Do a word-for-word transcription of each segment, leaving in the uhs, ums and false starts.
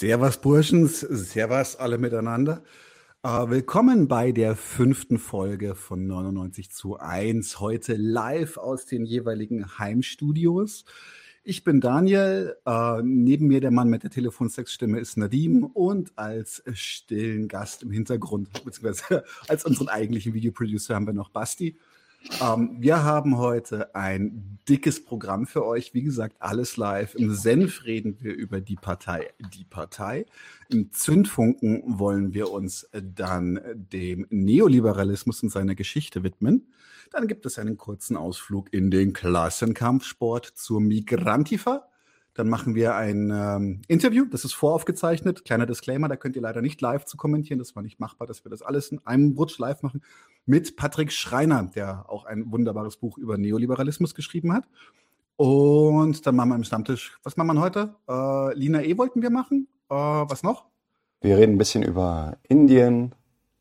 Servus Burschens, Servus alle miteinander. Äh, willkommen bei der fünften Folge von neunundneunzig zu eins, heute live aus den jeweiligen Heimstudios. Ich bin Daniel, äh, neben mir der Mann mit der Telefonsexstimme ist Nadim und als stillen Gast im Hintergrund, beziehungsweise als unseren eigentlichen Videoproducer haben wir noch Basti. Ähm, wir haben heute ein dickes Programm für euch. Wie gesagt, alles live. Im Senf reden wir über die Partei, die Partei. Im Zündfunken wollen wir uns dann dem Neoliberalismus und seiner Geschichte widmen. Dann gibt es einen kurzen Ausflug in den Klassenkampfsport zur Migrantifa. Dann machen wir ein ähm, Interview, das ist voraufgezeichnet. Kleiner Disclaimer, da könnt ihr leider nicht live zu kommentieren. Das war nicht machbar, dass wir das alles in einem Rutsch live machen. Mit Patrick Schreiner, der auch ein wunderbares Buch über Neoliberalismus geschrieben hat. Und dann machen wir im Stammtisch, was machen wir heute? Äh, Lina E. wollten wir machen. Äh, was noch? Wir reden ein bisschen über Indien.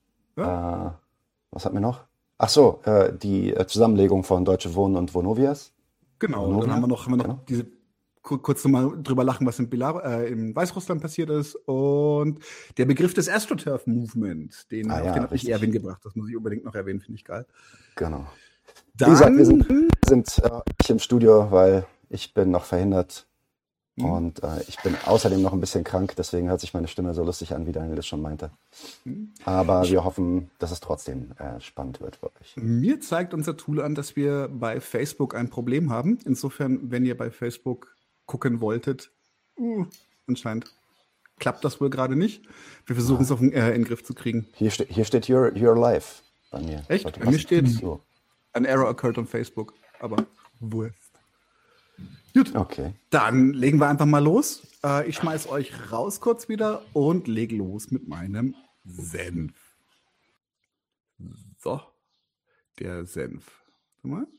Ja. Äh, was hatten wir noch? Ach so, äh, die äh, Zusammenlegung von Deutsche Wohnen und Vonovias. Genau, Vonovia? dann haben wir noch, haben wir noch Genau. diese kurz nochmal drüber lachen, was in, Belar äh, in Weißrussland passiert ist. Und der Begriff des AstroTurf-Movement, den, Ah auf ja, den hat mich richtig. Erwin gebracht. Das muss ich unbedingt noch erwähnen, finde ich geil. Genau. Wie Dann, gesagt, wir sind, sind äh, nicht im Studio, weil ich bin noch verhindert. Mhm. Und äh, ich bin außerdem noch ein bisschen krank, deswegen hört sich meine Stimme so lustig an, wie Daniel das schon meinte. Mhm. Aber wir hoffen, dass es trotzdem äh, spannend wird für euch. Mir zeigt unser Tool an, dass wir bei Facebook ein Problem haben. Insofern, wenn ihr bei Facebook gucken wolltet, uh, anscheinend klappt das wohl gerade nicht. Wir versuchen es auf den, äh, in den Griff zu kriegen. Hier, ste hier steht your, your Life bei mir. Echt? Sollte Bei mir passen. steht So. an Error occurred on Facebook, aber Wurst. Gut, Okay. dann legen wir einfach mal los. Äh, ich schmeiß euch raus kurz wieder und lege los mit meinem Senf. So, der Senf. Warte mal.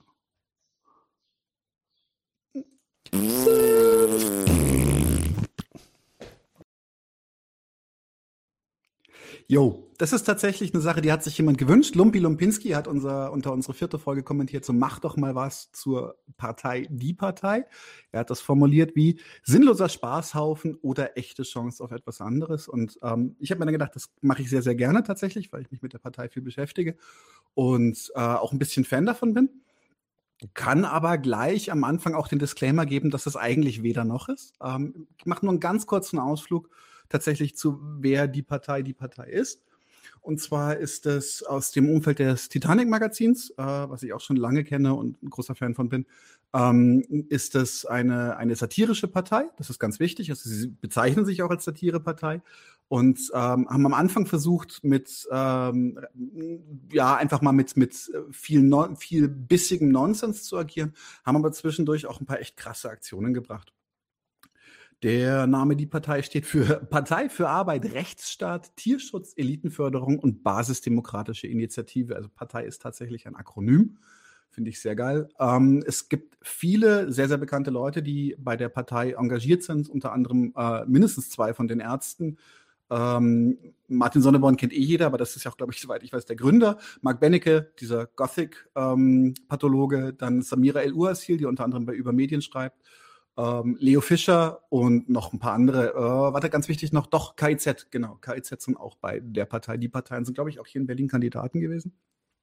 Jo, das ist tatsächlich eine Sache, die hat sich jemand gewünscht. Lumpi Lumpinski hat unser, unter unsere vierte Folge kommentiert, so mach doch mal was zur Partei, die Partei. Er hat das formuliert wie sinnloser Spaßhaufen oder echte Chance auf etwas anderes. Und ähm, ich habe mir dann gedacht, das mache ich sehr, sehr gerne tatsächlich, weil ich mich mit der Partei viel beschäftige und äh, auch ein bisschen Fan davon bin. Kann aber gleich am Anfang auch den Disclaimer geben, dass es eigentlich weder noch ist. Ähm, ich mache nur einen ganz kurzen Ausflug tatsächlich zu, wer die Partei die Partei ist. Und zwar ist es aus dem Umfeld des Titanic-Magazins, äh, was ich auch schon lange kenne und ein großer Fan von bin, ähm, ist es eine, eine satirische Partei. Das ist ganz wichtig. Also sie bezeichnen sich auch als Satirepartei und ähm, haben am Anfang versucht, mit ähm, ja einfach mal mit, mit viel, non, viel bissigem Nonsens zu agieren, haben aber zwischendurch auch ein paar echt krasse Aktionen gebracht. Der Name Die Partei steht für Partei für Arbeit, Rechtsstaat, Tierschutz, Elitenförderung und Basisdemokratische Initiative. Also Partei ist tatsächlich ein Akronym. Finde ich sehr geil. Ähm, es gibt viele sehr, sehr bekannte Leute, die bei der Partei engagiert sind, unter anderem äh, mindestens zwei von den Ärzten. Ähm, Martin Sonneborn kennt eh jeder, aber das ist ja auch, glaube ich, soweit ich weiß, der Gründer. Mark Benecke, dieser Gothic-Pathologe. Ähm, dann Samira El-Uasil, die unter anderem bei Über Medien schreibt. Ähm, Leo Fischer und noch ein paar andere. Äh, warte, ganz wichtig noch, doch, K I Z, genau. K I Z sind auch bei der Partei. Die Parteien sind, glaube ich, auch hier in Berlin Kandidaten gewesen.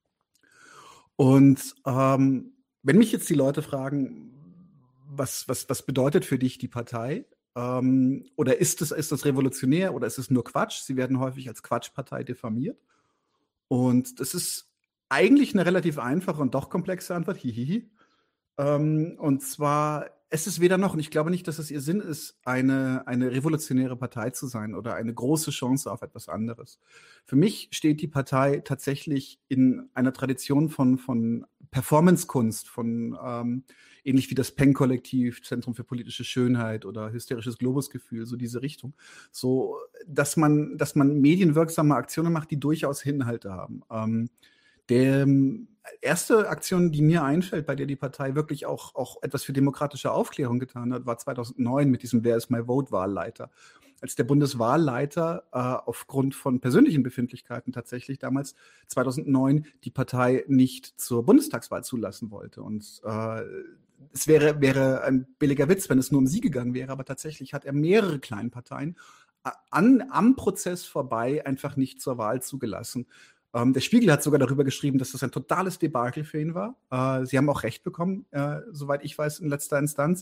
Und ähm, wenn mich jetzt die Leute fragen, was, was, was bedeutet für dich die Partei? Ähm, oder ist das, ist das revolutionär oder ist es nur Quatsch? Sie werden häufig als Quatschpartei diffamiert. Und das ist eigentlich eine relativ einfache und doch komplexe Antwort. Hihihi. Ähm, und zwar, es ist weder noch, und ich glaube nicht, dass es ihr Sinn ist, eine, eine revolutionäre Partei zu sein oder eine große Chance auf etwas anderes. Für mich steht die Partei tatsächlich in einer Tradition von, von Performancekunst, von ähm, ähnlich wie das Peng-Kollektiv, Zentrum für politische Schönheit oder hysterisches Globusgefühl, so diese Richtung. So, dass man, dass man medienwirksame Aktionen macht, die durchaus Inhalte haben. Ähm, Der erste Aktion, die mir einfällt, bei der die Partei wirklich auch, auch etwas für demokratische Aufklärung getan hat, war zweitausendneun mit diesem Wer ist my Vote-Wahlleiter. Als der Bundeswahlleiter äh, aufgrund von persönlichen Befindlichkeiten tatsächlich damals zweitausendneun die Partei nicht zur Bundestagswahl zulassen wollte. Und äh, es wäre, wäre ein billiger Witz, wenn es nur um sie gegangen wäre, aber tatsächlich hat er mehrere Kleinparteien an, am Prozess vorbei einfach nicht zur Wahl zugelassen. Ähm, der Spiegel hat sogar darüber geschrieben, dass das ein totales Debakel für ihn war. Äh, sie haben auch Recht bekommen, äh, soweit ich weiß, in letzter Instanz.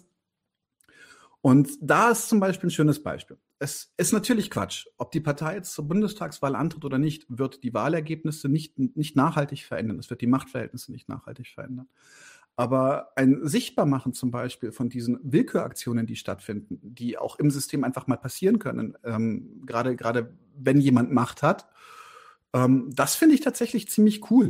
Und da ist zum Beispiel ein schönes Beispiel. Es ist natürlich Quatsch. Ob die Partei jetzt zur Bundestagswahl antritt oder nicht, wird die Wahlergebnisse nicht, nicht nachhaltig verändern. Es wird die Machtverhältnisse nicht nachhaltig verändern. Aber ein Sichtbarmachen zum Beispiel von diesen Willküraktionen, die stattfinden, die auch im System einfach mal passieren können, ähm, gerade, gerade wenn jemand Macht hat, ähm, das finde ich tatsächlich ziemlich cool.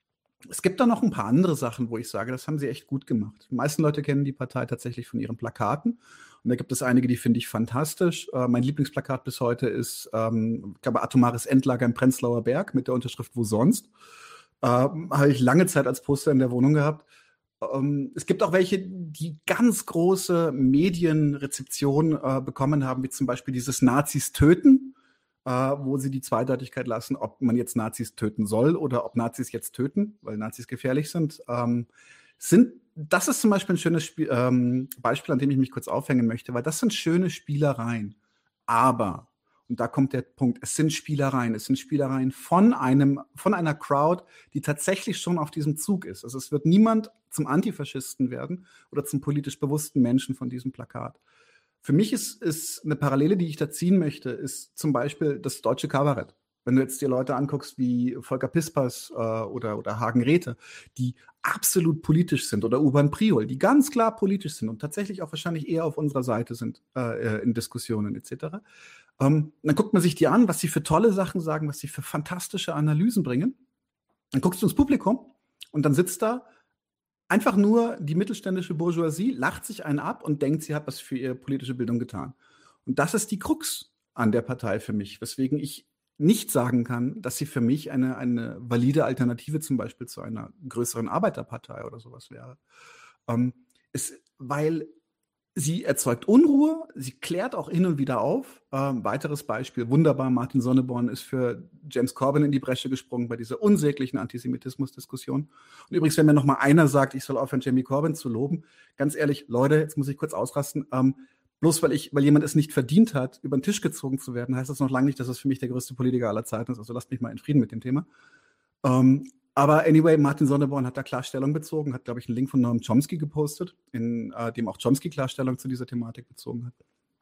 Es gibt da noch ein paar andere Sachen, wo ich sage, das haben sie echt gut gemacht. Die meisten Leute kennen die Partei tatsächlich von ihren Plakaten. Und da gibt es einige, die finde ich fantastisch. Äh, mein Lieblingsplakat bis heute ist, ähm, ich glaube, Atomares Endlager im Prenzlauer Berg mit der Unterschrift Wo sonst. Äh, habe ich lange Zeit als Poster in der Wohnung gehabt. Ähm, es gibt auch welche, die ganz große Medienrezeption äh, bekommen haben, wie zum Beispiel dieses Nazis töten, äh, wo sie die Zweideutigkeit lassen, ob man jetzt Nazis töten soll oder ob Nazis jetzt töten, weil Nazis gefährlich sind. Ähm, sind das ist zum Beispiel ein schönes Spiel, ähm, Beispiel, an dem ich mich kurz aufhängen möchte, weil das sind schöne Spielereien. Aber, und da kommt der Punkt, es sind Spielereien, es sind Spielereien von einem, von einer Crowd, die tatsächlich schon auf diesem Zug ist. Also es wird niemand zum Antifaschisten werden oder zum politisch bewussten Menschen von diesem Plakat. Für mich ist, ist eine Parallele, die ich da ziehen möchte, ist zum Beispiel das deutsche Kabarett. Wenn du jetzt dir Leute anguckst wie Volker Pispers äh, oder, oder Hagen Räthe, die absolut politisch sind, oder Urban Priol, die ganz klar politisch sind und tatsächlich auch wahrscheinlich eher auf unserer Seite sind äh, in Diskussionen et cetera. Ähm, dann guckt man sich die an, was sie für tolle Sachen sagen, was sie für fantastische Analysen bringen. Dann guckst du ins Publikum und dann sitzt da einfach nur die mittelständische Bourgeoisie, lacht sich einen ab und denkt, sie hat was für ihre politische Bildung getan. Und das ist die Krux an der Partei für mich, weswegen ich nicht sagen kann, dass sie für mich eine, eine valide Alternative zum Beispiel zu einer größeren Arbeiterpartei oder sowas wäre. Ähm, ist, weil sie erzeugt Unruhe, sie klärt auch hin und wieder auf. Ähm, weiteres Beispiel, wunderbar, Martin Sonneborn ist für James Corbyn in die Bresche gesprungen bei dieser unsäglichen Antisemitismus-Diskussion. Und übrigens, wenn mir noch mal einer sagt, ich soll aufhören, Jeremy Corbyn zu loben, ganz ehrlich, Leute, jetzt muss ich kurz ausrasten, ähm, bloß weil ich, weil jemand es nicht verdient hat, über den Tisch gezogen zu werden, heißt das noch lange nicht, dass es für mich der größte Politiker aller Zeiten ist. Also lasst mich mal in Frieden mit dem Thema. Ähm, aber anyway, Martin Sonneborn hat da klar Stellung bezogen, hat, glaube ich, einen Link von Noam Chomsky gepostet, in äh, dem auch Chomsky klar Stellung zu dieser Thematik bezogen hat.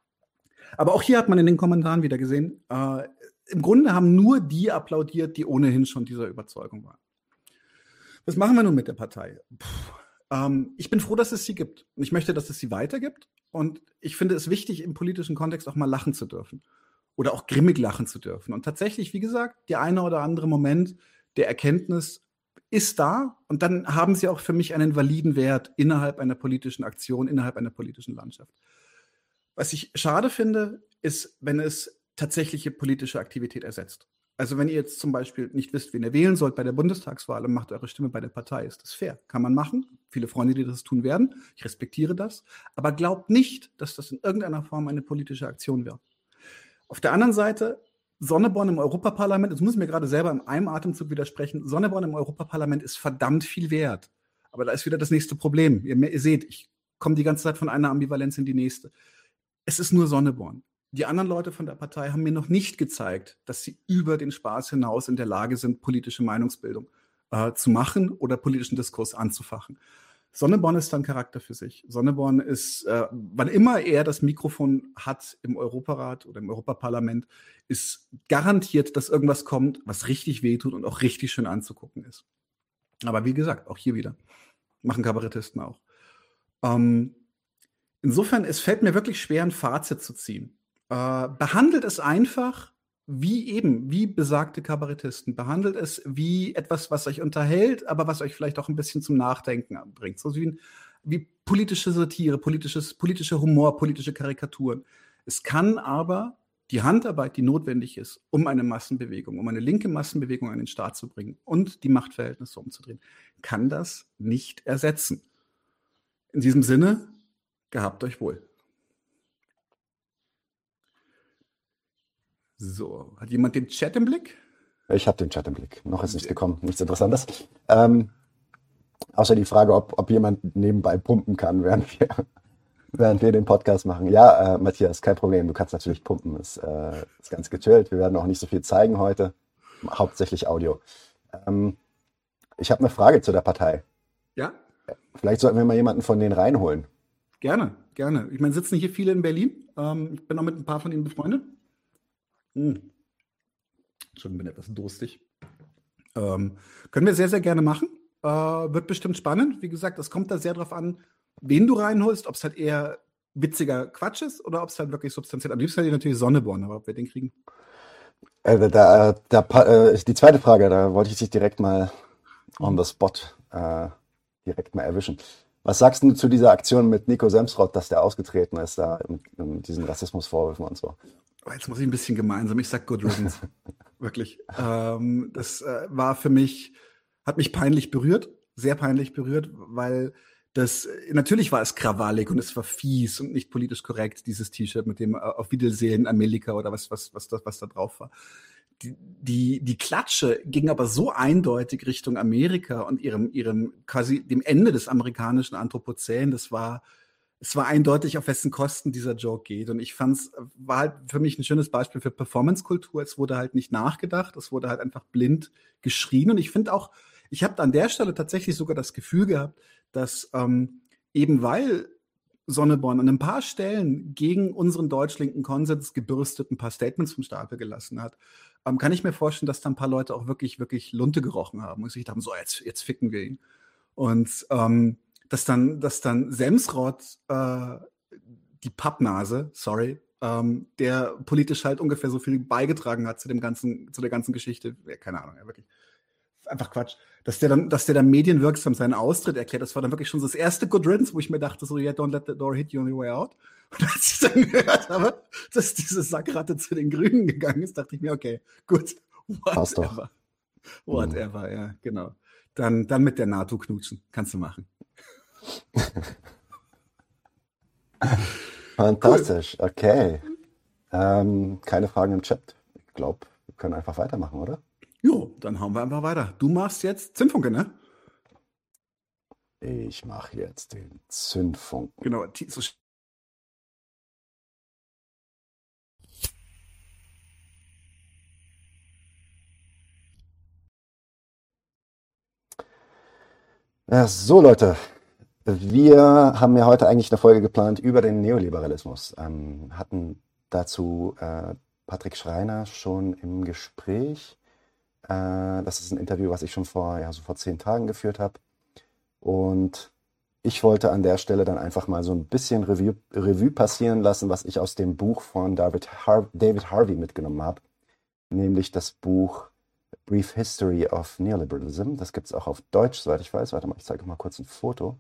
Aber auch hier hat man in den Kommentaren wieder gesehen, äh, im Grunde haben nur die applaudiert, die ohnehin schon dieser Überzeugung waren. Was machen wir nun mit der Partei? Puh, ähm, ich bin froh, dass es sie gibt. Und ich möchte, dass es sie weitergibt. Und ich finde es wichtig, im politischen Kontext auch mal lachen zu dürfen. Oder auch grimmig lachen zu dürfen. Und tatsächlich, wie gesagt, der eine oder andere Moment der Erkenntnis ist da. Und dann haben sie auch für mich einen validen Wert innerhalb einer politischen Aktion, innerhalb einer politischen Landschaft. Was ich schade finde, ist, wenn es tatsächliche politische Aktivität ersetzt. Also wenn ihr jetzt zum Beispiel nicht wisst, wen ihr wählen sollt bei der Bundestagswahl und macht eure Stimme bei der Partei, ist das fair. Kann man machen. Viele Freunde, die das tun werden. Ich respektiere das. Aber glaubt nicht, dass das in irgendeiner Form eine politische Aktion wird. Auf der anderen Seite, Sonneborn im Europaparlament, das muss ich mir gerade selber in einem Atemzug widersprechen, Sonneborn im Europaparlament ist verdammt viel wert. Aber da ist wieder das nächste Problem. Ihr, ihr seht, ich komme die ganze Zeit von einer Ambivalenz in die nächste. Es ist nur Sonneborn. Die anderen Leute von der Partei haben mir noch nicht gezeigt, dass sie über den Spaß hinaus in der Lage sind, politische Meinungsbildung äh, zu machen oder politischen Diskurs anzufachen. Sonneborn ist dann Charakter für sich. Sonneborn ist, äh, wann immer er das Mikrofon hat im Europarat oder im Europaparlament, ist garantiert, dass irgendwas kommt, was richtig wehtut und auch richtig schön anzugucken ist. Aber wie gesagt, auch hier wieder, machen Kabarettisten auch. Ähm, insofern, es fällt mir wirklich schwer, ein Fazit zu ziehen. Äh, behandelt es einfach wie eben, wie besagte Kabarettisten. Behandelt es wie etwas, was euch unterhält, aber was euch vielleicht auch ein bisschen zum Nachdenken bringt. So wie, wie politische Satire, politisches, politischer Humor, politische Karikaturen. Es kann aber die Handarbeit, die notwendig ist, um eine Massenbewegung, um eine linke Massenbewegung an den Start zu bringen und die Machtverhältnisse umzudrehen, kann das nicht ersetzen. In diesem Sinne, gehabt euch wohl. So, hat jemand den Chat im Blick? Ich habe den Chat im Blick. Noch ist nichts gekommen, nichts Interessantes. Ähm, außer die Frage, ob, ob jemand nebenbei pumpen kann, während wir während wir den Podcast machen. Ja, äh, Matthias, kein Problem. Du kannst natürlich pumpen. Ist, äh, ist ganz gechillt. Wir werden auch nicht so viel zeigen heute. Hauptsächlich Audio. Ähm, ich habe eine Frage zu der Partei. Ja, Vielleicht sollten wir mal jemanden von denen reinholen. gerne, gerne. Ich meine, sitzen hier viele in Berlin. Ähm, ich bin auch mit ein paar von ihnen befreundet. Hm. Entschuldigung, bin etwas durstig. Ähm, können wir sehr, sehr gerne machen. Äh, wird bestimmt spannend. Wie gesagt, es kommt da sehr drauf an, wen du reinholst, ob es halt eher witziger Quatsch ist oder ob es halt wirklich substanziell. Am liebsten hätte ich natürlich Sonneborn, aber ob wir den kriegen. Äh, da, da, pa- äh, die zweite Frage, da wollte ich dich direkt mal on the spot äh, direkt mal erwischen. Was sagst du zu dieser Aktion mit Nico Semsrott, dass der ausgetreten ist, da mit, mit diesen Rassismusvorwürfen und so? Aber jetzt muss ich ein bisschen gemeinsam. Ich sag Good Riddance. Wirklich. Ähm, das äh, war für mich, hat mich peinlich berührt, sehr peinlich berührt, weil das, äh, natürlich war es krawallig und es war fies und nicht politisch korrekt, dieses T-Shirt mit dem äh, auf Wiedersehen Amerika oder was, was, was, da, was da drauf war. Die, die, die Klatsche ging aber so eindeutig Richtung Amerika und ihrem, ihrem quasi dem Ende des amerikanischen Anthropozän. Das war, es war eindeutig, auf wessen Kosten dieser Joke geht. Und ich fand es, war halt für mich ein schönes Beispiel für Performance-Kultur. Es wurde halt nicht nachgedacht, es wurde halt einfach blind geschrien. Und ich finde auch, ich habe an der Stelle tatsächlich sogar das Gefühl gehabt, dass ähm, eben weil Sonneborn an ein paar Stellen gegen unseren deutsch-linken Konsens gebürstet ein paar Statements vom Stapel gelassen hat, ähm, kann ich mir vorstellen, dass da ein paar Leute auch wirklich, wirklich Lunte gerochen haben und sich dachten, so, jetzt, jetzt ficken wir ihn. Und ähm, dass dann, dass dann Semsrott, äh, die Pappnase, sorry, ähm, der politisch halt ungefähr so viel beigetragen hat zu dem ganzen, zu der ganzen Geschichte, ja, keine Ahnung, ja, wirklich einfach Quatsch, dass der dann, dass der dann medienwirksam seinen Austritt erklärt. Das war dann wirklich schon so das erste Good Riddance, wo ich mir dachte, so, yeah, don't let the door hit you on your way out. Und als ich dann gehört habe, dass diese Sackratte zu den Grünen gegangen ist, dachte ich mir, okay, gut, Passt doch. whatever. Whatever, ja, genau. Dann, dann mit der NATO knutschen. Kannst du machen. Fantastisch, okay. Ähm, keine Fragen im Chat. Ich glaube, wir können einfach weitermachen, oder? Jo, dann hauen wir einfach weiter. Du machst jetzt Zündfunke, ne? Ich mache jetzt den Zündfunken. Genau. ti- So Ja, so Leute, wir haben ja heute eigentlich eine Folge geplant über den Neoliberalismus. Ähm, hatten dazu äh, Patrick Schreiner schon im Gespräch. Äh, das ist ein Interview, was ich schon vor, ja, so vor zehn Tagen geführt habe. Und ich wollte an der Stelle dann einfach mal so ein bisschen Revue, Revue passieren lassen, was ich aus dem Buch von David, Har David Harvey mitgenommen habe. Nämlich das Buch Brief History of Neoliberalism. Das gibt es auch auf Deutsch, soweit ich weiß. Warte mal, ich zeige euch mal kurz ein Foto.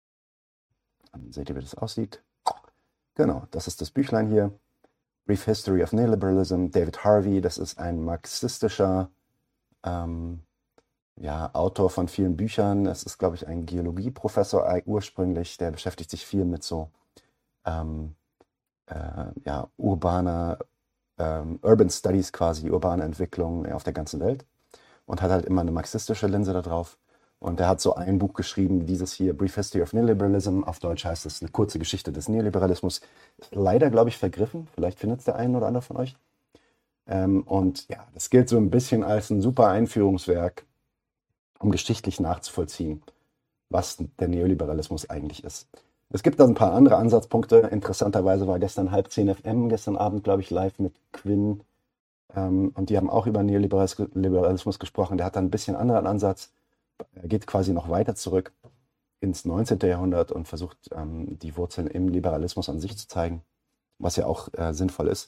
Dann seht ihr, wie das aussieht. Genau, das ist das Büchlein hier. Brief History of Neoliberalism. David Harvey, das ist ein marxistischer ähm, ja, Autor von vielen Büchern. Es ist, glaube ich, ein Geologieprofessor ursprünglich. Der beschäftigt sich viel mit so ähm, äh, ja, urbaner ähm, Urban Studies quasi, urbane Entwicklung auf der ganzen Welt und hat halt immer eine marxistische Linse da drauf. Und er hat so ein Buch geschrieben, dieses hier, Brief History of Neoliberalism. Auf Deutsch heißt es eine kurze Geschichte des Neoliberalismus. Leider, glaube ich, vergriffen. Vielleicht findet es der eine oder andere von euch. Ähm, und ja, das gilt so ein bisschen als ein super Einführungswerk, um geschichtlich nachzuvollziehen, was der Neoliberalismus eigentlich ist. Es gibt da ein paar andere Ansatzpunkte. Interessanterweise war gestern halb zehn F M, gestern Abend, glaube ich, live mit Quinn. Ähm, und die haben auch über Neoliberalismus gesprochen. Der hat dann ein bisschen anderen Ansatz. Er geht quasi noch weiter zurück ins neunzehnten. Jahrhundert und versucht, ähm, die Wurzeln im Liberalismus an sich zu zeigen, was ja auch äh, sinnvoll ist.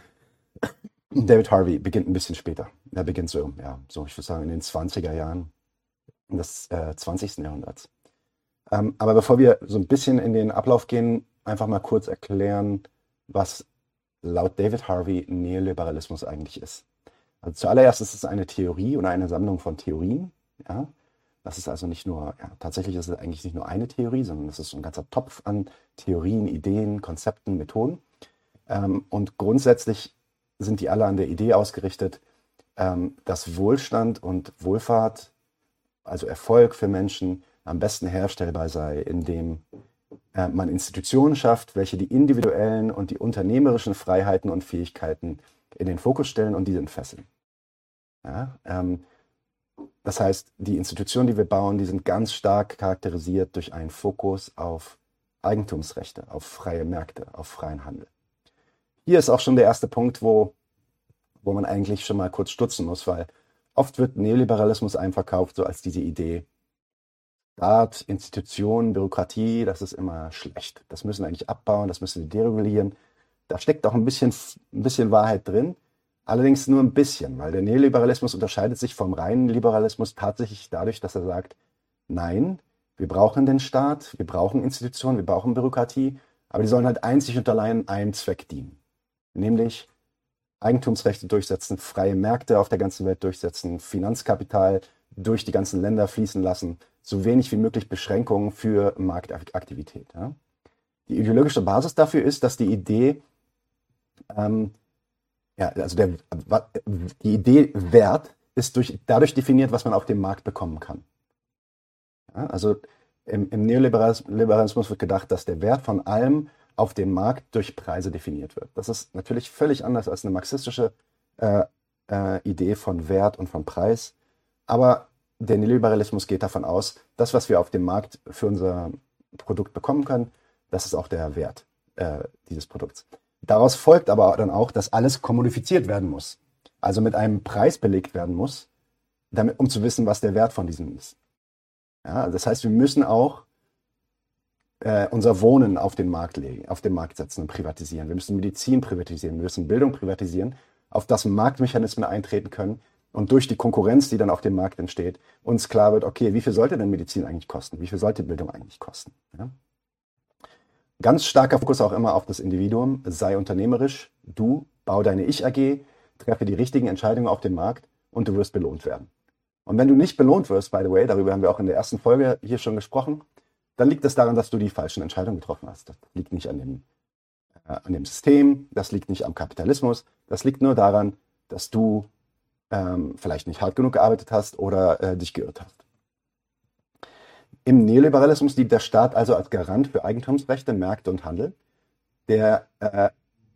David Harvey beginnt ein bisschen später. Er beginnt so, ja, so ich würde sagen, in den zwanziger Jahren des äh, zwanzigsten. Jahrhunderts. Ähm, aber bevor wir so ein bisschen in den Ablauf gehen, einfach mal kurz erklären, was laut David Harvey Neoliberalismus eigentlich ist. Also zuallererst ist es eine Theorie oder eine Sammlung von Theorien. Ja? Das ist also nicht nur, ja, tatsächlich ist es eigentlich nicht nur eine Theorie, sondern es ist so ein ganzer Topf an Theorien, Ideen, Konzepten, Methoden. Ähm, und grundsätzlich sind die alle an der Idee ausgerichtet, ähm, dass Wohlstand und Wohlfahrt, also Erfolg für Menschen, am besten herstellbar sei, indem äh, man Institutionen schafft, welche die individuellen und die unternehmerischen Freiheiten und Fähigkeiten in den Fokus stellen und diese entfesseln. Ja, ähm, das heißt, die Institutionen, die wir bauen, die sind ganz stark charakterisiert durch einen Fokus auf Eigentumsrechte, auf freie Märkte, auf freien Handel. Hier ist auch schon der erste Punkt, wo, wo man eigentlich schon mal kurz stutzen muss, weil oft wird Neoliberalismus einem verkauft, so als diese Idee, Staat, Institutionen, Bürokratie, das ist immer schlecht. Das müssen wir eigentlich abbauen, das müssen wir deregulieren. Da steckt auch ein bisschen, ein bisschen Wahrheit drin, allerdings nur ein bisschen, weil der Neoliberalismus unterscheidet sich vom reinen Liberalismus tatsächlich dadurch, dass er sagt, nein, wir brauchen den Staat, wir brauchen Institutionen, wir brauchen Bürokratie, aber die sollen halt einzig und allein einem Zweck dienen, nämlich Eigentumsrechte durchsetzen, freie Märkte auf der ganzen Welt durchsetzen, Finanzkapital durch die ganzen Länder fließen lassen, so wenig wie möglich Beschränkungen für Marktaktivität. Ja. Die ideologische Basis dafür ist, dass die Idee, ähm, ja, also der, die Idee Wert ist durch, dadurch definiert, was man auf dem Markt bekommen kann. Ja, also im, im Neoliberalismus wird gedacht, dass der Wert von allem auf dem Markt durch Preise definiert wird. Das ist natürlich völlig anders als eine marxistische äh, äh, Idee von Wert und von Preis. Aber der Neoliberalismus geht davon aus, das, was wir auf dem Markt für unser Produkt bekommen können, das ist auch der Wert äh, dieses Produkts. Daraus folgt aber dann auch, dass alles kommodifiziert werden muss. Also mit einem Preis belegt werden muss, damit, um zu wissen, was der Wert von diesem ist. Ja, das heißt, wir müssen auch äh, unser Wohnen auf den Markt legen, auf den Markt setzen und privatisieren. Wir müssen Medizin privatisieren, wir müssen Bildung privatisieren, auf das Marktmechanismen eintreten können und durch die Konkurrenz, die dann auf dem Markt entsteht, uns klar wird, okay, wie viel sollte denn Medizin eigentlich kosten? Wie viel sollte Bildung eigentlich kosten? Ja? Ganz starker Fokus auch immer auf das Individuum, sei unternehmerisch, du, bau deine Ich-A G, treffe die richtigen Entscheidungen auf dem Markt und du wirst belohnt werden. Und wenn du nicht belohnt wirst, by the way, darüber haben wir auch in der ersten Folge hier schon gesprochen, dann liegt es daran, dass du die falschen Entscheidungen getroffen hast. Das liegt nicht an dem, äh, an dem System, das liegt nicht am Kapitalismus, das liegt nur daran, dass du ähm, vielleicht nicht hart genug gearbeitet hast oder äh, dich geirrt hast. Im Neoliberalismus dient der Staat also als Garant für Eigentumsrechte, Märkte und Handel. Der, äh,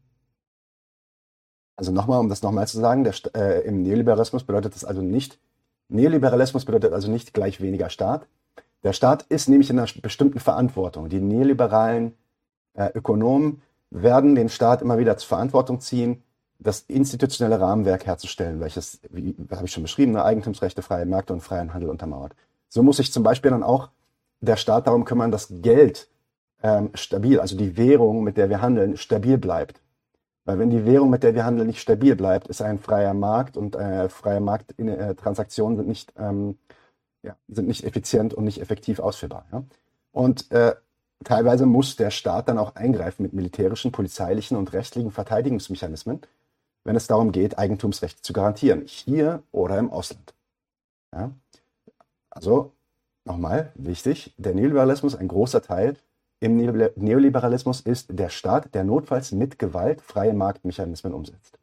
also nochmal, um das nochmal zu sagen, der, äh, im Neoliberalismus bedeutet das also nicht, Neoliberalismus bedeutet also nicht gleich weniger Staat. Der Staat ist nämlich in einer bestimmten Verantwortung. Die neoliberalen äh, Ökonomen werden den Staat immer wieder zur Verantwortung ziehen, das institutionelle Rahmenwerk herzustellen, welches, wie habe ich schon beschrieben, Eigentumsrechte, freie Märkte und freien Handel untermauert. So muss sich zum Beispiel dann auch der Staat darum kümmern, dass Geld ähm, stabil, also die Währung, mit der wir handeln, stabil bleibt. Weil wenn die Währung, mit der wir handeln, nicht stabil bleibt, ist ein freier Markt und äh, freie Markttransaktionen sind nicht, ähm, ja, sind nicht effizient und nicht effektiv ausführbar. Ja? Und äh, teilweise muss der Staat dann auch eingreifen mit militärischen, polizeilichen und rechtlichen Verteidigungsmechanismen, wenn es darum geht, Eigentumsrechte zu garantieren, hier oder im Ausland. Ja? Also, nochmal, wichtig, der Neoliberalismus, ein großer Teil im Neoliberalismus ist der Staat, der notfalls mit Gewalt freie Marktmechanismen umsetzt.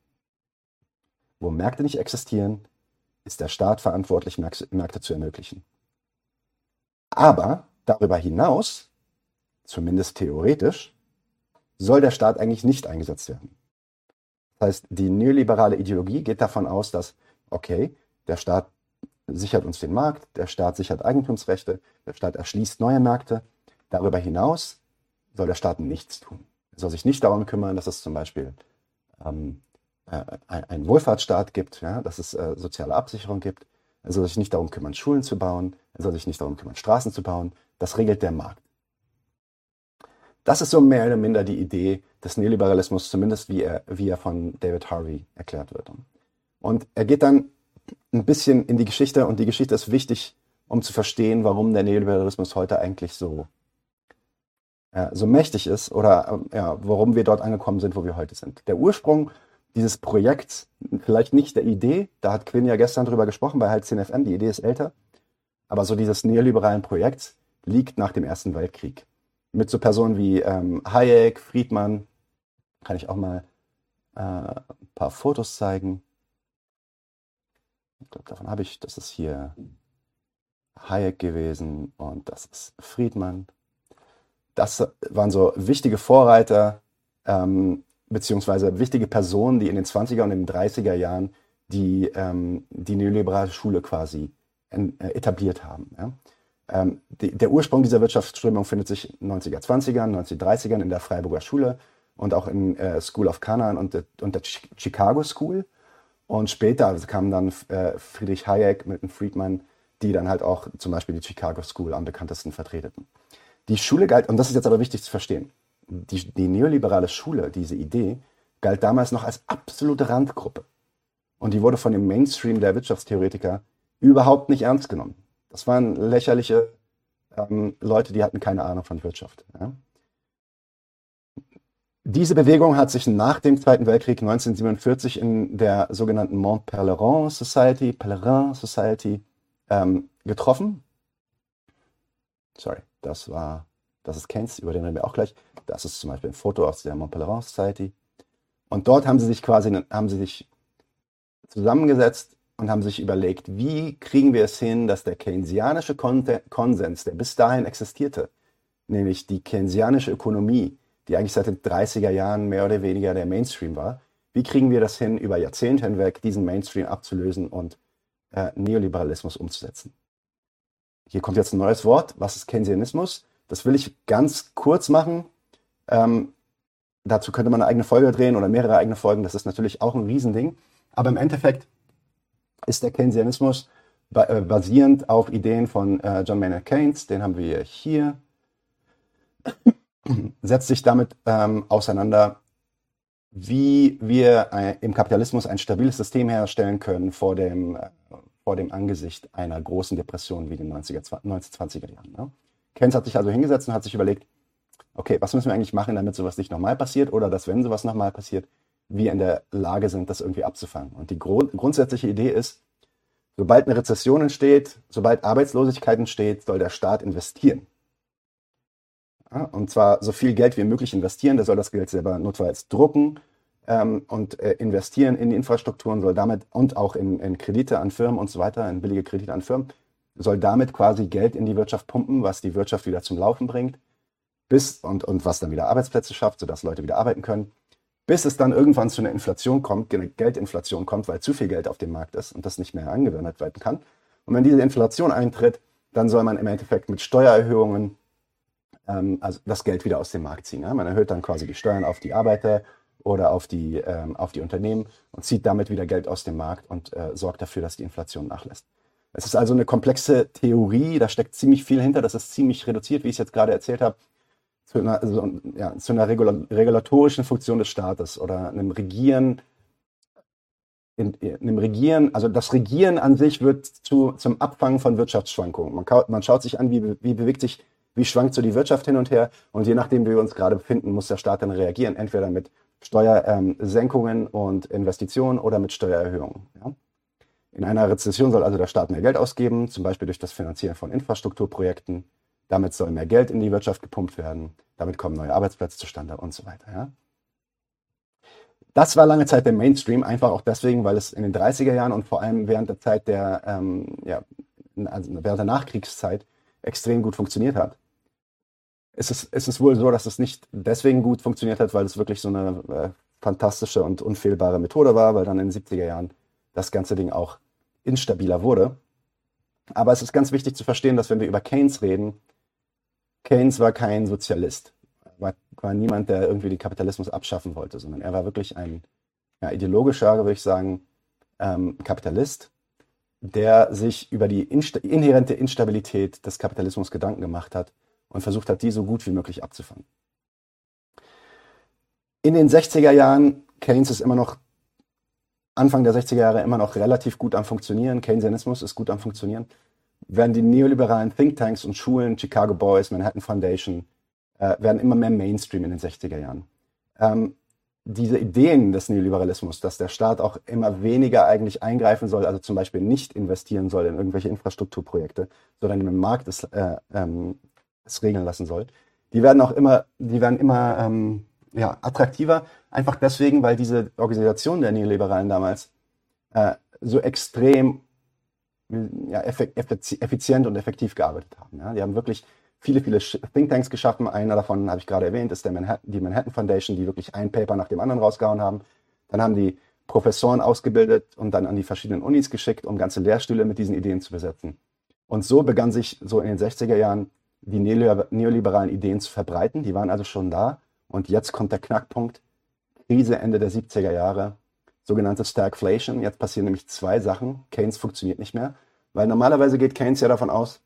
Wo Märkte nicht existieren, ist der Staat verantwortlich, Märkte zu ermöglichen. Aber darüber hinaus, zumindest theoretisch, soll der Staat eigentlich nicht eingesetzt werden. Das heißt, die neoliberale Ideologie geht davon aus, dass, okay, der Staat sichert uns den Markt, der Staat sichert Eigentumsrechte, der Staat erschließt neue Märkte. Darüber hinaus soll der Staat nichts tun. Er soll sich nicht darum kümmern, dass es zum Beispiel ähm, äh, einen Wohlfahrtsstaat gibt, ja, dass es äh, soziale Absicherung gibt. Er soll sich nicht darum kümmern, Schulen zu bauen. Er soll sich nicht darum kümmern, Straßen zu bauen. Das regelt der Markt. Das ist so mehr oder minder die Idee des Neoliberalismus, zumindest wie er, wie er von David Harvey erklärt wird. Und er geht dann ein bisschen in die Geschichte und die Geschichte ist wichtig, um zu verstehen, warum der Neoliberalismus heute eigentlich so, äh, so mächtig ist oder äh, ja, warum wir dort angekommen sind, wo wir heute sind. Der Ursprung dieses Projekts, vielleicht nicht der Idee, da hat Quinn ja gestern drüber gesprochen bei Halt zehn F M, die Idee ist älter, aber so dieses neoliberalen Projekts liegt nach dem Ersten Weltkrieg. Mit so Personen wie ähm, Hayek, Friedman, kann ich auch mal äh, ein paar Fotos zeigen. Ich glaube, davon habe ich, das ist hier Hayek gewesen und das ist Friedman. das waren so wichtige Vorreiter, ähm, beziehungsweise wichtige Personen, die in den zwanziger und in den dreißiger Jahren die, ähm, die neoliberale Schule quasi en, äh, etabliert haben. Ja? Ähm, die, der Ursprung dieser Wirtschaftsströmung findet sich in den neunziger, zwanzigern, neunzehnhundertdreißigern in der Freiburger Schule und auch in äh, School of Canaan und, der- und der Chi- Chicago School. Und später also kamen dann äh, Friedrich Hayek, Milton Friedman, die dann halt auch zum Beispiel die Chicago School am bekanntesten vertreteten. Die Schule galt, und das ist jetzt aber wichtig zu verstehen, die, die neoliberale Schule, diese Idee, galt damals noch als absolute Randgruppe. Und die wurde von dem Mainstream der Wirtschaftstheoretiker überhaupt nicht ernst genommen. Das waren lächerliche ähm, Leute, die hatten keine Ahnung von Wirtschaft. Ja. Diese Bewegung hat sich nach dem Zweiten Weltkrieg neunzehnhundertsiebenundvierzig in der sogenannten Mont Pelerin Society, Pelerin Society ähm, getroffen. Sorry, das war, das ist Keynes, über den reden wir auch gleich. Das ist zum Beispiel ein Foto aus der Mont Pelerin Society. Und dort haben sie sich quasi, haben sie sich zusammengesetzt und haben sich überlegt, wie kriegen wir es hin, dass der keynesianische Kon- Konsens, der bis dahin existierte, nämlich die keynesianische Ökonomie, die eigentlich seit den dreißiger Jahren mehr oder weniger der Mainstream war, wie kriegen wir das hin, über Jahrzehnte hinweg diesen Mainstream abzulösen und äh, Neoliberalismus umzusetzen. Hier kommt jetzt ein neues Wort. Was ist Keynesianismus? Das will ich ganz kurz machen. Ähm, dazu könnte man eine eigene Folge drehen oder mehrere eigene Folgen. Das ist natürlich auch ein Riesending. Aber im Endeffekt ist der Keynesianismus ba äh, basierend auf Ideen von äh, John Maynard Keynes. Den haben wir hier. Setzt sich damit ähm, auseinander, wie wir ein, im Kapitalismus ein stabiles System herstellen können vor dem, äh, vor dem Angesicht einer großen Depression wie den neunzehnhundertzwanziger Jahren. Ne? Keynes hat sich also hingesetzt und hat sich überlegt, okay, was müssen wir eigentlich machen, damit sowas nicht nochmal passiert oder dass, wenn sowas nochmal passiert, wir in der Lage sind, das irgendwie abzufangen. Und die Grund grundsätzliche Idee ist, sobald eine Rezession entsteht, sobald Arbeitslosigkeit entsteht, soll der Staat investieren. Ja, und zwar so viel Geld wie möglich investieren, der soll das Geld selber notfalls drucken ähm, und äh, investieren in die Infrastrukturen, soll damit und auch in, in Kredite an Firmen und so weiter, in billige Kredite an Firmen, soll damit quasi Geld in die Wirtschaft pumpen, was die Wirtschaft wieder zum Laufen bringt, bis und, und was dann wieder Arbeitsplätze schafft, sodass Leute wieder arbeiten können, bis es dann irgendwann zu einer Inflation kommt, eine Geldinflation kommt, weil zu viel Geld auf dem Markt ist und das nicht mehr angewendet werden kann. Und wenn diese Inflation eintritt, dann soll man im Endeffekt mit Steuererhöhungen ähm, also das Geld wieder aus dem Markt ziehen. Ja? Man erhöht dann quasi die Steuern auf die Arbeiter oder auf die, ähm, auf die Unternehmen und zieht damit wieder Geld aus dem Markt und äh, sorgt dafür, dass die Inflation nachlässt. Es ist also eine komplexe Theorie, da steckt ziemlich viel hinter, das ist ziemlich reduziert, wie ich es jetzt gerade erzählt habe, zu einer, also, ja, zu einer regula regulatorischen Funktion des Staates oder einem Regieren, in, in einem Regieren, also das Regieren an sich wird zu, zum Abfangen von Wirtschaftsschwankungen. Man, man schaut sich an, wie, wie bewegt sich, wie schwankt so die Wirtschaft hin und her und je nachdem, wie wir uns gerade befinden, muss der Staat dann reagieren, entweder mit Steuersenkungen ähm, und Investitionen oder mit Steuererhöhungen. Ja? In einer Rezession soll also der Staat mehr Geld ausgeben, zum Beispiel durch das Finanzieren von Infrastrukturprojekten. Damit soll mehr Geld in die Wirtschaft gepumpt werden. Damit kommen neue Arbeitsplätze zustande und so weiter. Ja? Das war lange Zeit der Mainstream, einfach auch deswegen, weil es in den dreißiger Jahren und vor allem während der Zeit der, ähm, ja, also während der Nachkriegszeit extrem gut funktioniert hat. Es ist, es ist wohl so, dass es nicht deswegen gut funktioniert hat, weil es wirklich so eine äh, fantastische und unfehlbare Methode war, weil dann in den siebziger Jahren das ganze Ding auch instabiler wurde. Aber es ist ganz wichtig zu verstehen, dass wenn wir über Keynes reden, Keynes war kein Sozialist, war, war niemand, der irgendwie den Kapitalismus abschaffen wollte, sondern er war wirklich ein ja, ideologischer, würde ich sagen, ähm, Kapitalist, der sich über die insta inhärente Instabilität des Kapitalismus Gedanken gemacht hat und versucht hat, die so gut wie möglich abzufangen. In den sechziger Jahren, Keynes ist immer noch, Anfang der sechziger Jahre immer noch relativ gut am Funktionieren, Keynesianismus ist gut am Funktionieren, werden die neoliberalen Thinktanks und Schulen, Chicago Boys, Manhattan Foundation, äh, werden immer mehr Mainstream in den sechziger Jahren. Ähm, diese Ideen des Neoliberalismus, dass der Staat auch immer weniger eigentlich eingreifen soll, also zum Beispiel nicht investieren soll in irgendwelche Infrastrukturprojekte, sondern im Markt es, äh, ähm, es regeln lassen soll, die werden auch immer, die werden immer ähm, ja, attraktiver, einfach deswegen, weil diese Organisation der Neoliberalen damals äh, so extrem ja, effizient und effektiv gearbeitet haben. Ja. Die haben wirklich viele, viele Thinktanks geschaffen. Einer davon habe ich gerade erwähnt, ist der Manhattan, die Manhattan Foundation, die wirklich ein Paper nach dem anderen rausgehauen haben. Dann haben die Professoren ausgebildet und dann an die verschiedenen Unis geschickt, um ganze Lehrstühle mit diesen Ideen zu besetzen. Und so begann sich so in den sechziger Jahren die neoliberalen Ideen zu verbreiten. Die waren also schon da. Und jetzt kommt der Knackpunkt. Krise Ende der siebziger Jahre, sogenannte Stagflation. Jetzt passieren nämlich zwei Sachen. Keynes funktioniert nicht mehr, weil normalerweise geht Keynes ja davon aus,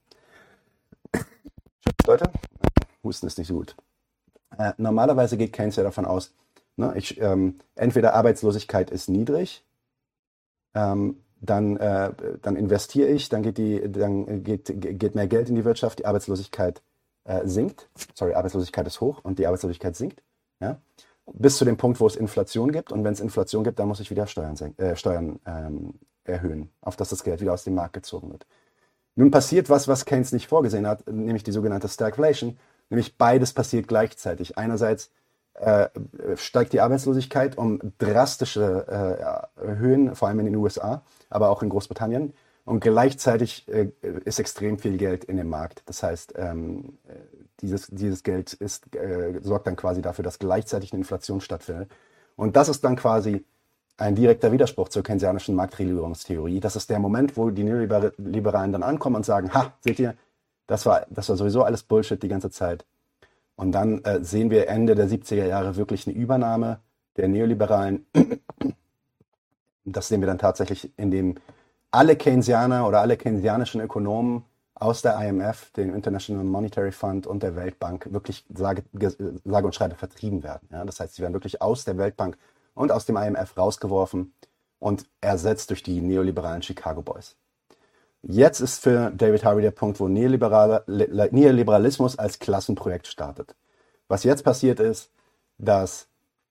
Leute, Husten ist nicht so gut. Äh, normalerweise geht Keynes ja davon aus, ne, ich, ähm, entweder Arbeitslosigkeit ist niedrig, ähm, dann, äh, dann investiere ich, dann, geht, die, dann geht, geht mehr Geld in die Wirtschaft, die Arbeitslosigkeit äh, sinkt. Sorry, Arbeitslosigkeit ist hoch und die Arbeitslosigkeit sinkt. Ja? Bis zu dem Punkt, wo es Inflation gibt. Und wenn es Inflation gibt, dann muss ich wieder Steuern, äh, Steuern ähm, erhöhen, auf dass das Geld wieder aus dem Markt gezogen wird. Nun passiert was, was Keynes nicht vorgesehen hat, nämlich die sogenannte Stagflation. Nämlich beides passiert gleichzeitig. Einerseits äh, steigt die Arbeitslosigkeit um drastische äh, Höhen, vor allem in den U S A, aber auch in Großbritannien. Und gleichzeitig äh, ist extrem viel Geld in dem Markt. Das heißt, ähm, dieses, dieses Geld ist, äh, sorgt dann quasi dafür, dass gleichzeitig eine Inflation stattfindet. Und das ist dann quasi ein direkter Widerspruch zur keynesianischen Marktregulierungstheorie. Das ist der Moment, wo die Neoliberalen dann ankommen und sagen, ha, seht ihr, das war, das war sowieso alles Bullshit die ganze Zeit. Und dann äh, sehen wir Ende der siebziger Jahre wirklich eine Übernahme der Neoliberalen. Das sehen wir dann tatsächlich, indem alle Keynesianer oder alle keynesianischen Ökonomen aus der I M F, dem International Monetary Fund und der Weltbank wirklich sage, sage und schreibe vertrieben werden. Ja, das heißt, sie werden wirklich aus der Weltbank und aus dem I M F rausgeworfen und ersetzt durch die neoliberalen Chicago Boys. Jetzt ist für David Harvey der Punkt, wo Neoliberale, Neoliberalismus als Klassenprojekt startet. Was jetzt passiert ist, dass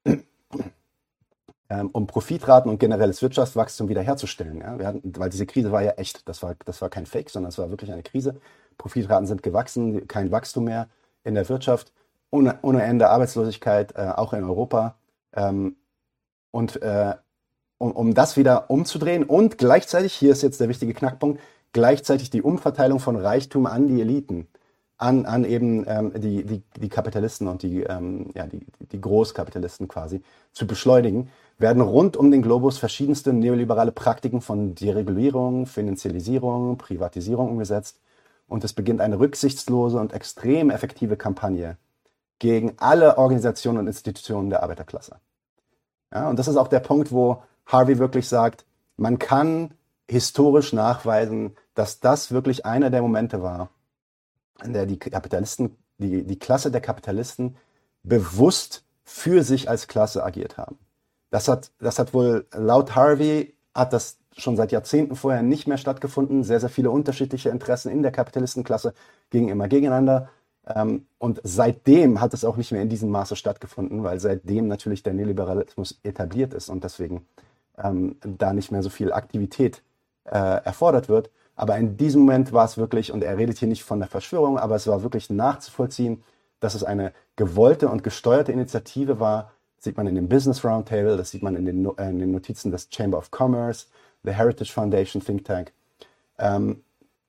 ähm, um Profitraten und generelles Wirtschaftswachstum wiederherzustellen, ja, wir hatten, weil diese Krise war ja echt, das war, das war kein Fake, sondern es war wirklich eine Krise. Profitraten sind gewachsen, kein Wachstum mehr in der Wirtschaft, ohne, ohne Ende Arbeitslosigkeit, äh, auch in Europa. Ähm, und äh, um, um das wieder umzudrehen und gleichzeitig, hier ist jetzt der wichtige Knackpunkt, gleichzeitig die Umverteilung von Reichtum an die Eliten, an, an eben ähm, die, die, die Kapitalisten und die, ähm, ja, die, die Großkapitalisten quasi zu beschleunigen, werden rund um den Globus verschiedenste neoliberale Praktiken von Deregulierung, Finanzialisierung, Privatisierung umgesetzt und es beginnt eine rücksichtslose und extrem effektive Kampagne gegen alle Organisationen und Institutionen der Arbeiterklasse. Ja, und das ist auch der Punkt, wo Harvey wirklich sagt, man kann historisch nachweisen, dass das wirklich einer der Momente war, in der die Kapitalisten, die, die Klasse der Kapitalisten bewusst für sich als Klasse agiert haben. Das hat, das hat wohl laut Harvey, hat das schon seit Jahrzehnten vorher nicht mehr stattgefunden. Sehr, sehr viele unterschiedliche Interessen in der Kapitalistenklasse gingen immer gegeneinander. Und seitdem hat es auch nicht mehr in diesem Maße stattgefunden, weil seitdem natürlich der Neoliberalismus etabliert ist und deswegen ähm, da nicht mehr so viel Aktivität äh, erfordert wird. Aber in diesem Moment war es wirklich, und er redet hier nicht von der Verschwörung, aber es war wirklich nachzuvollziehen, dass es eine gewollte und gesteuerte Initiative war. Das sieht man in dem Business Roundtable, das sieht man in den, äh, in den Notizen des Chamber of Commerce, the Heritage Foundation Think Tank. Ähm,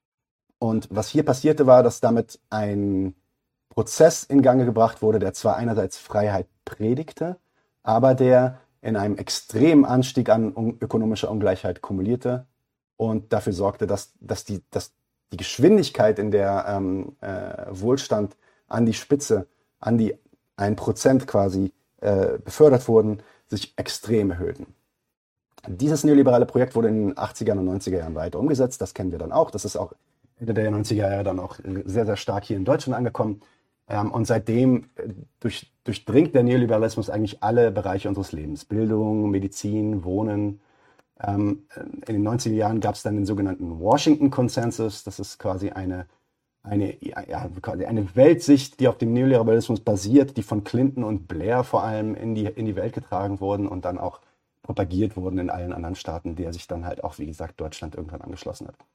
und was hier passierte war, dass damit ein Prozess in Gang gebracht wurde, der zwar einerseits Freiheit predigte, aber der in einem extremen Anstieg an un- ökonomischer Ungleichheit kumulierte und dafür sorgte, dass, dass, die, dass die Geschwindigkeit, in der ähm, äh, Wohlstand an die Spitze, an die ein Prozent quasi äh, befördert wurden, sich extrem erhöhten. Dieses neoliberale Projekt wurde in den achtziger und neunziger Jahren weiter umgesetzt, das kennen wir dann auch, das ist auch Ende der neunziger Jahre dann auch sehr, sehr stark hier in Deutschland angekommen. Ähm, und seitdem äh, durch, durchdringt der Neoliberalismus eigentlich alle Bereiche unseres Lebens. Bildung, Medizin, Wohnen. Ähm, in den neunziger Jahren gab es dann den sogenannten Washington Consensus. Das ist quasi eine, eine, ja, quasi eine Weltsicht, die auf dem Neoliberalismus basiert, die von Clinton und Blair vor allem in die, in die Welt getragen wurden und dann auch propagiert wurden in allen anderen Staaten, der sich dann halt auch, wie gesagt, Deutschland irgendwann angeschlossen hat.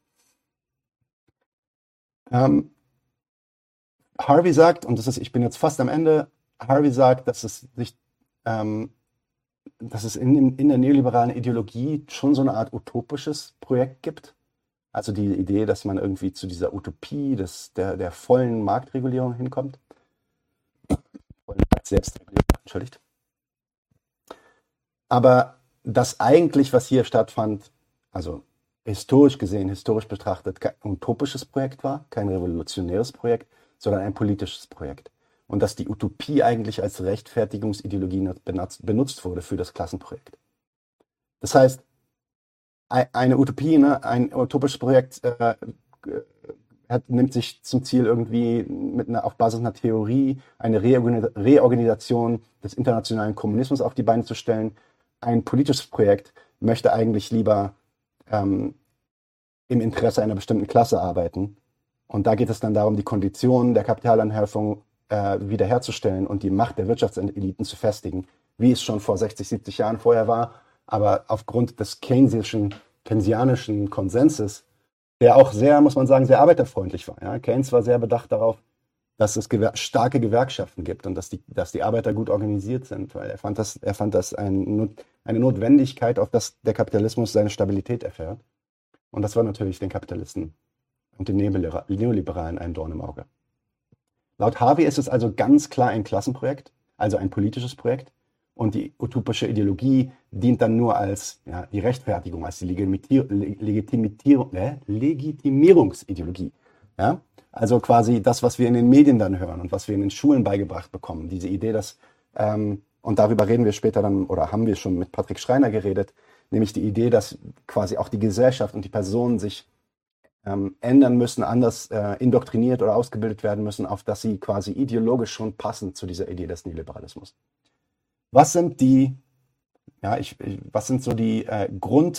Ähm, Harvey sagt, und das ist, ich bin jetzt fast am Ende, Harvey sagt, dass es sich, ähm, dass es in, in der neoliberalen Ideologie schon so eine Art utopisches Projekt gibt, Also die Idee, dass man irgendwie zu dieser Utopie des, der, der vollen Marktregulierung hinkommt. Vollen Marktselbstregulierung, entschuldigt. Aber das eigentlich, was hier stattfand, also historisch gesehen, historisch betrachtet, kein utopisches Projekt war, kein revolutionäres Projekt, sondern ein politisches Projekt. Und dass die Utopie eigentlich als Rechtfertigungsideologie benutzt wurde für das Klassenprojekt. Das heißt, eine Utopie, ne, ein utopisches Projekt äh, hat, nimmt sich zum Ziel, irgendwie mit einer, auf Basis einer Theorie eine Reorganisation des internationalen Kommunismus auf die Beine zu stellen. Ein politisches Projekt möchte eigentlich lieber ähm, im Interesse einer bestimmten Klasse arbeiten. Und da geht es dann darum, die Konditionen der Kapitalanhäufung äh, wiederherzustellen und die Macht der Wirtschaftseliten zu festigen, wie es schon vor sechzig, siebzig Jahren vorher war. Aber aufgrund des Keynesianischen, Keynesianischen Konsenses, der auch sehr, muss man sagen, sehr arbeiterfreundlich war. Ja? Keynes war sehr bedacht darauf, dass es gewer- starke Gewerkschaften gibt und dass die, dass die Arbeiter gut organisiert sind, weil er fand das, er fand das ein, eine Notwendigkeit, auf dass der Kapitalismus seine Stabilität erfährt. Und das war natürlich den Kapitalisten und den Neolibera- Neoliberalen ein Dorn im Auge. Laut Harvey ist es also ganz klar ein Klassenprojekt, also ein politisches Projekt. Und die utopische Ideologie dient dann nur als ja, die Rechtfertigung, als die Legitimier- Legitimierung, äh, Legitimierungsideologie. Ja? Also quasi das, was wir in den Medien dann hören und was wir in den Schulen beigebracht bekommen. Diese Idee, dass, ähm, und darüber reden wir später dann, oder haben wir schon mit Patrick Schreiner geredet, nämlich die Idee, dass quasi auch die Gesellschaft und die Personen sich ähm, ändern müssen, anders äh, indoktriniert oder ausgebildet werden müssen, auf dass sie quasi ideologisch schon passen zu dieser Idee des Neoliberalismus. Was sind die, ja, ich, ich, was sind so die äh,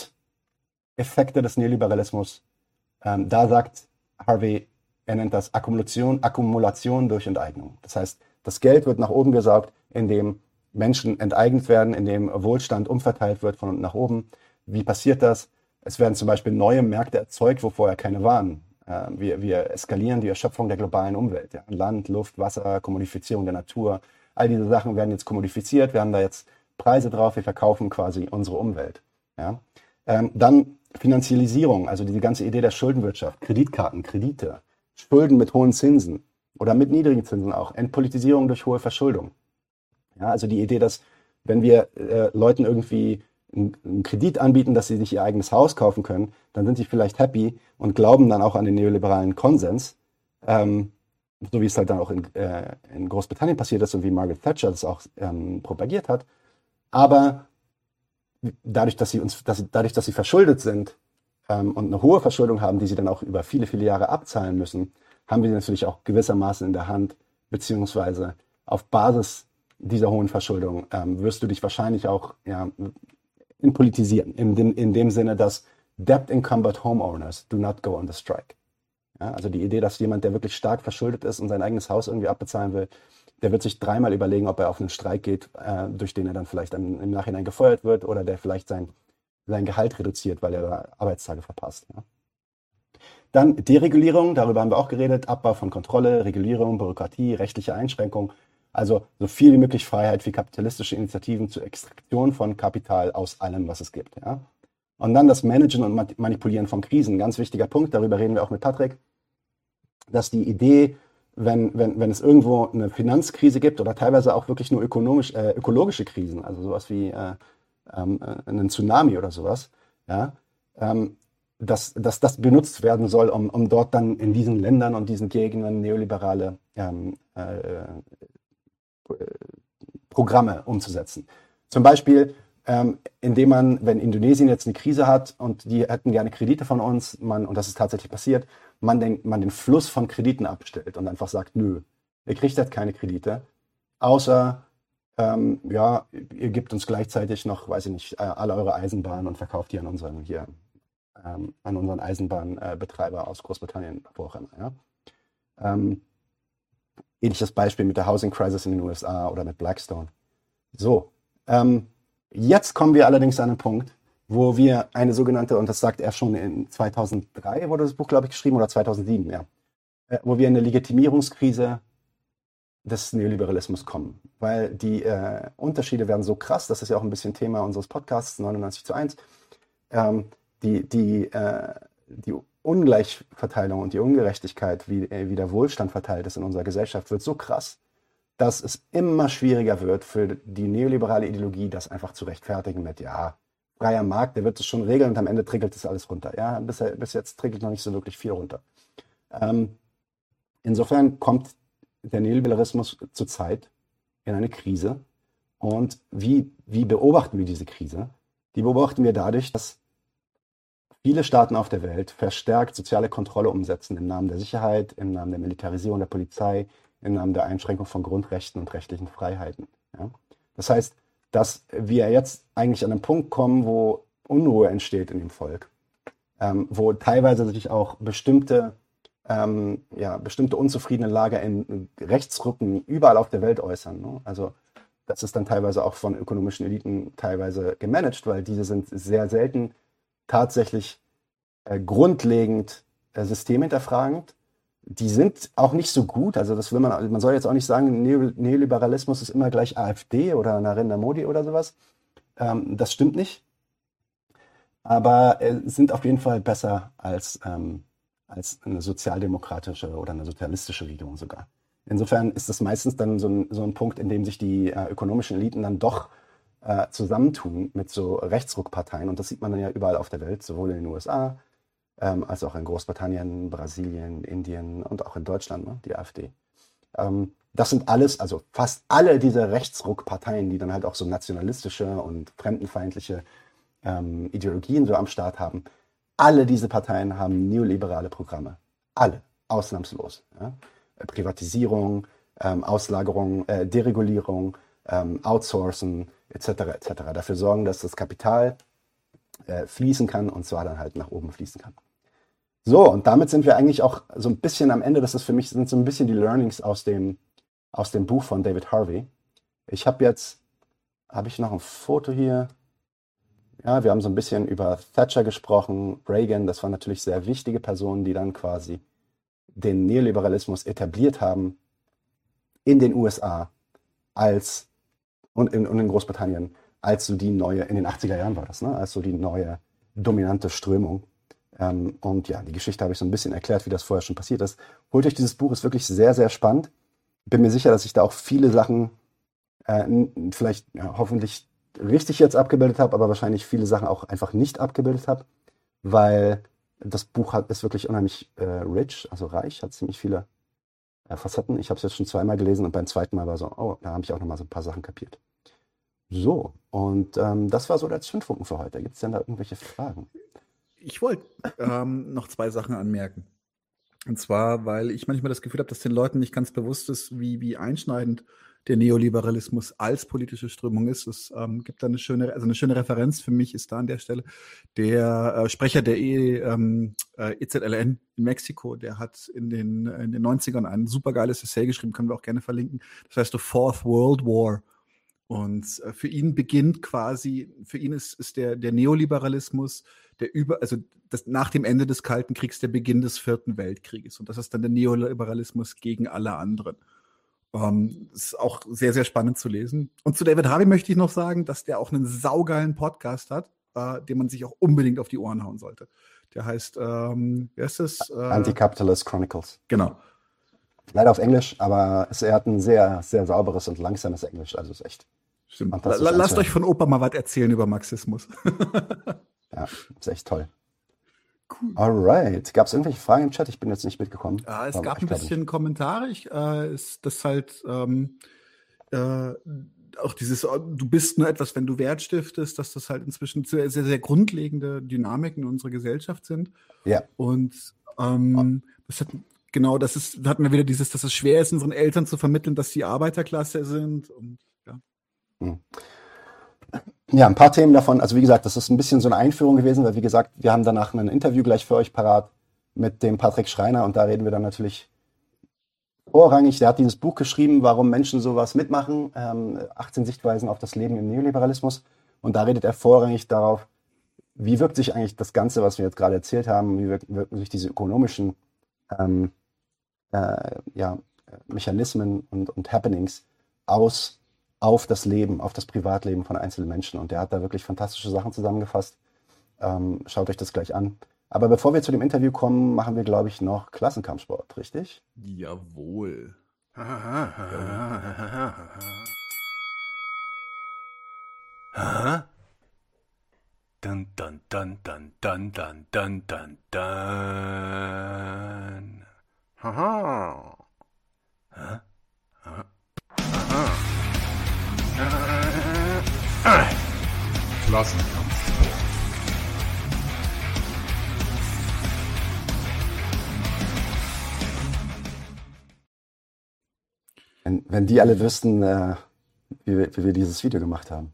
Grundeffekte des Neoliberalismus? Ähm, da sagt Harvey, er nennt das Akkumulation, Akkumulation durch Enteignung. Das heißt, das Geld wird nach oben gesaugt, indem Menschen enteignet werden, indem Wohlstand umverteilt wird von unten nach oben. Wie passiert das? Es werden zum Beispiel neue Märkte erzeugt, wo vorher keine waren. Äh, wir, wir eskalieren die Erschöpfung der globalen Umwelt. Ja? Land, Luft, Wasser, Kommodifizierung der Natur. All diese Sachen werden jetzt kommodifiziert, wir haben da jetzt Preise drauf, wir verkaufen quasi unsere Umwelt. Ja? Ähm, dann Finanzialisierung, also diese ganze Idee der Schuldenwirtschaft, Kreditkarten, Kredite, Schulden mit hohen Zinsen oder mit niedrigen Zinsen auch, Entpolitisierung durch hohe Verschuldung. Ja, also die Idee, dass wenn wir äh, Leuten irgendwie einen, einen Kredit anbieten, dass sie sich ihr eigenes Haus kaufen können, dann sind sie vielleicht happy und glauben dann auch an den neoliberalen Konsens. Ähm, so wie es halt dann auch in, äh, in Großbritannien passiert ist und wie Margaret Thatcher das auch ähm, propagiert hat. Aber dadurch, dass sie uns, dass sie, dadurch, dass sie verschuldet sind ähm, und eine hohe Verschuldung haben, die sie dann auch über viele, viele Jahre abzahlen müssen, haben wir sie natürlich auch gewissermaßen in der Hand, beziehungsweise auf Basis dieser hohen Verschuldung ähm, wirst du dich wahrscheinlich auch ja, entpolitisieren, in dem, in dem Sinne, dass Debt-Encumbered Homeowners do not go on the strike. Ja, also die Idee, dass jemand, der wirklich stark verschuldet ist und sein eigenes Haus irgendwie abbezahlen will, der wird sich dreimal überlegen, ob er auf einen Streik geht, äh, durch den er dann vielleicht dann im Nachhinein gefeuert wird oder der vielleicht sein, sein Gehalt reduziert, weil er da Arbeitstage verpasst. Ja. Dann Deregulierung, darüber haben wir auch geredet, Abbau von Kontrolle, Regulierung, Bürokratie, rechtliche Einschränkung, also so viel wie möglich Freiheit für kapitalistische Initiativen zur Extraktion von Kapital aus allem, was es gibt. Ja. Und dann das Managen und Manipulieren von Krisen, ganz wichtiger Punkt, darüber reden wir auch mit Patrick, dass die Idee, wenn, wenn, wenn es irgendwo eine Finanzkrise gibt oder teilweise auch wirklich nur ökonomisch, äh, ökologische Krisen, also sowas wie äh, ähm, einen Tsunami oder sowas, ja, ähm, dass, dass das benutzt werden soll, um, um dort dann in diesen Ländern und diesen Gegenden neoliberale ähm, äh, Programme umzusetzen. Zum Beispiel, ähm, indem man, wenn Indonesien jetzt eine Krise hat und die hätten gerne Kredite von uns, man, und das ist tatsächlich passiert, man den, man den Fluss von Krediten abstellt und einfach sagt, nö, ihr kriegt halt keine Kredite, außer, ähm, ja, ihr gebt uns gleichzeitig noch, weiß ich nicht, alle eure Eisenbahnen und verkauft die an unseren, hier, ähm, an unseren Eisenbahnbetreiber aus Großbritannien, wo auch immer, ja. Ähm, ähnliches Beispiel mit der Housing Crisis in den U S A oder mit Blackstone. So, ähm, jetzt kommen wir allerdings an einen Punkt, wo wir eine sogenannte, und das sagt er schon in zweitausenddrei, wurde das Buch, glaube ich, geschrieben, oder zweitausendsieben, ja, äh, wo wir in eine Legitimierungskrise des Neoliberalismus kommen. Weil die äh, Unterschiede werden so krass, das ist ja auch ein bisschen Thema unseres Podcasts, neunundneunzig zu eins, ähm, die, die, äh, die Ungleichverteilung und die Ungerechtigkeit, wie, wie der Wohlstand verteilt ist in unserer Gesellschaft, wird so krass, dass es immer schwieriger wird für die neoliberale Ideologie, das einfach zu rechtfertigen mit, ja, freier Markt, der wird es schon regeln und am Ende trickelt das alles runter. Ja, bis, bis jetzt trickelt noch nicht so wirklich viel runter. Ähm, insofern kommt der Neoliberalismus zurzeit in eine Krise. Und wie, wie beobachten wir diese Krise? Die beobachten wir dadurch, dass viele Staaten auf der Welt verstärkt soziale Kontrolle umsetzen im Namen der Sicherheit, im Namen der Militarisierung der Polizei, im Namen der Einschränkung von Grundrechten und rechtlichen Freiheiten. Ja? Das heißt, dass wir jetzt eigentlich an einen Punkt kommen, wo Unruhe entsteht in dem Volk, ähm, wo teilweise sich auch bestimmte, ähm, ja, bestimmte unzufriedene Lager in Rechtsrücken überall auf der Welt äußern. Ne? Also das ist dann teilweise auch von ökonomischen Eliten teilweise gemanagt, weil diese sind sehr selten tatsächlich äh, grundlegend äh, systemhinterfragend. Die sind auch nicht so gut, also das will man, man soll jetzt auch nicht sagen, Neoliberalismus ist immer gleich AfD oder Narendra Modi oder sowas. Ähm, das stimmt nicht. Aber äh, sind auf jeden Fall besser als, ähm, als eine sozialdemokratische oder eine sozialistische Regierung sogar. Insofern ist das meistens dann so ein, so ein Punkt, in dem sich die äh, ökonomischen Eliten dann doch äh, zusammentun mit so Rechtsruckparteien. Und das sieht man dann ja überall auf der Welt, sowohl in den U S A, Ähm, als auch in Großbritannien, Brasilien, Indien und auch in Deutschland, ne, die AfD. Ähm, das sind alles, also fast alle diese Rechtsruckparteien, die dann halt auch so nationalistische und fremdenfeindliche ähm, Ideologien so am Start haben. Alle diese Parteien haben neoliberale Programme. Alle, ausnahmslos. Ja. Privatisierung, ähm, Auslagerung, äh, Deregulierung, ähm, Outsourcen et cetera et cetera. Dafür sorgen, dass das Kapital äh, fließen kann und zwar dann halt nach oben fließen kann. So, und damit sind wir eigentlich auch so ein bisschen am Ende. Das ist für mich, sind so ein bisschen die Learnings aus dem, aus dem Buch von David Harvey. Ich habe jetzt, habe ich noch ein Foto hier? Ja, wir haben so ein bisschen über Thatcher gesprochen, Reagan, das waren natürlich sehr wichtige Personen, die dann quasi den Neoliberalismus etabliert haben in den U S A als und in, und in Großbritannien als so die neue, in den achtziger Jahren war das, ne, als so die neue dominante Strömung. Ähm, und ja, die Geschichte habe ich so ein bisschen erklärt, wie das vorher schon passiert ist. Holt euch dieses Buch, ist wirklich sehr, sehr spannend. Bin mir sicher, dass ich da auch viele Sachen äh, vielleicht ja, hoffentlich richtig jetzt abgebildet habe, aber wahrscheinlich viele Sachen auch einfach nicht abgebildet habe, weil das Buch hat, ist wirklich unheimlich äh, rich, also reich, hat ziemlich viele äh, Facetten. Ich habe es jetzt schon zweimal gelesen und beim zweiten Mal war so, oh, da habe ich auch nochmal so ein paar Sachen kapiert. So, und ähm, das war so der Zündfunken für heute. Gibt es denn da irgendwelche Fragen? Ich wollte ähm, noch zwei Sachen anmerken. Und zwar, weil ich manchmal das Gefühl habe, dass den Leuten nicht ganz bewusst ist, wie, wie einschneidend der Neoliberalismus als politische Strömung ist. Es ähm, gibt da eine schöne, also eine schöne Referenz für mich ist da an der Stelle der äh, Sprecher der e, ähm, äh, E Z L N in Mexiko, der hat in den, in den neunzigern ein super geiles Essay geschrieben, können wir auch gerne verlinken. Das heißt The Fourth World War. Und äh, für ihn beginnt quasi, für ihn ist, ist der, der Neoliberalismus der über, also das, nach dem Ende des Kalten Kriegs der Beginn des Vierten Weltkrieges. Und das ist dann der Neoliberalismus gegen alle anderen. Ähm, ist auch sehr, sehr spannend zu lesen. Und zu David Harvey möchte ich noch sagen, dass der auch einen saugeilen Podcast hat, äh, den man sich auch unbedingt auf die Ohren hauen sollte. Der heißt, ähm, wie heißt das? Äh, Anti-Capitalist Chronicles. Genau. Leider auf Englisch, aber es, er hat ein sehr, sehr sauberes und langsames Englisch. Also ist echt. Stimmt. La- lasst euch von Opa mal was erzählen über Marxismus. Ja, ist echt toll. Cool. Alright. Gab es irgendwelche Fragen im Chat? Ich bin jetzt nicht mitgekommen. Ja, es gab ein bisschen Kommentare. Ich, äh, ist das halt ähm, äh, auch dieses, du bist nur etwas, wenn du Wert stiftest, dass das halt inzwischen sehr, sehr, sehr grundlegende Dynamiken in unserer Gesellschaft sind. Ja. Und ähm, das hat, genau, das ist, da hatten wir wieder dieses, dass es schwer ist, unseren Eltern zu vermitteln, dass sie Arbeiterklasse sind. Und ja. Hm. Ja, ein paar Themen davon. Also wie gesagt, das ist ein bisschen so eine Einführung gewesen, weil wie gesagt, wir haben danach ein Interview gleich für euch parat mit dem Patrick Schreiner und da reden wir dann natürlich vorrangig, der hat dieses Buch geschrieben, warum Menschen sowas mitmachen, ähm, achtzehn Sichtweisen auf das Leben im Neoliberalismus, und da redet er vorrangig darauf, wie wirkt sich eigentlich das Ganze, was wir jetzt gerade erzählt haben, wie wirken, wirken sich diese ökonomischen ähm, äh, ja, Mechanismen und, und Happenings aus auf das Leben, auf das Privatleben von einzelnen Menschen. Und der hat da wirklich fantastische Sachen zusammengefasst. Ähm, schaut euch das gleich an. Aber bevor wir zu dem Interview kommen, machen wir, glaube ich, noch Klassenkampfsport, richtig? Jawohl. Hä? Dun, dun, dun, dun, dun, dun, dun, dun, dun. Haha. Hä? Aha. Aha. Klassenkampfsport. Wenn, wenn die alle wüssten, äh, wie, wir, wie wir dieses Video gemacht haben.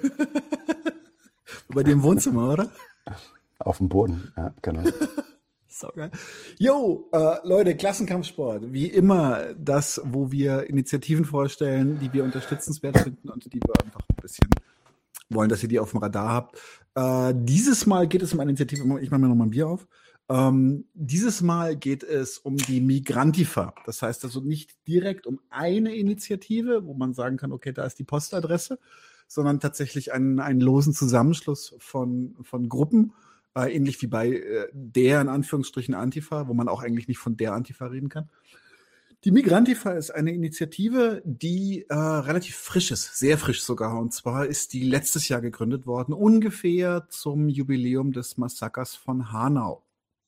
Bei dir im Wohnzimmer, oder? Auf dem Boden, ja, genau. So geil. Jo, äh, Leute, Klassenkampfsport. Wie immer das, wo wir Initiativen vorstellen, die wir unterstützenswert finden und die wir einfach ein bisschen wollen, dass ihr die auf dem Radar habt. Äh, dieses Mal geht es um eine Initiative, ich mache mir noch mal ein Bier auf. Ähm, dieses Mal geht es um die Migrantifa. Das heißt also nicht direkt um eine Initiative, wo man sagen kann, okay, da ist die Postadresse, sondern tatsächlich einen, einen losen Zusammenschluss von, von Gruppen, äh, ähnlich wie bei äh, der, in Anführungsstrichen, Antifa, wo man auch eigentlich nicht von der Antifa reden kann. Die Migrantifa ist eine Initiative, die äh, relativ frisch ist, sehr frisch sogar. Und zwar ist die letztes Jahr gegründet worden, ungefähr zum Jubiläum des Massakers von Hanau.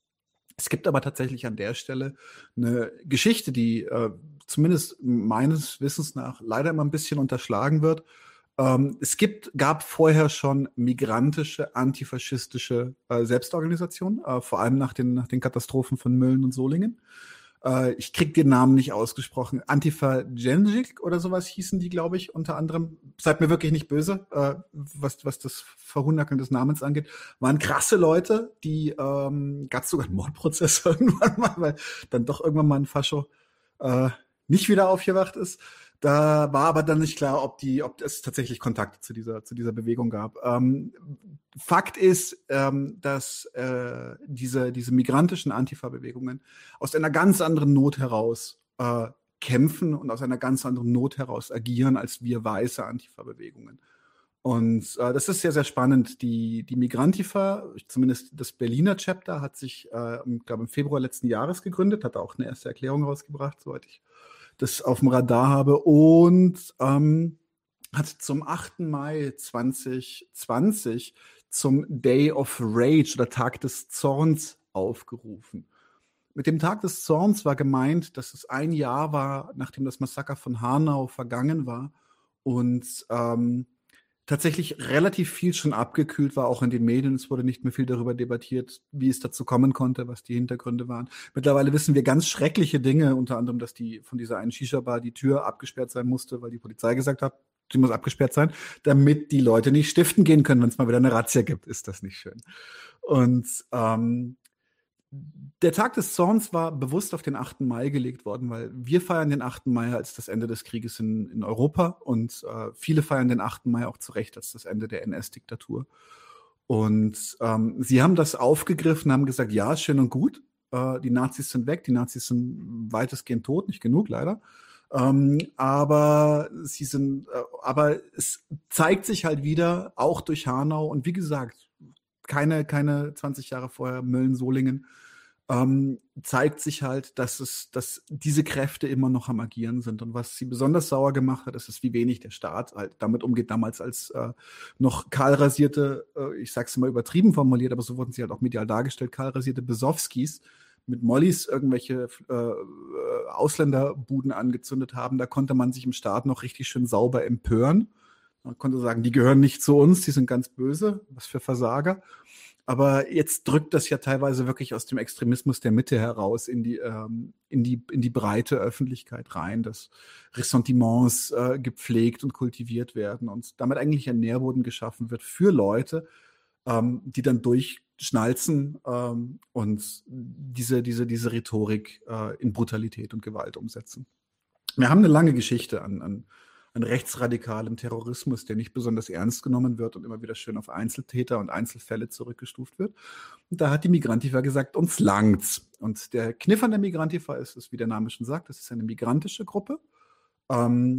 Es gibt aber tatsächlich an der Stelle eine Geschichte, die äh, zumindest meines Wissens nach leider immer ein bisschen unterschlagen wird. Ähm, es gibt, gab vorher schon migrantische, antifaschistische äh, Selbstorganisationen, äh, vor allem nach den, nach den Katastrophen von Mölln und Solingen. Äh, ich krieg den Namen nicht ausgesprochen. Antifa Genjik oder sowas hießen die, glaube ich, unter anderem. Seid mir wirklich nicht böse, äh, was, was das Verhunderkeln des Namens angeht. Waren krasse Leute, die, ähm, gab es sogar einen Mordprozess irgendwann mal, weil dann doch irgendwann mal ein Fascho äh, nicht wieder aufgewacht ist. Da war aber dann nicht klar, ob die, ob es tatsächlich Kontakte zu dieser, zu dieser Bewegung gab. Ähm, Fakt ist, ähm, dass äh, diese, diese migrantischen Antifa-Bewegungen aus einer ganz anderen Not heraus äh, kämpfen und aus einer ganz anderen Not heraus agieren als wir weiße Antifa-Bewegungen. Und äh, das ist sehr, sehr spannend. Die, die Migrantifa, zumindest das Berliner Chapter, hat sich, äh, ich glaube, im Februar letzten Jahres gegründet, hat auch eine erste Erklärung rausgebracht, soweit ich das auf dem Radar habe, und ähm, hat zum achten Mai zwanzig zwanzig zum Day of Rage oder Tag des Zorns aufgerufen. Mit dem Tag des Zorns war gemeint, dass es ein Jahr war, nachdem das Massaker von Hanau vergangen war und ähm, tatsächlich relativ viel schon abgekühlt war, auch in den Medien. Es wurde nicht mehr viel darüber debattiert, wie es dazu kommen konnte, was die Hintergründe waren. Mittlerweile wissen wir ganz schreckliche Dinge, unter anderem, dass die von dieser einen Shisha-Bar die Tür abgesperrt sein musste, weil die Polizei gesagt hat, sie muss abgesperrt sein, damit die Leute nicht stiften gehen können, wenn es mal wieder eine Razzia gibt. Ist das nicht schön? Und ähm, der Tag des Zorns war bewusst auf den achten Mai gelegt worden, weil wir feiern den achten Mai als das Ende des Krieges in, in Europa und äh, viele feiern den achten Mai auch zu Recht als das Ende der N S-Diktatur. Und ähm, sie haben das aufgegriffen, haben gesagt, ja, schön und gut, äh, die Nazis sind weg, die Nazis sind weitestgehend tot, nicht genug leider. Ähm, aber sie sind, äh, aber es zeigt sich halt wieder, auch durch Hanau und wie gesagt, keine, keine zwanzig Jahre vorher, Mölln-Solingen, ähm, zeigt sich halt, dass es, dass diese Kräfte immer noch am Agieren sind. Und was sie besonders sauer gemacht hat, ist, wie wenig der Staat halt damit umgeht, damals als äh, noch kahlrasierte, äh, ich sag's mal übertrieben formuliert, aber so wurden sie halt auch medial dargestellt, kahlrasierte Besowskis mit Mollys irgendwelche äh, Ausländerbuden angezündet haben. Da konnte man sich im Staat noch richtig schön sauber empören. Man konnte sagen, die gehören nicht zu uns, die sind ganz böse, was für Versager. Aber jetzt drückt das ja teilweise wirklich aus dem Extremismus der Mitte heraus in die, ähm, in die, in die breite Öffentlichkeit rein, dass Ressentiments äh, gepflegt und kultiviert werden und damit eigentlich ein Nährboden geschaffen wird für Leute, ähm, die dann durchschnalzen ähm, und diese, diese, diese Rhetorik äh, in Brutalität und Gewalt umsetzen. Wir haben eine lange Geschichte an, an an rechtsradikalem Terrorismus, der nicht besonders ernst genommen wird und immer wieder schön auf Einzeltäter und Einzelfälle zurückgestuft wird. Und da hat die Migrantifa gesagt, uns langt's. Und der Kniff an der Migrantifa ist, ist, wie der Name schon sagt, das ist eine migrantische Gruppe. Ähm,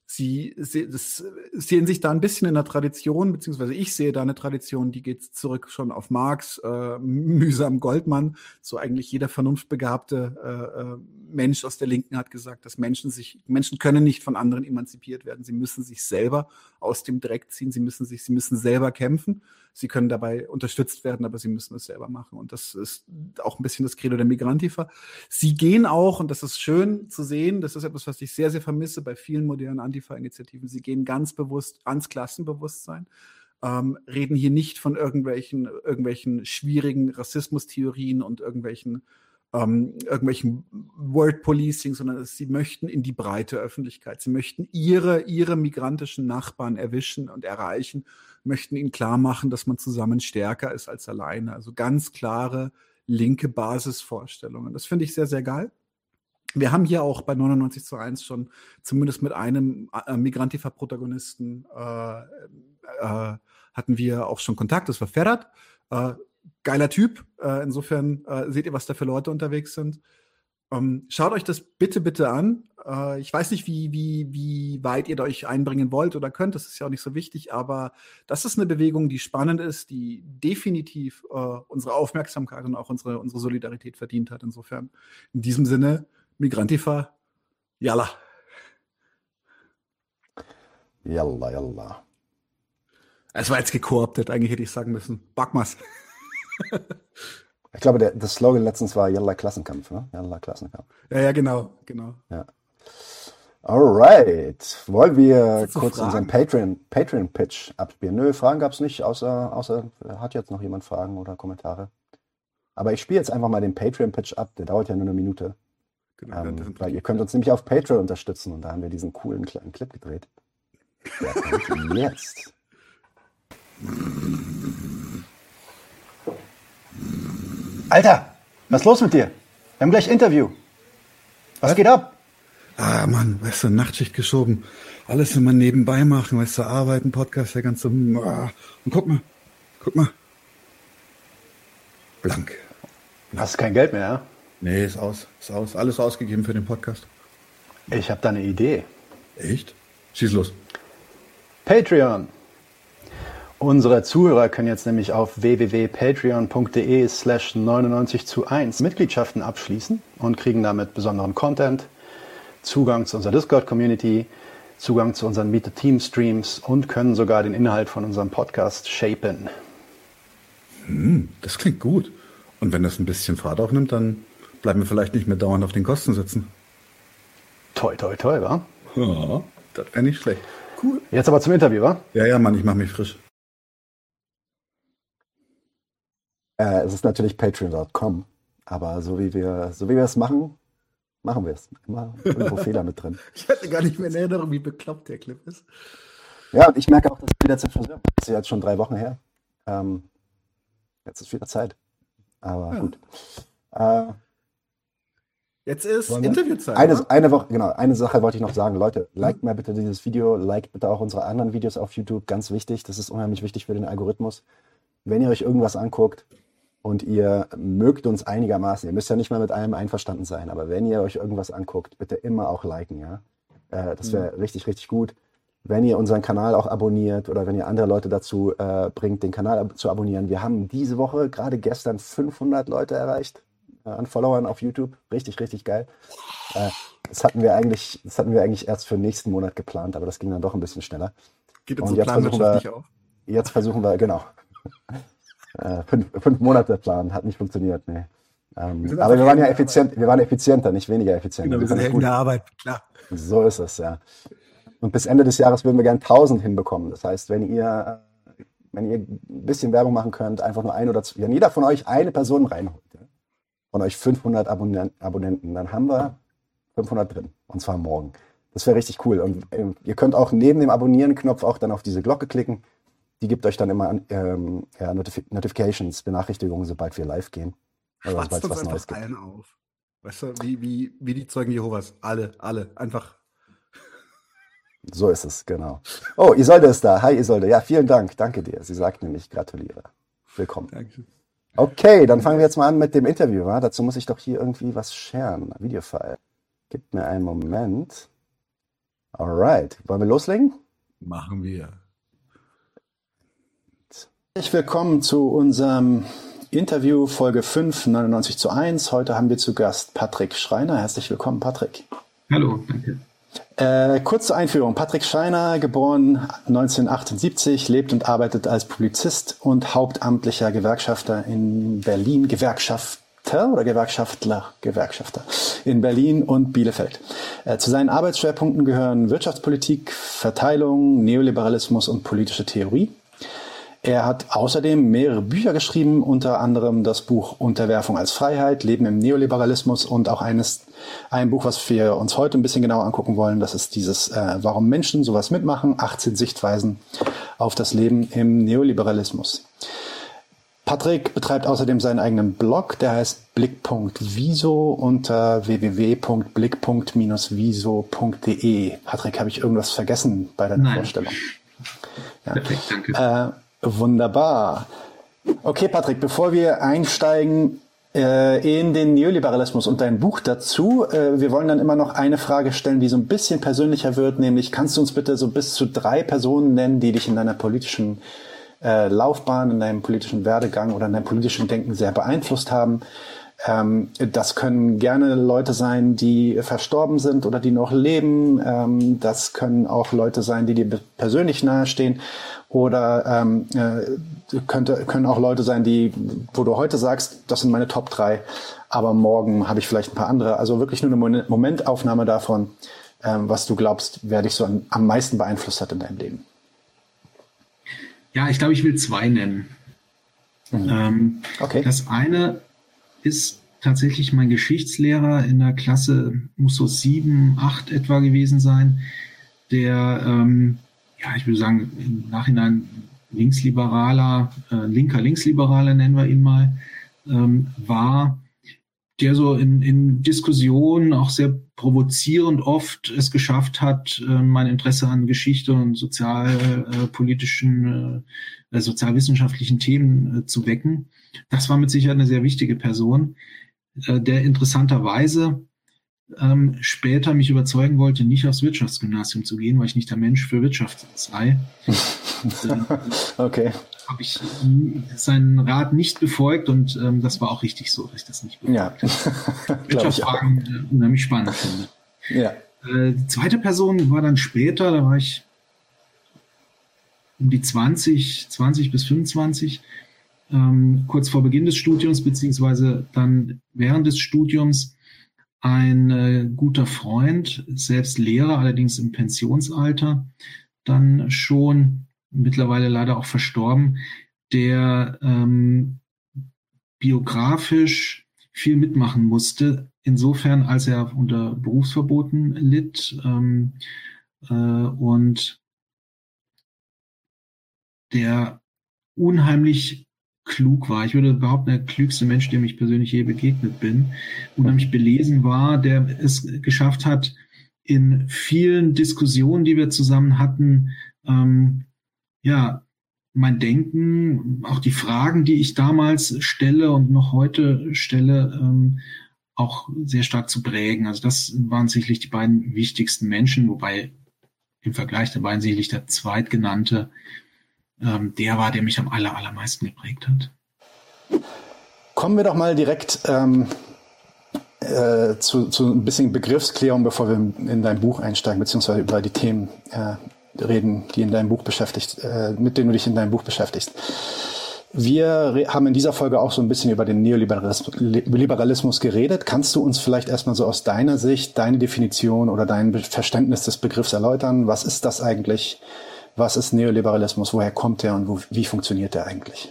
Sie, sie das, sehen sich da ein bisschen in der Tradition, beziehungsweise ich sehe da eine Tradition, die geht zurück schon auf Marx, äh, mühsam Goldmann. So eigentlich jeder vernunftbegabte äh, äh, Mensch aus der Linken hat gesagt, dass Menschen sich, Menschen können nicht von anderen emanzipiert werden. Sie müssen sich selber aus dem Dreck ziehen. Sie müssen sich, sie müssen selber kämpfen. Sie können dabei unterstützt werden, aber sie müssen es selber machen. Und das ist auch ein bisschen das Credo der Migrantifa. Sie gehen auch, und das ist schön zu sehen, das ist etwas, was ich sehr, sehr vermisse bei vielen modernen Antifa-Initiativen, sie gehen ganz bewusst ans Klassenbewusstsein, ähm, reden hier nicht von irgendwelchen, irgendwelchen schwierigen Rassismustheorien und irgendwelchen Ähm, irgendwelchen Word Policing, sondern sie möchten in die breite Öffentlichkeit. Sie möchten ihre, ihre migrantischen Nachbarn erwischen und erreichen, möchten ihnen klar machen, dass man zusammen stärker ist als alleine. Also ganz klare linke Basisvorstellungen. Das finde ich sehr, sehr geil. Wir haben hier auch bei neunundneunzig zu eins schon zumindest mit einem äh, Migrantifa-Protagonisten äh, äh, hatten wir auch schon Kontakt. Das war Ferhat. Äh, Geiler Typ. Äh, insofern äh, seht ihr, was da für Leute unterwegs sind. Ähm, schaut euch das bitte, bitte an. Äh, ich weiß nicht, wie, wie, wie weit ihr euch einbringen wollt oder könnt. Das ist ja auch nicht so wichtig. Aber das ist eine Bewegung, die spannend ist, die definitiv äh, unsere Aufmerksamkeit und auch unsere, unsere Solidarität verdient hat. Insofern in diesem Sinne, Migrantifa, yalla. Yalla, yalla. Es war jetzt gekooptet. Eigentlich hätte ich sagen müssen, Backmas. Ich glaube, der, das Slogan letztens war Yalla Klassenkampf, ne? Yalla Klassenkampf. Ja, ja, genau, genau. Ja. Alright. Wollen wir So kurz Fragen? unseren Patreon, Patreon-Pitch abspielen? Nö, Fragen gab es nicht, außer, außer hat jetzt noch jemand Fragen oder Kommentare. Aber ich spiele jetzt einfach mal den Patreon-Pitch ab, der dauert ja nur eine Minute. Genau, Ähm, das sind- weil ihr könnt uns nämlich auf Patreon unterstützen und da haben wir diesen coolen kleinen Clip gedreht. Der kommt jetzt. Alter, was ist los mit dir? Wir haben gleich Interview. Was geht ab? Ah, Mann, weißt du, Nachtschicht geschoben. Alles immer nebenbei machen, weißt du, arbeiten, Podcast, der ganze. Ah. Und guck mal, guck mal. Blank. Hast kein Geld mehr, ja? Nee, ist aus, ist aus. Alles ausgegeben für den Podcast. Ich habe da eine Idee. Echt? Schieß los. Patreon. Unsere Zuhörer können jetzt nämlich auf w w w punkt patreon punkt d e slash neunundneunzig zu eins Mitgliedschaften abschließen und kriegen damit besonderen Content, Zugang zu unserer Discord-Community, Zugang zu unseren Meet the Team Streams und können sogar den Inhalt von unserem Podcast shapen. Hm, das klingt gut. Und wenn das ein bisschen Fahrt aufnimmt, dann bleiben wir vielleicht nicht mehr dauernd auf den Kosten sitzen. Toi, toi, toi, wa? Ja, das wäre nicht schlecht. Cool. Jetzt aber zum Interview, wa? Ja, ja, Mann, ich mache mich frisch. Äh, es ist natürlich patreon punkt com, aber so wie wir so wie wir es machen, machen wir es. Immer irgendwo Fehler mit drin. Ich hatte gar nicht mehr in Erinnerung, wie bekloppt der Clip ist. Ja, und ich merke auch, dass wieder zur Friseur. Das ist ja jetzt schon drei Wochen her. Ähm, jetzt ist wieder Zeit. Aber Ja. gut. Äh, Jetzt ist Wollen wir- Interviewzeit. eine, oder? eine Woche, genau, eine Sache wollte ich noch sagen. Leute, liked mal bitte dieses Video, liked bitte auch unsere anderen Videos auf YouTube. Ganz wichtig, das ist unheimlich wichtig für den Algorithmus. Wenn ihr euch irgendwas anguckt und ihr mögt uns einigermaßen, ihr müsst ja nicht mal mit allem einverstanden sein, aber wenn ihr euch irgendwas anguckt, bitte immer auch liken, ja. Äh, das wäre richtig, richtig gut. Wenn ihr unseren Kanal auch abonniert oder wenn ihr andere Leute dazu äh, bringt, den Kanal ab zu abonnieren. Wir haben diese Woche, gerade gestern, fünfhundert Leute erreicht äh, an Followern auf YouTube. Richtig, richtig geil. Äh, das hatten wir eigentlich, das hatten wir eigentlich erst für nächsten Monat geplant, aber das ging dann doch ein bisschen schneller. Geht Und unsere jetzt versuchen Planwirtschaft wir- nicht auf. Jetzt versuchen wir, genau. äh, fünf, fünf Monate Plan, hat nicht funktioniert, nee. Ähm, Wir sind aber einfach wir waren ja Helden der effizient, wir waren effizienter, nicht weniger effizient. Genau, wir sind fanden es Helden gut. der Arbeit, klar. So ist es, ja. Und bis Ende des Jahres würden wir gern tausend hinbekommen. Das heißt, wenn ihr, äh, wenn ihr ein bisschen Werbung machen könnt, einfach nur ein oder zwei, wenn jeder von euch eine Person reinholt, ja, von euch fünfhundert Abonnen Abonnenten, dann haben wir fünfhundert drin. Und zwar morgen. Das wäre richtig cool. Und äh, ihr könnt auch neben dem Abonnieren-Knopf auch dann auf diese Glocke klicken. Die gibt euch dann immer ähm, ja, Notif Notifications, Benachrichtigungen, sobald wir live gehen. Oder sobald Schwatzt es uns was Neues einfach gibt. allen auf. Weißt du, wie, wie, wie die Zeugen Jehovas. Alle, alle. Einfach. So ist es, genau. Oh, Isolde ist da. Hi Isolde. Ja, vielen Dank. Danke dir. Sie sagt nämlich, gratuliere. Willkommen. Dankeschön. Okay, dann fangen wir jetzt mal an mit dem Interview. Wa? Dazu muss ich doch hier irgendwie was sharen. Videofile. Gib mir einen Moment. Alright, wollen wir loslegen? Machen wir. Herzlich willkommen zu unserem Interview Folge fünf, neunundneunzig zu eins. Heute haben wir zu Gast Patrick Schreiner. Herzlich willkommen, Patrick. Hallo, danke. Äh, kurz zur Einführung. Patrick Schreiner, geboren neunzehnhundertachtundsiebzig, lebt und arbeitet als Publizist und hauptamtlicher Gewerkschafter in Berlin. Gewerkschafter oder Gewerkschaftler? Gewerkschafter in Berlin und Bielefeld. Äh, zu seinen Arbeitsschwerpunkten gehören Wirtschaftspolitik, Verteilung, Neoliberalismus und politische Theorie. Er hat außerdem mehrere Bücher geschrieben, unter anderem das Buch Unterwerfung als Freiheit, Leben im Neoliberalismus und auch eines, ein Buch, was wir uns heute ein bisschen genauer angucken wollen. Das ist dieses äh, Warum Menschen sowas mitmachen, achtzehn Sichtweisen auf das Leben im Neoliberalismus. Patrick betreibt außerdem seinen eigenen Blog, der heißt blick punkt wieso unter w w w punkt blick punkt wieso punkt de. Patrick, habe ich irgendwas vergessen bei deiner Nein. Vorstellung? Ja. Perfekt, danke. Äh, Wunderbar. Okay, Patrick, bevor wir einsteigen äh, in den Neoliberalismus und dein Buch dazu, äh, wir wollen dann immer noch eine Frage stellen, die so ein bisschen persönlicher wird, nämlich kannst du uns bitte so bis zu drei Personen nennen, die dich in deiner politischen äh, Laufbahn, in deinem politischen Werdegang oder in deinem politischen Denken sehr beeinflusst haben? Ähm, das können gerne Leute sein, die verstorben sind oder die noch leben. Ähm, das können auch Leute sein, die dir persönlich nahestehen. Oder ähm, äh, könnte, können auch Leute sein, die, wo du heute sagst, das sind meine Top drei, aber morgen habe ich vielleicht ein paar andere. Also wirklich nur eine Momentaufnahme davon, ähm, was du glaubst, wer dich so an, am meisten beeinflusst hat in deinem Leben. Ja, ich glaube, ich will zwei nennen. Mhm. Ähm, Okay. Das eine ist tatsächlich mein Geschichtslehrer in der Klasse, muss so sieben, acht etwa gewesen sein, der, ähm, ja, ich würde sagen, im Nachhinein linksliberaler, äh, linker Linksliberaler nennen wir ihn mal, ähm, war, der so in, in Diskussionen auch sehr provozierend oft es geschafft hat, äh, mein Interesse an Geschichte und sozialpolitischen, äh, äh, sozialwissenschaftlichen Themen äh, zu wecken. Das war mit Sicherheit eine sehr wichtige Person, äh, der interessanterweise ähm, später mich überzeugen wollte, nicht aufs Wirtschaftsgymnasium zu gehen, weil ich nicht der Mensch für Wirtschaft sei. Und, äh, Okay. habe ich seinen Rat nicht befolgt und ähm, das war auch richtig so, dass ich das nicht befolgt Ja, habe. glaube ich auch. Wirtschaftsfragen äh, unheimlich spannend finde. Ja. Äh, die zweite Person war dann später, da war ich um die zwanzig, zwanzig bis fünfundzwanzig, ähm, kurz vor Beginn des Studiums, beziehungsweise dann während des Studiums, ein äh, guter Freund, selbst Lehrer, allerdings im Pensionsalter, dann schon, mittlerweile leider auch verstorben, der ähm, biografisch viel mitmachen musste, insofern als er unter Berufsverboten litt ähm, äh, und der unheimlich klug war. Ich würde behaupten, der klügste Mensch, dem ich persönlich je begegnet bin, unheimlich belesen war, der es geschafft hat, in vielen Diskussionen, die wir zusammen hatten, ähm, ja, mein Denken, auch die Fragen, die ich damals stelle und noch heute stelle, ähm, auch sehr stark zu prägen. Also das waren sicherlich die beiden wichtigsten Menschen, wobei im Vergleich der beiden sicherlich der zweitgenannte ähm, der war, der mich am aller, allermeisten geprägt hat. Kommen wir doch mal direkt ähm, äh, zu, zu ein bisschen Begriffsklärung, bevor wir in dein Buch einsteigen, beziehungsweise über die Themen äh, reden, die in deinem Buch beschäftigt, äh, mit denen du dich in deinem Buch beschäftigst. Wir re- haben in dieser Folge auch so ein bisschen über den Neoliberalismus Liberalismus geredet. Kannst du uns vielleicht erstmal so aus deiner Sicht, deine Definition oder dein Be- Verständnis des Begriffs erläutern? Was ist das eigentlich? Was ist Neoliberalismus? Woher kommt der und wo, wie funktioniert der eigentlich?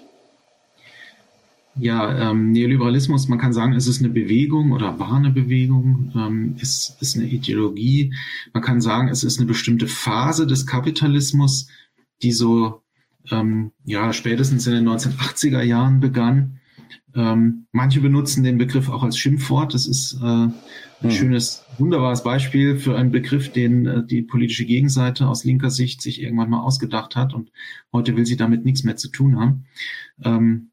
Ja, ähm, Neoliberalismus, man kann sagen, es ist eine Bewegung oder war eine Bewegung, ähm, es ist eine Ideologie. Man kann sagen, es ist eine bestimmte Phase des Kapitalismus, die so ähm, ja spätestens in den neunzehnhundertachtziger Jahren begann. Ähm, manche benutzen den Begriff auch als Schimpfwort. Das ist äh, ein hm. schönes, wunderbares Beispiel für einen Begriff, den äh, die politische Gegenseite aus linker Sicht sich irgendwann mal ausgedacht hat und heute will sie damit nichts mehr zu tun haben. Ähm,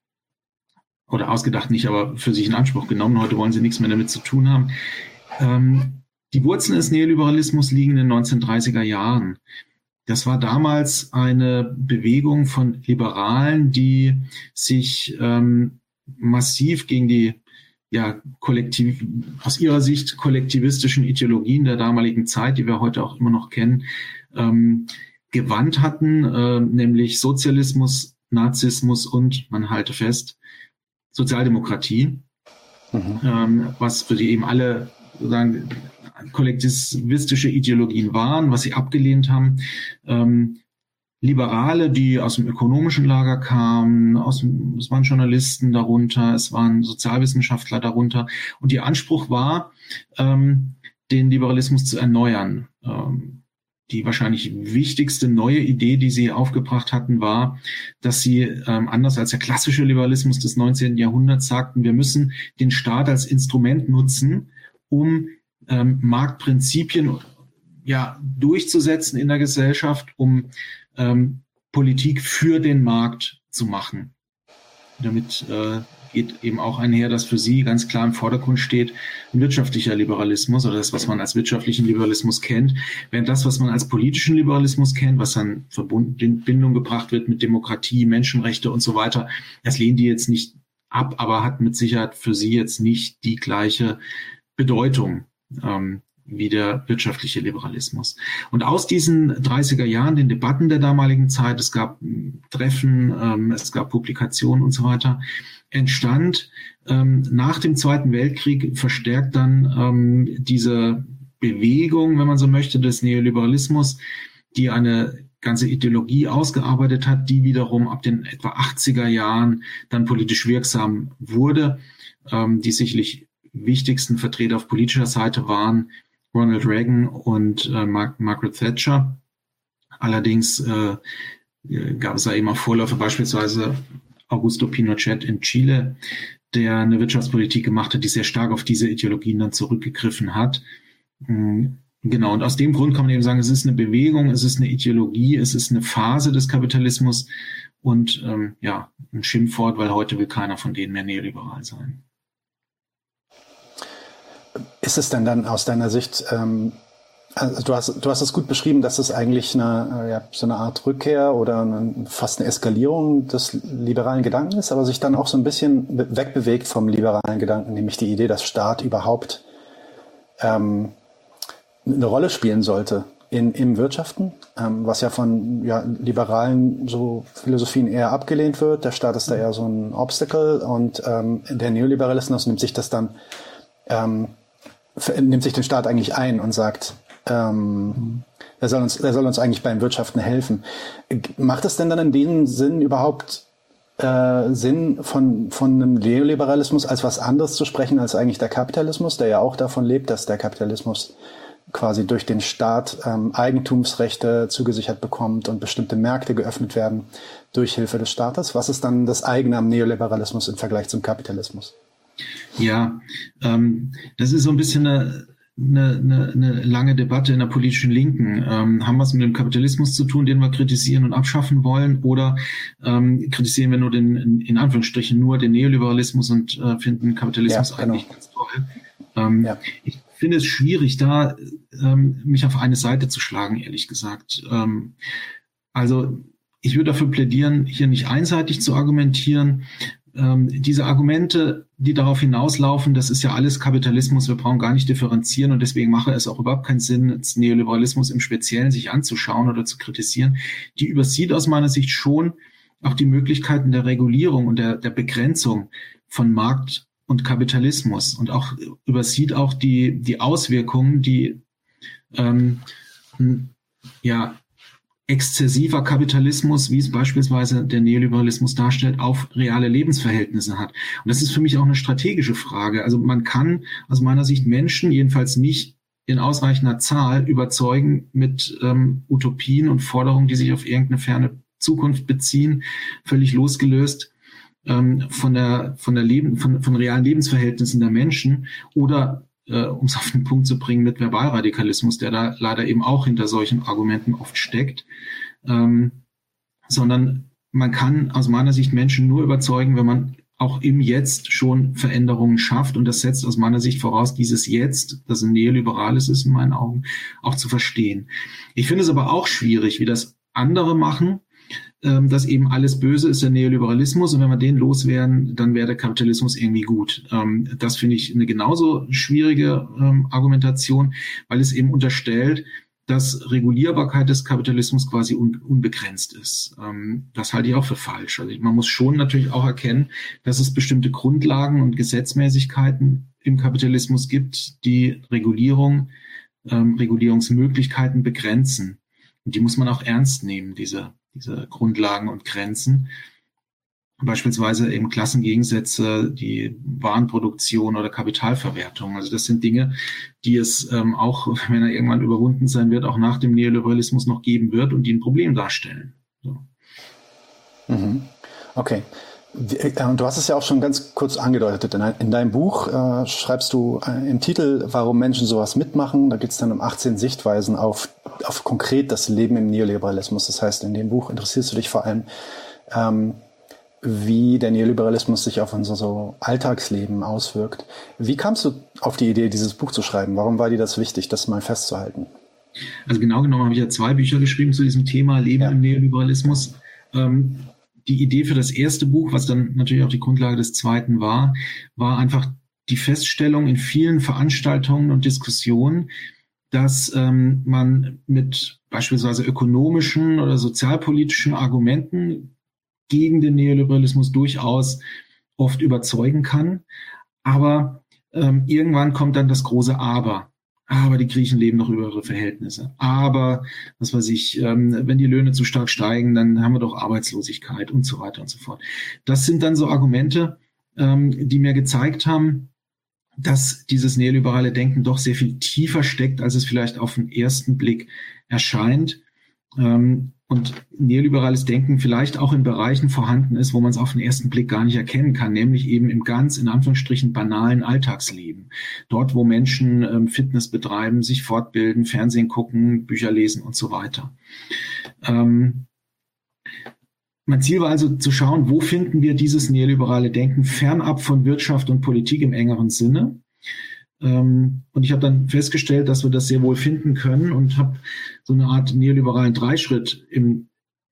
oder ausgedacht nicht, aber für sich in Anspruch genommen. Heute wollen sie nichts mehr damit zu tun haben. Ähm, Die Wurzeln des Neoliberalismus liegen in den neunzehnhundertdreißiger Jahren. Das war damals eine Bewegung von Liberalen, die sich ähm, massiv gegen die ja, kollektiv, aus ihrer Sicht kollektivistischen Ideologien der damaligen Zeit, die wir heute auch immer noch kennen, ähm, gewandt hatten, äh, nämlich Sozialismus, Nazismus und, man halte fest, Sozialdemokratie, mhm. ähm, was für die eben alle sozusagen kollektivistische Ideologien waren, was sie abgelehnt haben. Ähm, Liberale, die aus dem ökonomischen Lager kamen, aus dem, es waren Journalisten darunter, es waren Sozialwissenschaftler darunter. Und ihr Anspruch war, ähm, den Liberalismus zu erneuern. Ähm, die wahrscheinlich wichtigste neue Idee, die sie aufgebracht hatten, war, dass sie, ähm, anders als der klassische Liberalismus des neunzehnten Jahrhunderts, sagten, wir müssen den Staat als Instrument nutzen, um ähm, Marktprinzipien ja, durchzusetzen in der Gesellschaft, um ähm, Politik für den Markt zu machen. Damit äh, geht eben auch einher, dass für sie ganz klar im Vordergrund steht ein wirtschaftlicher Liberalismus oder das, was man als wirtschaftlichen Liberalismus kennt, während das, was man als politischen Liberalismus kennt, was dann verbunden in Bindung gebracht wird mit Demokratie, Menschenrechte und so weiter, das lehnen die jetzt nicht ab, aber hat mit Sicherheit für sie jetzt nicht die gleiche Bedeutung ähm, wie der wirtschaftliche Liberalismus. Und aus diesen dreißiger Jahren, den Debatten der damaligen Zeit, es gab Treffen, ähm, es gab Publikationen und so weiter, entstand ähm, nach dem Zweiten Weltkrieg verstärkt dann ähm, diese Bewegung, wenn man so möchte, des Neoliberalismus, die eine ganze Ideologie ausgearbeitet hat, die wiederum ab den etwa achtziger Jahren dann politisch wirksam wurde. Ähm, die sicherlich wichtigsten Vertreter auf politischer Seite waren Ronald Reagan und äh, Mar- Margaret Thatcher. Allerdings äh, gab es da eben auch Vorläufer, beispielsweise Augusto Pinochet in Chile, der eine Wirtschaftspolitik gemacht hat, die sehr stark auf diese Ideologien dann zurückgegriffen hat. Genau, und aus dem Grund kann man eben sagen, es ist eine Bewegung, es ist eine Ideologie, es ist eine Phase des Kapitalismus und ähm, ja, ein Schimpfwort, weil heute will keiner von denen mehr neoliberal sein. Ist es denn dann aus deiner Sicht, ähm, also du hast du hast es gut beschrieben, dass es eigentlich eine, ja, so eine Art Rückkehr oder eine, fast eine Eskalierung des liberalen Gedanken ist, aber sich dann auch so ein bisschen wegbewegt vom liberalen Gedanken, nämlich die Idee, dass Staat überhaupt ähm, eine Rolle spielen sollte in, im Wirtschaften, ähm, was ja von ja, liberalen so Philosophien eher abgelehnt wird. Der Staat ist da eher so ein Obstacle und ähm, der Neoliberalismus nimmt sich das dann ähm, nimmt sich den Staat eigentlich ein und sagt, ähm, er soll uns, er soll uns eigentlich beim Wirtschaften helfen. Macht es denn dann in dem Sinn überhaupt äh, Sinn, von, von einem Neoliberalismus als was anderes zu sprechen als eigentlich der Kapitalismus, der ja auch davon lebt, dass der Kapitalismus quasi durch den Staat ähm, Eigentumsrechte zugesichert bekommt und bestimmte Märkte geöffnet werden durch Hilfe des Staates? Was ist dann das eigene am Neoliberalismus im Vergleich zum Kapitalismus? Ja, ähm, das ist so ein bisschen eine, eine, eine, eine lange Debatte in der politischen Linken. Ähm, haben wir es mit dem Kapitalismus zu tun, den wir kritisieren und abschaffen wollen, oder ähm, kritisieren wir nur den, in Anführungsstrichen, nur den Neoliberalismus und äh, finden Kapitalismus ja, genau. eigentlich ganz toll? Ähm, ja. Ich finde es schwierig, da ähm, mich auf eine Seite zu schlagen, ehrlich gesagt. Ähm, also ich würde dafür plädieren, hier nicht einseitig zu argumentieren. Ähm, diese Argumente, die darauf hinauslaufen, das ist ja alles Kapitalismus, wir brauchen gar nicht differenzieren und deswegen mache es auch überhaupt keinen Sinn, Neoliberalismus im Speziellen sich anzuschauen oder zu kritisieren, die übersieht aus meiner Sicht schon auch die Möglichkeiten der Regulierung und der, der Begrenzung von Markt und Kapitalismus und auch übersieht auch die, die Auswirkungen, die ähm, ja exzessiver Kapitalismus, wie es beispielsweise der Neoliberalismus darstellt, auf reale Lebensverhältnisse hat. Und das ist für mich auch eine strategische Frage. Also man kann aus meiner Sicht Menschen, jedenfalls nicht in ausreichender Zahl, überzeugen mit ähm, Utopien und Forderungen, die sich auf irgendeine ferne Zukunft beziehen, völlig losgelöst ähm, von der von der Leben von, von realen Lebensverhältnissen der Menschen oder äh, um es auf den Punkt zu bringen, mit Verbalradikalismus, der da leider eben auch hinter solchen Argumenten oft steckt, ähm, sondern man kann aus meiner Sicht Menschen nur überzeugen, wenn man auch im Jetzt schon Veränderungen schafft. Und das setzt aus meiner Sicht voraus, dieses Jetzt, das ein neoliberales ist in meinen Augen, auch zu verstehen. Ich finde es aber auch schwierig, wie das andere machen, ähm, dass eben alles böse ist, der Neoliberalismus. Und wenn wir den loswerden, dann wäre der Kapitalismus irgendwie gut. Ähm, das finde ich eine genauso schwierige ähm, Argumentation, weil es eben unterstellt, dass Regulierbarkeit des Kapitalismus quasi un- unbegrenzt ist. Ähm, das halte ich auch für falsch. Also man muss schon natürlich auch erkennen, dass es bestimmte Grundlagen und Gesetzmäßigkeiten im Kapitalismus gibt, die Regulierung, ähm, Regulierungsmöglichkeiten begrenzen. Und die muss man auch ernst nehmen, diese, diese Grundlagen und Grenzen. Beispielsweise eben Klassengegensätze, die Warenproduktion oder Kapitalverwertung. Also das sind Dinge, die es ähm, auch, wenn er irgendwann überwunden sein wird, auch nach dem Neoliberalismus noch geben wird und die ein Problem darstellen. So. Mhm. Okay. Und du hast es ja auch schon ganz kurz angedeutet. In deinem Buch äh, schreibst du äh, im Titel, warum Menschen sowas mitmachen. Da geht es dann um achtzehn Sichtweisen auf, auf konkret das Leben im Neoliberalismus. Das heißt, in dem Buch interessierst du dich vor allem, ähm, wie der Neoliberalismus sich auf unser so Alltagsleben auswirkt. Wie kamst du auf die Idee, dieses Buch zu schreiben? Warum war dir das wichtig, das mal festzuhalten? Also genau genommen habe ich ja zwei Bücher geschrieben zu diesem Thema Leben ja. im Neoliberalismus. Ähm, die Idee für das erste Buch, was dann natürlich auch die Grundlage des zweiten war, war einfach die Feststellung in vielen Veranstaltungen und Diskussionen, dass ähm, man mit beispielsweise ökonomischen oder sozialpolitischen Argumenten gegen den Neoliberalismus durchaus oft überzeugen kann. Aber ähm, irgendwann kommt dann das große Aber. Aber die Griechen leben doch über ihre Verhältnisse. Aber, was weiß ich, ähm, wenn die Löhne zu stark steigen, dann haben wir doch Arbeitslosigkeit und so weiter und so fort. Das sind dann so Argumente, ähm, die mir gezeigt haben, dass dieses neoliberale Denken doch sehr viel tiefer steckt, als es vielleicht auf den ersten Blick erscheint. Ähm, und neoliberales Denken vielleicht auch in Bereichen vorhanden ist, wo man es auf den ersten Blick gar nicht erkennen kann, nämlich eben im ganz, in Anführungsstrichen, banalen Alltagsleben. Dort, wo Menschen ähm, Fitness betreiben, sich fortbilden, Fernsehen gucken, Bücher lesen und so weiter. Ähm, mein Ziel war also zu schauen, wo finden wir dieses neoliberale Denken fernab von Wirtschaft und Politik im engeren Sinne. Und ich habe dann festgestellt, dass wir das sehr wohl finden können und habe so eine Art neoliberalen Dreischritt im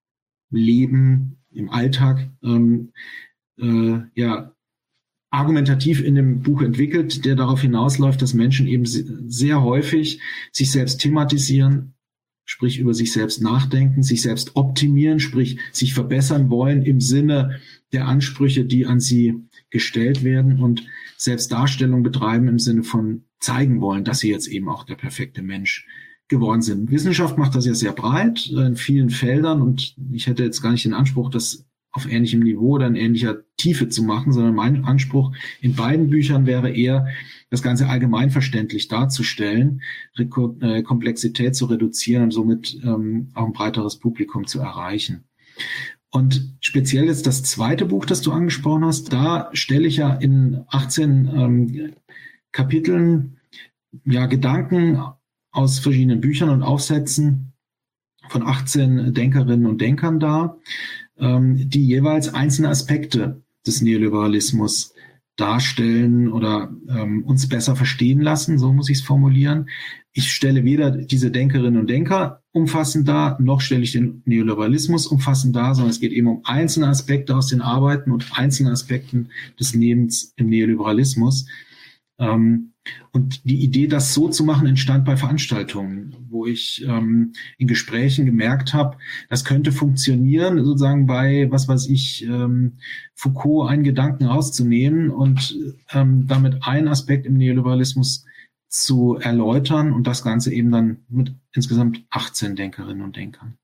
Leben, im Alltag, ähm, äh, ja, argumentativ in dem Buch entwickelt, der darauf hinausläuft, dass Menschen eben sehr häufig sich selbst thematisieren, sprich über sich selbst nachdenken, sich selbst optimieren, sprich sich verbessern wollen im Sinne der Ansprüche, die an sie gestellt werden und Selbstdarstellung betreiben im Sinne von zeigen wollen, dass sie jetzt eben auch der perfekte Mensch geworden sind. Wissenschaft macht das ja sehr breit in vielen Feldern und ich hätte jetzt gar nicht den Anspruch, das auf ähnlichem Niveau oder in ähnlicher Tiefe zu machen, sondern mein Anspruch in beiden Büchern wäre eher, das Ganze allgemeinverständlich darzustellen, Komplexität zu reduzieren und somit ähm, auch ein breiteres Publikum zu erreichen. Und speziell jetzt das zweite Buch, das du angesprochen hast, da stelle ich ja in achtzehn ähm, Kapiteln ja Gedanken aus verschiedenen Büchern und Aufsätzen von achtzehn Denkerinnen und Denkern dar, ähm, die jeweils einzelne Aspekte des Neoliberalismus darstellen oder ähm, uns besser verstehen lassen, so muss ich es formulieren. Ich stelle weder diese Denkerinnen und Denker umfassend dar, noch stelle ich den Neoliberalismus umfassend dar, sondern es geht eben um einzelne Aspekte aus den Arbeiten und einzelne Aspekte des Lebens im Neoliberalismus. Ähm, und die Idee, das so zu machen, entstand bei Veranstaltungen, wo ich ähm, in Gesprächen gemerkt habe, das könnte funktionieren, sozusagen bei, was weiß ich, ähm, Foucault einen Gedanken rauszunehmen und ähm, damit einen Aspekt im Neoliberalismus zu erläutern und das Ganze eben dann mit insgesamt achtzehn Denkerinnen und Denkern.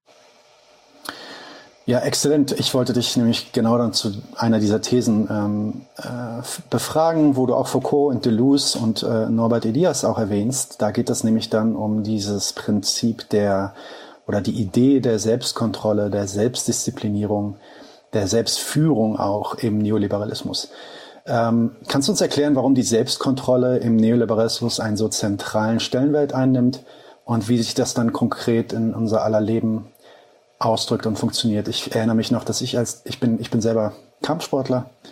Ja, exzellent. Ich wollte dich nämlich genau dann zu einer dieser Thesen ähm, äh, befragen, wo du auch Foucault und Deleuze und äh, Norbert Elias auch erwähnst. Da geht es nämlich dann um dieses Prinzip der oder die Idee der Selbstkontrolle, der Selbstdisziplinierung, der Selbstführung auch im Neoliberalismus. Ähm, kannst du uns erklären, warum die Selbstkontrolle im Neoliberalismus einen so zentralen Stellenwert einnimmt und wie sich das dann konkret in unser aller Leben ausdrückt und funktioniert? Ich erinnere mich noch, dass ich als, ich bin, ich bin selber Kampfsportler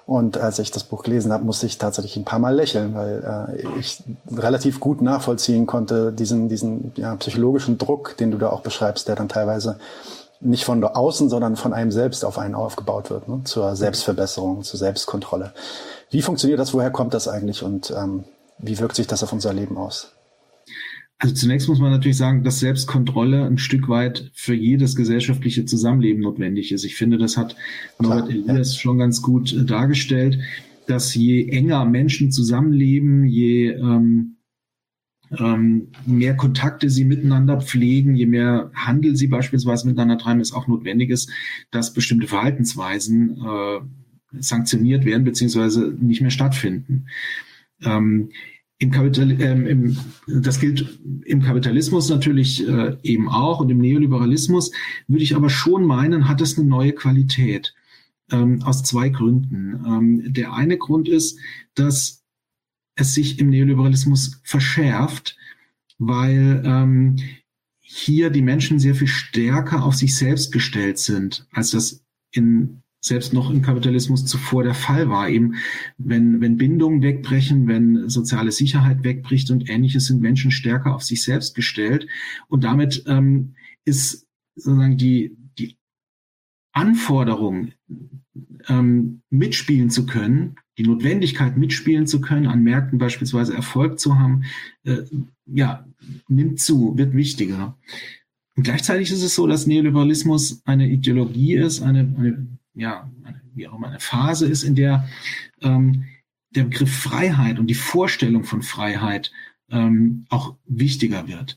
Und als ich das Buch gelesen habe, musste ich tatsächlich ein paar Mal lächeln, weil äh, ich relativ gut nachvollziehen konnte, diesen, diesen ja, psychologischen Druck, den du da auch beschreibst, der dann teilweise nicht von außen, sondern von einem selbst auf einen aufgebaut wird, ne? Zur Selbstverbesserung, zur Selbstkontrolle. Wie funktioniert das? Woher kommt das eigentlich? Und ähm, wie wirkt sich das auf unser Leben aus? Also zunächst muss man natürlich sagen, dass Selbstkontrolle ein Stück weit für jedes gesellschaftliche Zusammenleben notwendig ist. Ich finde, das hat Norbert Elias ja. schon ganz gut äh, dargestellt, dass je enger Menschen zusammenleben, je ähm, ähm, mehr Kontakte sie miteinander pflegen, je mehr Handel sie beispielsweise miteinander treiben, es auch notwendig ist, dass bestimmte Verhaltensweisen äh, sanktioniert werden beziehungsweise nicht mehr stattfinden. Ähm, Im Kapital, ähm, im, das gilt im Kapitalismus natürlich äh, eben auch und im Neoliberalismus, würde ich aber schon meinen, hat es eine neue Qualität, ähm, aus zwei Gründen. Ähm, der eine Grund ist, dass es sich im Neoliberalismus verschärft, weil ähm, hier die Menschen sehr viel stärker auf sich selbst gestellt sind, als das in selbst noch im Kapitalismus zuvor der Fall war. Eben, wenn, wenn Bindungen wegbrechen, wenn soziale Sicherheit wegbricht und Ähnliches, sind Menschen stärker auf sich selbst gestellt. Und damit ähm, ist sozusagen die, die Anforderung, ähm, mitspielen zu können, die Notwendigkeit, mitspielen zu können, an Märkten beispielsweise Erfolg zu haben, äh, ja, nimmt zu, wird wichtiger. Und gleichzeitig ist es so, dass Neoliberalismus eine Ideologie ist, eine, eine ja, wie auch immer eine Phase ist, in der ähm, der Begriff Freiheit und die Vorstellung von Freiheit ähm, auch wichtiger wird.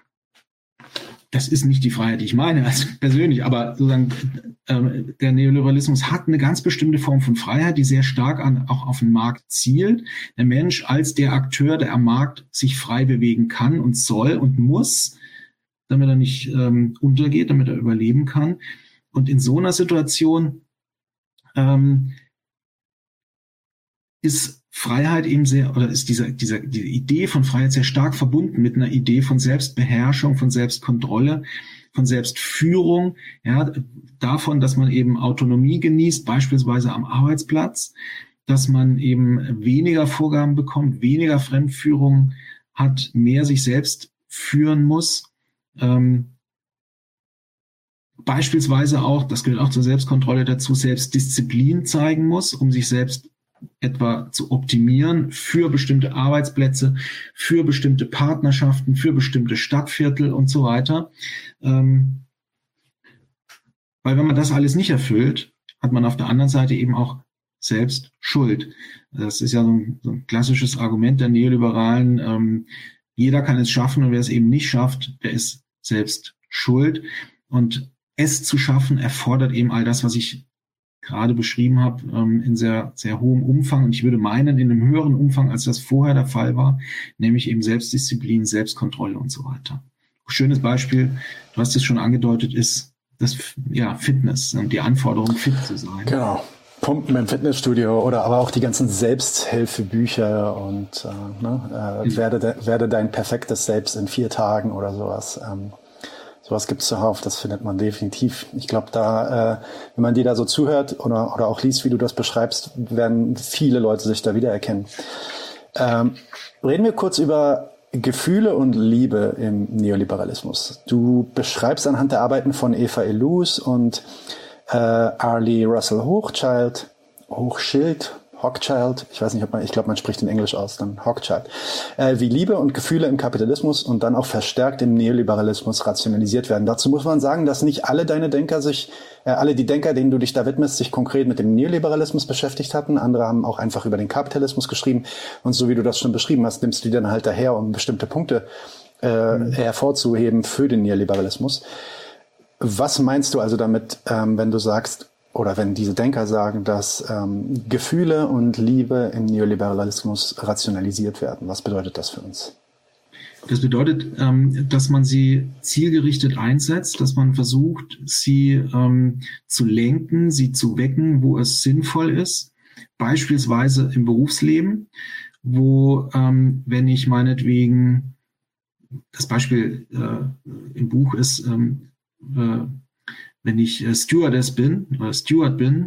Das ist nicht die Freiheit, die ich meine, also persönlich, aber sozusagen ähm, der Neoliberalismus hat eine ganz bestimmte Form von Freiheit, die sehr stark an, auch auf den Markt zielt. Der Mensch als der Akteur, der am Markt sich frei bewegen kann und soll und muss, damit er nicht ähm, untergeht, damit er überleben kann. Und in so einer Situation ähm, ist Freiheit eben sehr, oder ist dieser, dieser, diese Idee von Freiheit sehr stark verbunden mit einer Idee von Selbstbeherrschung, von Selbstkontrolle, von Selbstführung, ja, davon, dass man eben Autonomie genießt, beispielsweise am Arbeitsplatz, dass man eben weniger Vorgaben bekommt, weniger Fremdführung hat, mehr sich selbst führen muss, ähm, beispielsweise auch, das gehört auch zur Selbstkontrolle dazu, Selbstdisziplin zeigen muss, um sich selbst etwa zu optimieren für bestimmte Arbeitsplätze, für bestimmte Partnerschaften, für bestimmte Stadtviertel und so weiter. Ähm, weil wenn man das alles nicht erfüllt, hat man auf der anderen Seite eben auch selbst Schuld. Das ist ja so ein, so ein klassisches Argument der Neoliberalen. Ähm, jeder kann es schaffen und wer es eben nicht schafft, der ist selbst schuld. Und es zu schaffen erfordert eben all das, was ich gerade beschrieben habe, ähm, in sehr, sehr hohem Umfang. Und ich würde meinen, in einem höheren Umfang, als das vorher der Fall war, nämlich eben Selbstdisziplin, Selbstkontrolle und so weiter. Schönes Beispiel, du hast es schon angedeutet, ist das, ja, Fitness und die Anforderung, fit zu sein. Genau. Pumpen im Fitnessstudio oder aber auch die ganzen Selbsthilfebücher und äh, ne, äh, mhm. werde, de, werde dein perfektes Selbst in vier Tagen oder sowas. Ähm, sowas gibt's zuhauf, das findet man definitiv. Ich glaube, da, äh, wenn man dir da so zuhört oder, oder auch liest, wie du das beschreibst, werden viele Leute sich da wiedererkennen. Ähm, reden wir kurz über Gefühle und Liebe im Neoliberalismus. Du beschreibst anhand der Arbeiten von Eva Illouz und äh, Arlie Russell Hochschild, Hochschild, Hochschild, ich weiß nicht, ob man, ich glaube, man spricht in Englisch aus, dann Hochschild, äh, wie Liebe und Gefühle im Kapitalismus und dann auch verstärkt im Neoliberalismus rationalisiert werden. Dazu muss man sagen, dass nicht alle deine Denker sich, äh, alle die Denker, denen du dich da widmest, sich konkret mit dem Neoliberalismus beschäftigt hatten. Andere haben auch einfach über den Kapitalismus geschrieben und so wie du das schon beschrieben hast, nimmst du die dann halt daher, um bestimmte Punkte äh, mhm. hervorzuheben für den Neoliberalismus. Was meinst du also damit, ähm, wenn du sagst, oder wenn diese Denker sagen, dass ähm, Gefühle und Liebe im Neoliberalismus rationalisiert werden? Was bedeutet das für uns? Das bedeutet, ähm, dass man sie zielgerichtet einsetzt, dass man versucht, sie ähm, zu lenken, sie zu wecken, wo es sinnvoll ist. Beispielsweise im Berufsleben, wo, ähm, wenn ich meinetwegen, das Beispiel äh, im Buch ist, ähm, äh, wenn ich äh, Stewardess bin oder Steward bin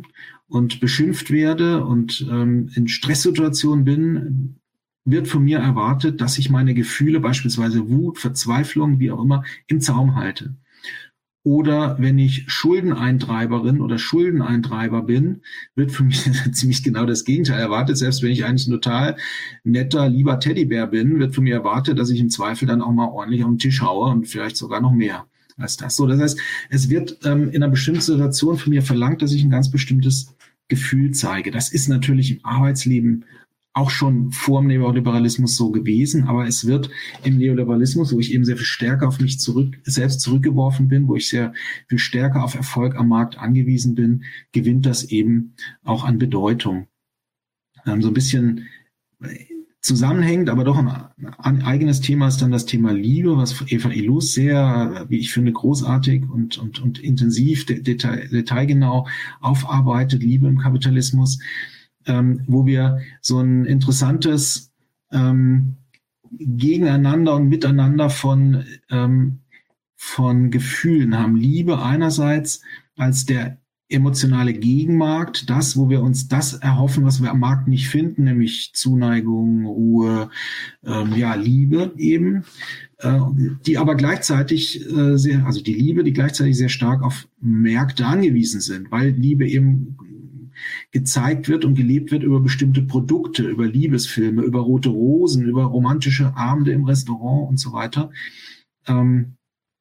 und beschimpft werde und ähm, in Stresssituationen bin, wird von mir erwartet, dass ich meine Gefühle, beispielsweise Wut, Verzweiflung, wie auch immer, im Zaum halte. Oder wenn ich Schuldeneintreiberin oder Schuldeneintreiber bin, wird für mich ziemlich genau das Gegenteil erwartet. Selbst wenn ich eigentlich ein total netter, lieber Teddybär bin, wird von mir erwartet, dass ich im Zweifel dann auch mal ordentlich auf den Tisch haue und vielleicht sogar noch mehr als das. So, das heißt, es wird ähm, in einer bestimmten Situation von mir verlangt, dass ich ein ganz bestimmtes Gefühl zeige. Das ist natürlich im Arbeitsleben auch schon vor dem Neoliberalismus so gewesen, aber es wird im Neoliberalismus, wo ich eben sehr viel stärker auf mich zurück, selbst zurückgeworfen bin, wo ich sehr viel stärker auf Erfolg am Markt angewiesen bin, gewinnt das eben auch an Bedeutung. Ähm, so ein bisschen zusammenhängt, aber doch ein, ein eigenes Thema ist dann das Thema Liebe, was Eva Illouz sehr, wie ich finde, großartig und, und, und intensiv, detail, detailgenau aufarbeitet, Liebe im Kapitalismus. Ähm, wo wir so ein interessantes ähm, Gegeneinander und Miteinander von, ähm, von Gefühlen haben. Liebe einerseits als der emotionale Gegenmarkt, das, wo wir uns das erhoffen, was wir am Markt nicht finden, nämlich Zuneigung, Ruhe, ähm, ja, Liebe eben, äh, die aber gleichzeitig äh, sehr, also die Liebe, die gleichzeitig sehr stark auf Märkte angewiesen sind, weil Liebe eben gezeigt wird und gelebt wird über bestimmte Produkte, über Liebesfilme, über rote Rosen, über romantische Abende im Restaurant und so weiter, ähm,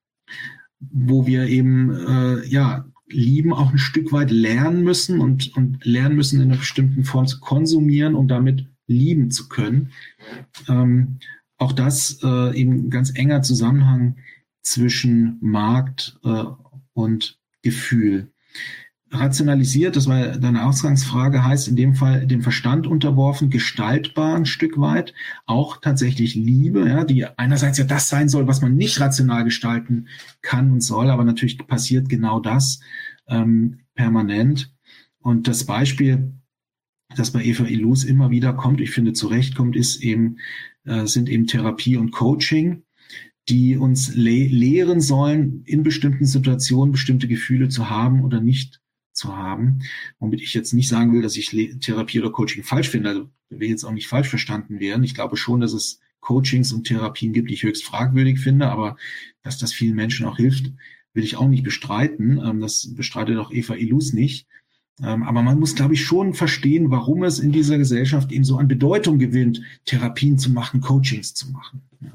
wo wir eben äh, ja Lieben auch ein Stück weit lernen müssen und, und lernen müssen, in einer bestimmten Form zu konsumieren, um damit lieben zu können. Ähm, auch das äh, eben ganz enger Zusammenhang zwischen Markt äh, und Gefühl. Rationalisiert, das war deine Ausgangsfrage, heißt in dem Fall dem Verstand unterworfen, gestaltbar ein Stück weit, auch tatsächlich Liebe, ja, die einerseits ja das sein soll, was man nicht rational gestalten kann und soll, aber natürlich passiert genau das ähm, permanent. Und das Beispiel, das bei Eva Illouz immer wieder kommt, ich finde zu Recht kommt, ist eben, äh, sind eben Therapie und Coaching, die uns le- lehren sollen, in bestimmten Situationen bestimmte Gefühle zu haben oder nicht zu haben, womit ich jetzt nicht sagen will, dass ich Le- Therapie oder Coaching falsch finde, also will jetzt auch nicht falsch verstanden werden. Ich glaube schon, dass es Coachings und Therapien gibt, die ich höchst fragwürdig finde, aber dass das vielen Menschen auch hilft, will ich auch nicht bestreiten. Ähm, das bestreitet auch Eva Illouz nicht. Ähm, aber man muss, glaube ich, schon verstehen, warum es in dieser Gesellschaft eben so an Bedeutung gewinnt, Therapien zu machen, Coachings zu machen. Ja.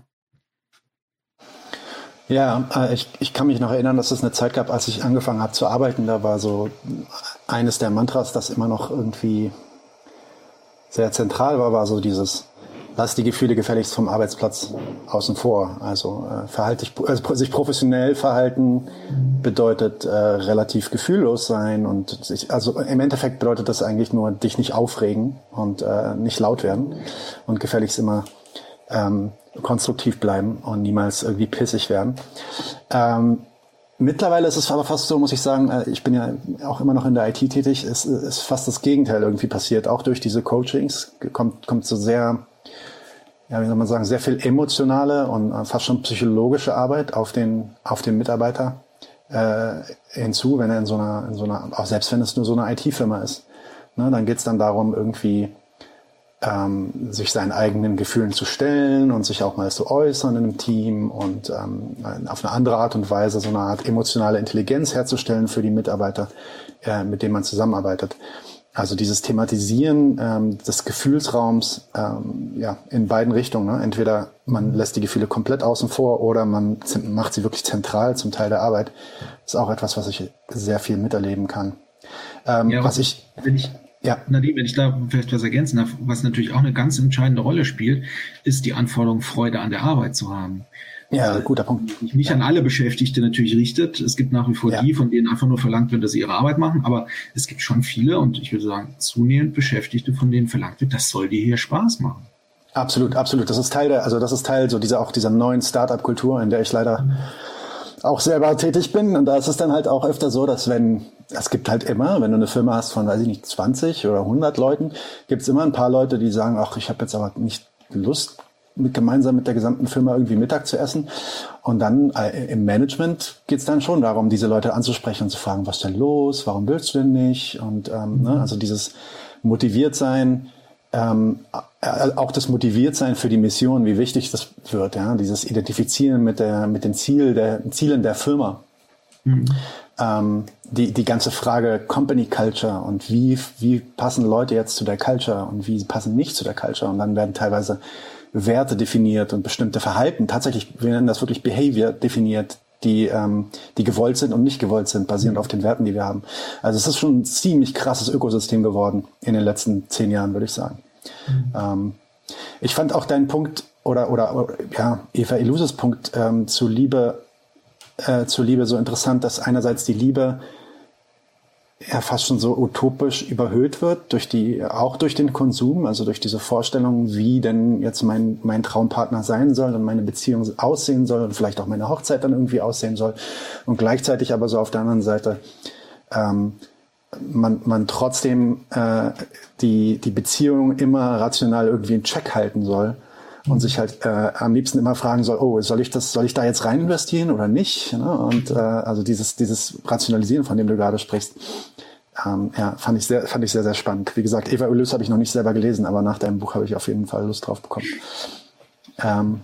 Ja, ich, ich kann mich noch erinnern, dass es eine Zeit gab, als ich angefangen habe zu arbeiten, da war so eines der Mantras, das immer noch irgendwie sehr zentral war, war so dieses, lass die Gefühle gefälligst vom Arbeitsplatz außen vor. Also äh, verhalte dich, also sich professionell verhalten bedeutet äh, relativ gefühllos sein und sich, also im Endeffekt bedeutet das eigentlich nur, dich nicht aufregen und äh, nicht laut werden und gefälligst immer ähm, konstruktiv bleiben und niemals irgendwie pissig werden. Ähm, mittlerweile ist es aber fast so, muss ich sagen, äh, ich bin ja auch immer noch in der I T tätig, es ist fast das Gegenteil irgendwie passiert. Auch durch diese Coachings kommt, kommt so sehr, ja, wie soll man sagen, sehr viel emotionale und äh, fast schon psychologische Arbeit auf den, auf den Mitarbeiter äh, hinzu, wenn er in so einer, in so einer, auch selbst wenn es nur so eine I T-Firma ist. Ne, dann geht es dann darum, irgendwie Ähm, sich seinen eigenen Gefühlen zu stellen und sich auch mal zu äußern in einem Team und ähm, auf eine andere Art und Weise so eine Art emotionale Intelligenz herzustellen für die Mitarbeiter, äh, mit denen man zusammenarbeitet. Also dieses Thematisieren ähm, des Gefühlsraums ähm, ja, in beiden Richtungen. Ne? Entweder man lässt die Gefühle komplett außen vor oder man macht sie wirklich zentral zum Teil der Arbeit. Das ist auch etwas, was ich sehr viel miterleben kann. Ähm, ja, was ich... Wenn ich Ja, Nadim, wenn ich da vielleicht was ergänzen darf, was natürlich auch eine ganz entscheidende Rolle spielt, ist die Anforderung, Freude an der Arbeit zu haben. Ja, guter Punkt. Die nicht an alle Beschäftigte natürlich richtet. Es gibt nach wie vor ja. die, von denen einfach nur verlangt wird, dass sie ihre Arbeit machen, aber es gibt schon viele und ich würde sagen, zunehmend Beschäftigte, von denen verlangt wird, das soll dir hier Spaß machen. Absolut, absolut. Das ist Teil der, also das ist Teil so dieser, auch dieser neuen Start-up-Kultur, in der ich leider mhm. auch selber tätig bin. Und da ist es dann halt auch öfter so, dass wenn, es gibt halt immer, wenn du eine Firma hast von, weiß ich nicht, zwanzig oder hundert Leuten, gibt es immer ein paar Leute, die sagen, ach, ich habe jetzt aber nicht Lust, mit, gemeinsam mit der gesamten Firma irgendwie Mittag zu essen. Und dann äh, im Management geht es dann schon darum, diese Leute anzusprechen und zu fragen, was ist denn los, warum willst du denn nicht? Und ähm, ne, also dieses motiviert sein, ähm, auch das motiviert sein für die Mission, wie wichtig das wird, ja, dieses Identifizieren mit der mit den Ziel der Zielen der Firma. Mhm. Ähm, die die ganze Frage Company Culture und wie wie passen Leute jetzt zu der Culture und wie passen nicht zu der Culture, und dann werden teilweise Werte definiert und bestimmte Verhalten, tatsächlich, wir nennen das wirklich Behavior definiert, die ähm, die gewollt sind und nicht gewollt sind, basierend auf den Werten, die wir haben. Also es ist schon ein ziemlich krasses Ökosystem geworden in den letzten zehn Jahren, würde ich sagen. Mhm. Ähm, ich fand auch deinen Punkt oder oder, oder ja Eva Illuses Punkt ähm, zu Liebe äh, zur Liebe so interessant, dass einerseits die Liebe ja fast schon so utopisch überhöht wird durch die, auch durch den Konsum, also durch diese Vorstellung, wie denn jetzt mein, mein Traumpartner sein soll und meine Beziehung aussehen soll und vielleicht auch meine Hochzeit dann irgendwie aussehen soll. Und gleichzeitig aber so auf der anderen Seite, ähm, man, man trotzdem äh, die, die Beziehung immer rational irgendwie in Check halten soll und sich halt äh, am liebsten immer fragen soll, oh, soll ich das, soll ich da jetzt rein investieren oder nicht? Ne? Und äh, also dieses, dieses Rationalisieren, von dem du gerade sprichst, ähm, ja, fand ich sehr, fand ich sehr, sehr spannend. Wie gesagt, Eva Ulyss habe ich noch nicht selber gelesen, aber nach deinem Buch habe ich auf jeden Fall Lust drauf bekommen. Ähm,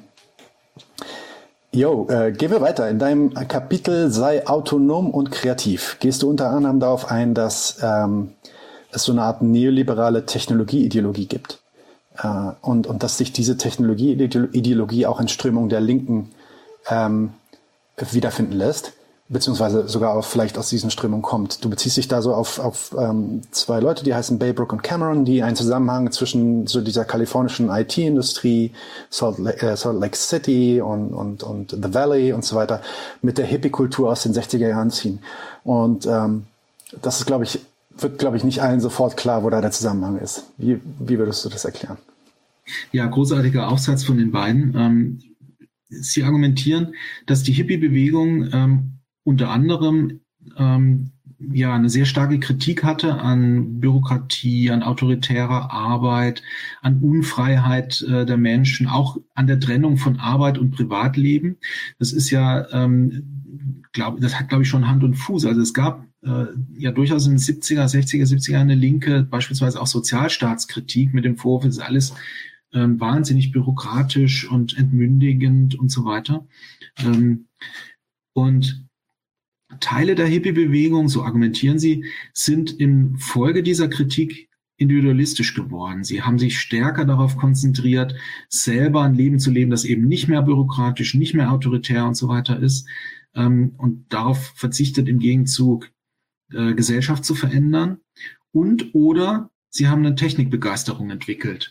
Jo, äh, gehen wir weiter. In deinem Kapitel sei autonom und kreativ gehst du unter anderem darauf ein, dass ähm, es so eine Art neoliberale Technologieideologie gibt. Uh, und, und dass sich diese Technologieideologie auch in Strömungen der Linken ähm, wiederfinden lässt, beziehungsweise sogar auch vielleicht aus diesen Strömungen kommt. Du beziehst dich da so auf, auf ähm, zwei Leute, die heißen Baybrook und Cameron, die einen Zusammenhang zwischen so dieser kalifornischen I T-Industrie, Salt Lake, äh, Salt Lake City und, und, und The Valley und so weiter, mit der Hippie-Kultur aus den sechziger Jahren ziehen. Und ähm, das ist, glaube ich, wird, glaube ich, nicht allen sofort klar, wo da der Zusammenhang ist. Wie, wie würdest du das erklären? Ja, großartiger Aufsatz von den beiden. Ähm, sie argumentieren, dass die Hippie-Bewegung ähm, unter anderem ähm, ja eine sehr starke Kritik hatte an Bürokratie, an autoritärer Arbeit, an Unfreiheit äh, der Menschen, auch an der Trennung von Arbeit und Privatleben. Das ist ja, ähm, glaub, das hat, glaube ich, schon Hand und Fuß. Also es gab äh, ja durchaus in den siebziger, sechziger, siebziger eine linke, beispielsweise auch Sozialstaatskritik mit dem Vorwurf, es ist alles ähm, wahnsinnig bürokratisch und entmündigend und so weiter. Ähm, und Teile der Hippie-Bewegung, so argumentieren sie, sind in Folge dieser Kritik individualistisch geworden. Sie haben sich stärker darauf konzentriert, selber ein Leben zu leben, das eben nicht mehr bürokratisch, nicht mehr autoritär und so weiter ist, ähm, und darauf verzichtet im Gegenzug, äh, Gesellschaft zu verändern. Und oder sie haben eine Technikbegeisterung entwickelt.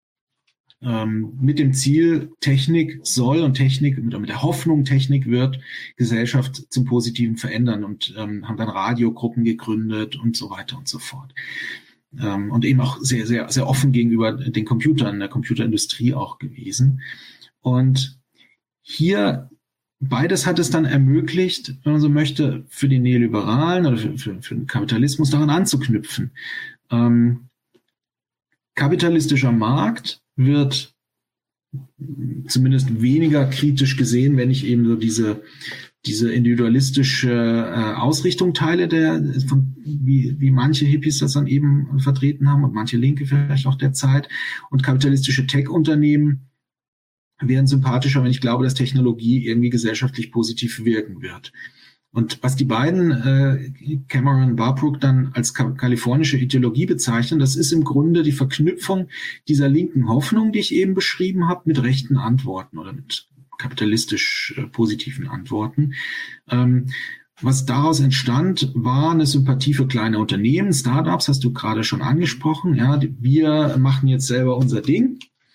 Ähm, mit dem Ziel, Technik soll und Technik, mit, mit der Hoffnung, Technik wird Gesellschaft zum Positiven verändern, und ähm, haben dann Radiogruppen gegründet und so weiter und so fort. Ähm, und eben auch sehr, sehr, sehr offen gegenüber den Computern, der Computerindustrie auch gewesen. Und hier beides hat es dann ermöglicht, wenn man so möchte, für die Neoliberalen oder für, für, für den Kapitalismus daran anzuknüpfen. Ähm, kapitalistischer Markt wird zumindest weniger kritisch gesehen, wenn ich eben so diese diese individualistische äh, Ausrichtung teile, der von, wie wie manche Hippies das dann eben vertreten haben und manche Linke vielleicht auch der Zeit. Und kapitalistische Tech-Unternehmen wären sympathischer, wenn ich glaube, dass Technologie irgendwie gesellschaftlich positiv wirken wird. Und was die beiden, äh, Cameron und Baybrook, dann als ka- kalifornische Ideologie bezeichnen, das ist im Grunde die Verknüpfung dieser linken Hoffnung, die ich eben beschrieben habe, mit rechten Antworten oder mit kapitalistisch äh, positiven Antworten. Ähm, was daraus entstand, war eine Sympathie für kleine Unternehmen, Startups, hast du gerade schon angesprochen. Ja, wir machen jetzt selber unser Ding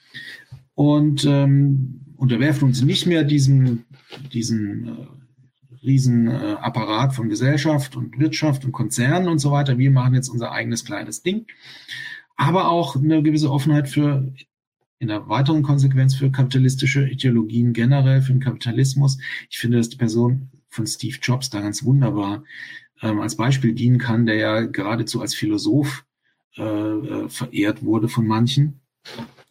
und ähm, unterwerfen uns nicht mehr diesem, diesem äh, Riesenapparat von Gesellschaft und Wirtschaft und Konzernen und so weiter. Wir machen jetzt unser eigenes kleines Ding. Aber auch eine gewisse Offenheit für, in der weiteren Konsequenz, für kapitalistische Ideologien generell, für den Kapitalismus. Ich finde, dass die Person von Steve Jobs da ganz wunderbar ähm, als Beispiel dienen kann, der ja geradezu als Philosoph äh, verehrt wurde von manchen.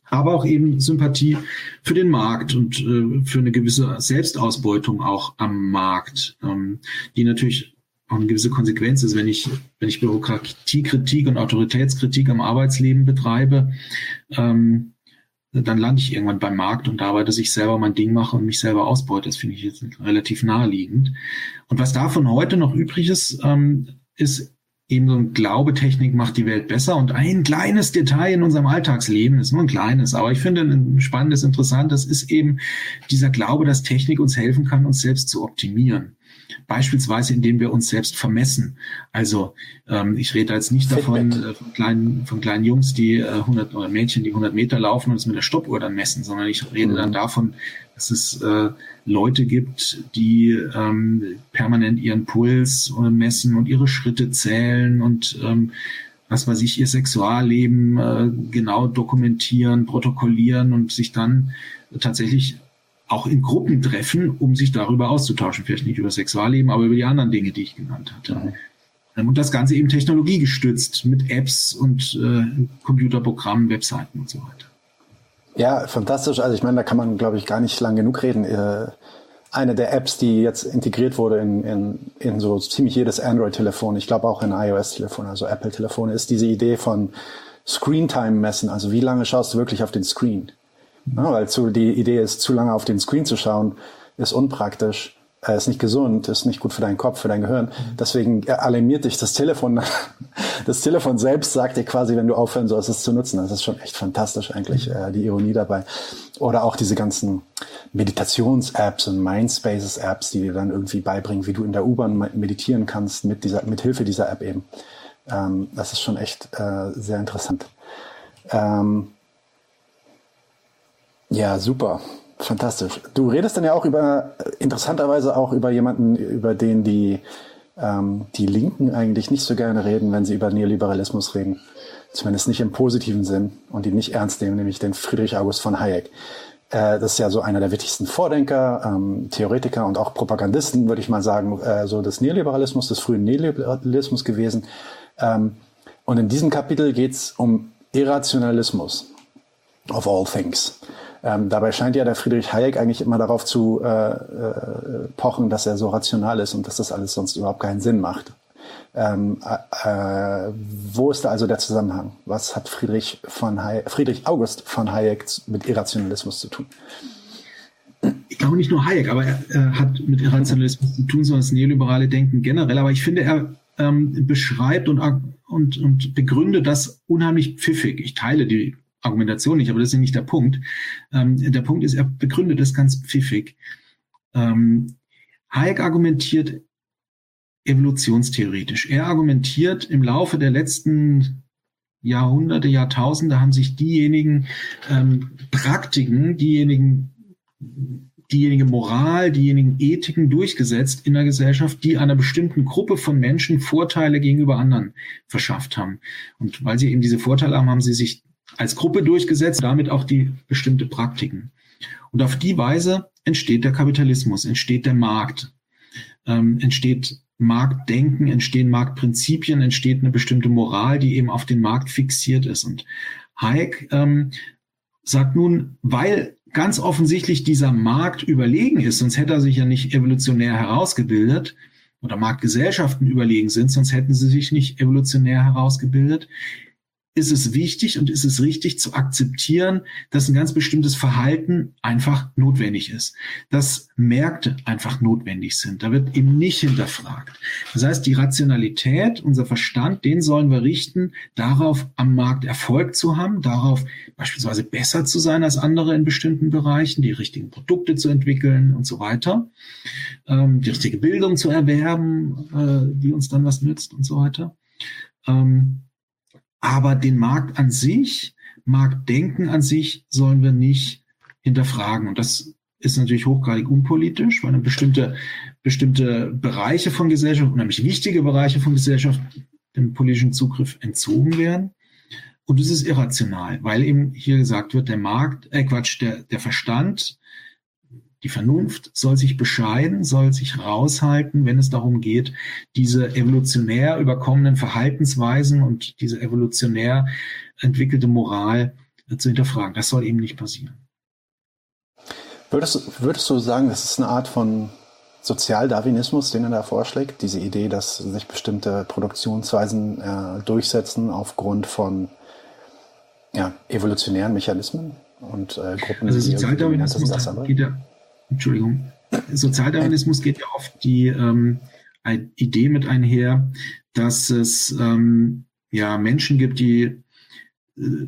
aber auch eben Sympathie für den Markt und äh, für eine gewisse Selbstausbeutung auch am Markt, ähm, die natürlich auch eine gewisse Konsequenz ist, wenn ich, wenn ich Bürokratiekritik und Autoritätskritik am Arbeitsleben betreibe, ähm, dann lande ich irgendwann beim Markt und dabei, dass ich selber mein Ding mache und mich selber ausbeute. Das finde ich jetzt relativ naheliegend. Und was davon heute noch übrig ist, ähm, ist eben so ein Glaube, Technik macht die Welt besser. Und ein kleines Detail in unserem Alltagsleben, ist nur ein kleines, aber ich finde ein spannendes, interessantes, ist eben dieser Glaube, dass Technik uns helfen kann, uns selbst zu optimieren. Beispielsweise, indem wir uns selbst vermessen. Also ähm, ich rede jetzt nicht davon äh, von, kleinen, von kleinen Jungs, die äh, hundert oder Mädchen, die hundert Meter laufen und es mit der Stoppuhr dann messen, sondern ich rede mhm. dann davon, dass es äh, Leute gibt, die ähm, permanent ihren Puls äh, messen und ihre Schritte zählen und ähm, was weiß ich, ihr Sexualleben äh, genau dokumentieren, protokollieren und sich dann tatsächlich auch in Gruppen treffen, um sich darüber auszutauschen. Vielleicht nicht über Sexualleben, aber über die anderen Dinge, die ich genannt hatte. Mhm. Und das Ganze eben technologiegestützt mit Apps und äh, Computerprogrammen, Webseiten und so weiter. Ja, fantastisch. Also ich meine, da kann man, glaube ich, gar nicht lang genug reden. Äh, eine der Apps, die jetzt integriert wurde in, in, in so ziemlich jedes Android-Telefon, ich glaube auch in iOS-Telefon, also Apple-Telefone, ist diese Idee von Screen-Time messen. Also wie lange schaust du wirklich auf den Screen? Ja, weil zu, die Idee ist, zu lange auf den Screen zu schauen, ist unpraktisch, äh, ist nicht gesund, ist nicht gut für deinen Kopf, für dein Gehirn. Deswegen alarmiert dich das Telefon. Das Telefon selbst sagt dir quasi, wenn du aufhören sollst, es zu nutzen. Das ist schon echt fantastisch eigentlich, äh, die Ironie dabei. Oder auch diese ganzen Meditations-Apps und Mindspaces-Apps, die dir dann irgendwie beibringen, wie du in der U-Bahn meditieren kannst, mit dieser, mit Hilfe dieser App eben. Ähm, das ist schon echt äh, sehr interessant. Ähm, Ja, super. Fantastisch. Du redest dann ja auch über, interessanterweise auch über jemanden, über den die, ähm, die Linken eigentlich nicht so gerne reden, wenn sie über Neoliberalismus reden. Zumindest nicht im positiven Sinn und ihn nicht ernst nehmen, nämlich den Friedrich August von Hayek. Äh, das ist ja so einer der wichtigsten Vordenker, ähm, Theoretiker und auch Propagandisten, würde ich mal sagen, äh, so des Neoliberalismus, des frühen Neoliberalismus gewesen. Ähm, und in diesem Kapitel geht's um Irrationalismus of all things. Ähm, dabei scheint ja der Friedrich Hayek eigentlich immer darauf zu äh, äh, pochen, dass er so rational ist und dass das alles sonst überhaupt keinen Sinn macht. Ähm, äh, wo ist da also der Zusammenhang? Was hat Friedrich, von Hayek, Friedrich August von Hayek mit Irrationalismus zu tun? Ich glaube nicht nur Hayek, aber er, er hat mit Irrationalismus zu tun, sondern das neoliberale Denken generell. Aber ich finde, er ähm, beschreibt und, und, und begründet das unheimlich pfiffig. Ich teile die Argumentation nicht, aber das ist ja nicht der Punkt. Ähm, der Punkt ist, er begründet es ganz pfiffig. Ähm, Hayek argumentiert evolutionstheoretisch. Er argumentiert, im Laufe der letzten Jahrhunderte, Jahrtausende haben sich diejenigen ähm, Praktiken, diejenigen, diejenige Moral, diejenigen Ethiken durchgesetzt in der Gesellschaft, die einer bestimmten Gruppe von Menschen Vorteile gegenüber anderen verschafft haben. Und weil sie eben diese Vorteile haben, haben sie sich als Gruppe durchgesetzt, damit auch die bestimmte Praktiken. Und auf die Weise entsteht der Kapitalismus, entsteht der Markt, ähm, entsteht Marktdenken, entstehen Marktprinzipien, entsteht eine bestimmte Moral, die eben auf den Markt fixiert ist. Und Hayek ähm, sagt nun, weil ganz offensichtlich dieser Markt überlegen ist, sonst hätte er sich ja nicht evolutionär herausgebildet, oder Marktgesellschaften überlegen sind, sonst hätten sie sich nicht evolutionär herausgebildet, ist es wichtig und ist es richtig zu akzeptieren, dass ein ganz bestimmtes Verhalten einfach notwendig ist, dass Märkte einfach notwendig sind. Da wird eben nicht hinterfragt. Das heißt, die Rationalität, unser Verstand, den sollen wir richten, darauf am Markt Erfolg zu haben, darauf beispielsweise besser zu sein als andere in bestimmten Bereichen, die richtigen Produkte zu entwickeln und so weiter, ähm, die richtige Bildung zu erwerben, äh, die uns dann was nützt und so weiter. Ähm, Aber den Markt an sich, Marktdenken an sich, sollen wir nicht hinterfragen. Und das ist natürlich hochgradig unpolitisch, weil bestimmte, bestimmte Bereiche von Gesellschaft, unheimlich wichtige Bereiche von Gesellschaft, dem politischen Zugriff entzogen werden. Und es ist irrational, weil eben hier gesagt wird, der Markt, äh Quatsch, der, der Verstand, die Vernunft soll sich bescheiden, soll sich raushalten, wenn es darum geht, diese evolutionär überkommenen Verhaltensweisen und diese evolutionär entwickelte Moral äh, zu hinterfragen. Das soll eben nicht passieren. Würdest, würdest du sagen, das ist eine Art von Sozialdarwinismus, den er da vorschlägt? Diese Idee, dass sich bestimmte Produktionsweisen äh, durchsetzen aufgrund von ja, evolutionären Mechanismen und äh, Gruppen, also die Sozialdarwinismus das andere? Geht ja, Entschuldigung. Sozialdarwinismus geht ja oft die ähm, Idee mit einher, dass es ähm, ja Menschen gibt, die äh,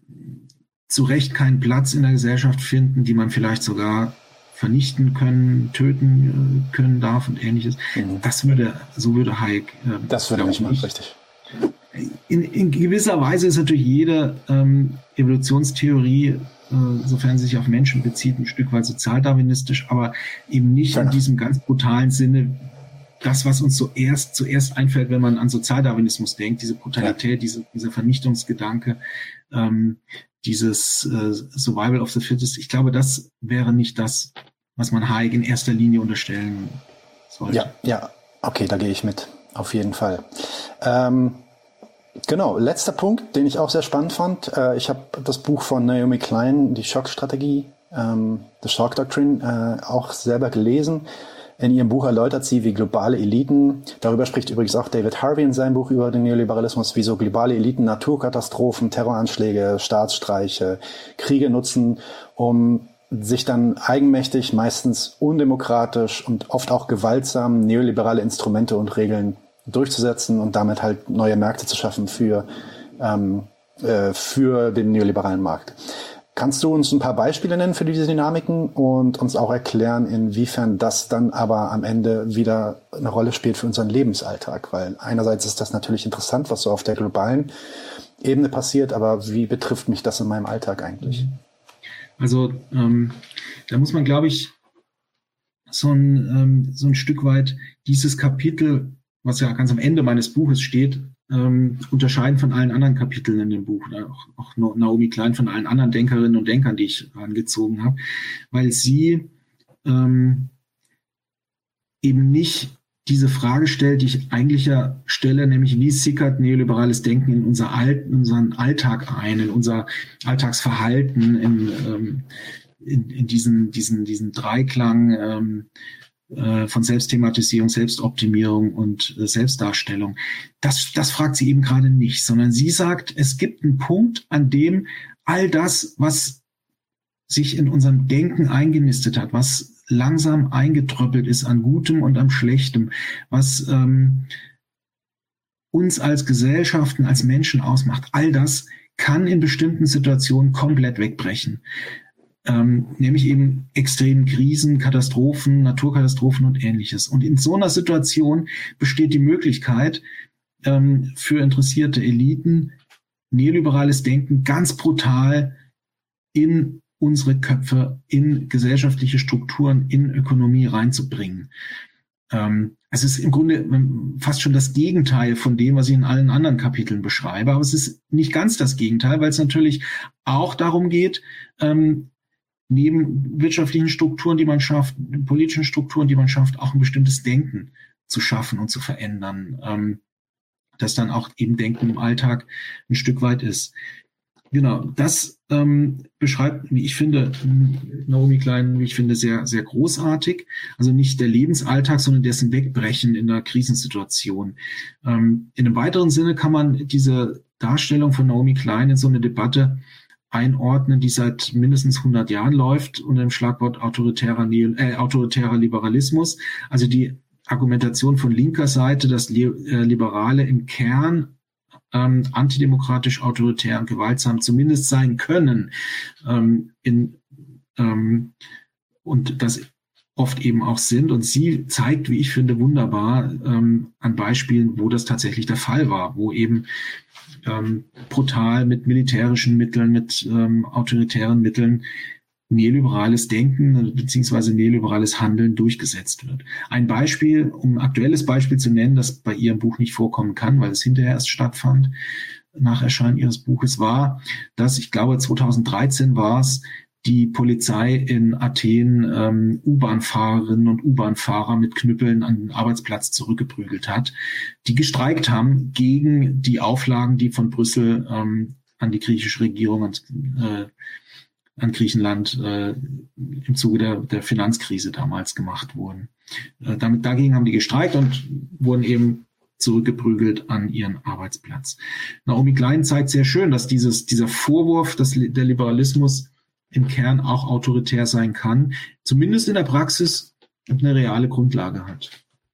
zu Recht keinen Platz in der Gesellschaft finden, die man vielleicht sogar vernichten können, töten äh, können darf und ähnliches. Mhm. Das würde, so würde Hayek. Äh, das würde nicht machen, richtig. In, in gewisser Weise ist natürlich jede ähm, Evolutionstheorie, äh, sofern sie sich auf Menschen bezieht, ein Stück weit sozialdarwinistisch, aber eben nicht in diesem ganz brutalen Sinne, das, was uns zuerst, zuerst einfällt, wenn man an Sozialdarwinismus denkt, diese Brutalität, ja. diese, dieser Vernichtungsgedanke, ähm, dieses äh, Survival of the Fittest. Ich glaube, das wäre nicht das, was man Hayek in erster Linie unterstellen sollte. Ja, ja, okay, da gehe ich mit, auf jeden Fall. Ähm, genau, letzter Punkt, den ich auch sehr spannend fand. Äh, ich habe das Buch von Naomi Klein, die Schockstrategie, ähm, The Shock Doctrine, äh, auch selber gelesen. In ihrem Buch erläutert sie, wie globale Eliten, darüber spricht übrigens auch David Harvey in seinem Buch über den Neoliberalismus, wie so globale Eliten Naturkatastrophen, Terroranschläge, Staatsstreiche, Kriege nutzen, um sich dann eigenmächtig, meistens undemokratisch und oft auch gewaltsam neoliberale Instrumente und Regeln durchzusetzen und damit halt neue Märkte zu schaffen für, ähm, äh, für den neoliberalen Markt. Kannst du uns ein paar Beispiele nennen für diese Dynamiken und uns auch erklären, inwiefern das dann aber am Ende wieder eine Rolle spielt für unseren Lebensalltag? Weil einerseits ist das natürlich interessant, was so auf der globalen Ebene passiert, aber wie betrifft mich das in meinem Alltag eigentlich? Also ähm, da muss man, glaube ich, so ein, ähm, so ein Stück weit dieses Kapitel, was ja ganz am Ende meines Buches steht, ähm, unterscheiden von allen anderen Kapiteln in dem Buch, auch, auch Naomi Klein von allen anderen Denkerinnen und Denkern, die ich angezogen habe, weil sie ähm, eben nicht diese Frage stellt, die ich eigentlich ja stelle, nämlich wie sickert neoliberales Denken in unser All, in unseren Alltag ein, in unser Alltagsverhalten, in, ähm, in, in diesen, diesen, diesen Dreiklang ähm, von Selbstthematisierung, Selbstoptimierung und äh, Selbstdarstellung. Das, das fragt sie eben gerade nicht, sondern sie sagt, es gibt einen Punkt, an dem all das, was sich in unserem Denken eingenistet hat, was langsam eingetröppelt ist an Gutem und an Schlechtem, was ähm, uns als Gesellschaften, als Menschen ausmacht, all das kann in bestimmten Situationen komplett wegbrechen. Ähm, nämlich eben extremen Krisen, Katastrophen, Naturkatastrophen und Ähnliches. Und in so einer Situation besteht die Möglichkeit ähm, für interessierte Eliten, neoliberales Denken ganz brutal in unsere Köpfe, in gesellschaftliche Strukturen, in Ökonomie reinzubringen. Ähm, es ist im Grunde fast schon das Gegenteil von dem, was ich in allen anderen Kapiteln beschreibe, aber es ist nicht ganz das Gegenteil, weil es natürlich auch darum geht, ähm, neben wirtschaftlichen Strukturen, die man schafft, politischen Strukturen, die man schafft, auch ein bestimmtes Denken zu schaffen und zu verändern, ähm, das dann auch eben Denken im Alltag ein Stück weit ist. Genau, das ähm, beschreibt, wie ich finde, Naomi Klein, wie ich finde, sehr, sehr großartig. Also nicht der Lebensalltag, sondern dessen Wegbrechen in einer Krisensituation. Ähm, in einem weiteren Sinne kann man diese Darstellung von Naomi Klein in so eine Debatte einordnen, die seit mindestens hundert Jahren läuft unter dem Schlagwort autoritärer, Neo, äh, autoritärer Liberalismus. Also die Argumentation von linker Seite, dass Liberale im Kern ähm, antidemokratisch, autoritär und gewaltsam zumindest sein können ähm, in, ähm, und das oft eben auch sind. Und sie zeigt, wie ich finde, wunderbar ähm, an Beispielen, wo das tatsächlich der Fall war, wo eben ähm, brutal mit militärischen Mitteln, mit ähm, autoritären Mitteln neoliberales Denken beziehungsweise neoliberales Handeln durchgesetzt wird. Ein Beispiel, um ein aktuelles Beispiel zu nennen, das bei ihrem Buch nicht vorkommen kann, weil es hinterher erst stattfand, nach Erscheinen ihres Buches, war, dass, ich glaube zweitausenddreizehn war es, die Polizei in Athen ähm, U-Bahn-Fahrerinnen und U-Bahn-Fahrer mit Knüppeln an den Arbeitsplatz zurückgeprügelt hat, die gestreikt haben gegen die Auflagen, die von Brüssel ähm, an die griechische Regierung, an, äh, an Griechenland äh, im Zuge der, der Finanzkrise damals gemacht wurden. Äh, damit, dagegen haben die gestreikt und wurden eben zurückgeprügelt an ihren Arbeitsplatz. Naomi Klein zeigt sehr schön, dass dieses, dieser Vorwurf, dass der Liberalismus im Kern auch autoritär sein kann, zumindest in der Praxis eine reale Grundlage hat.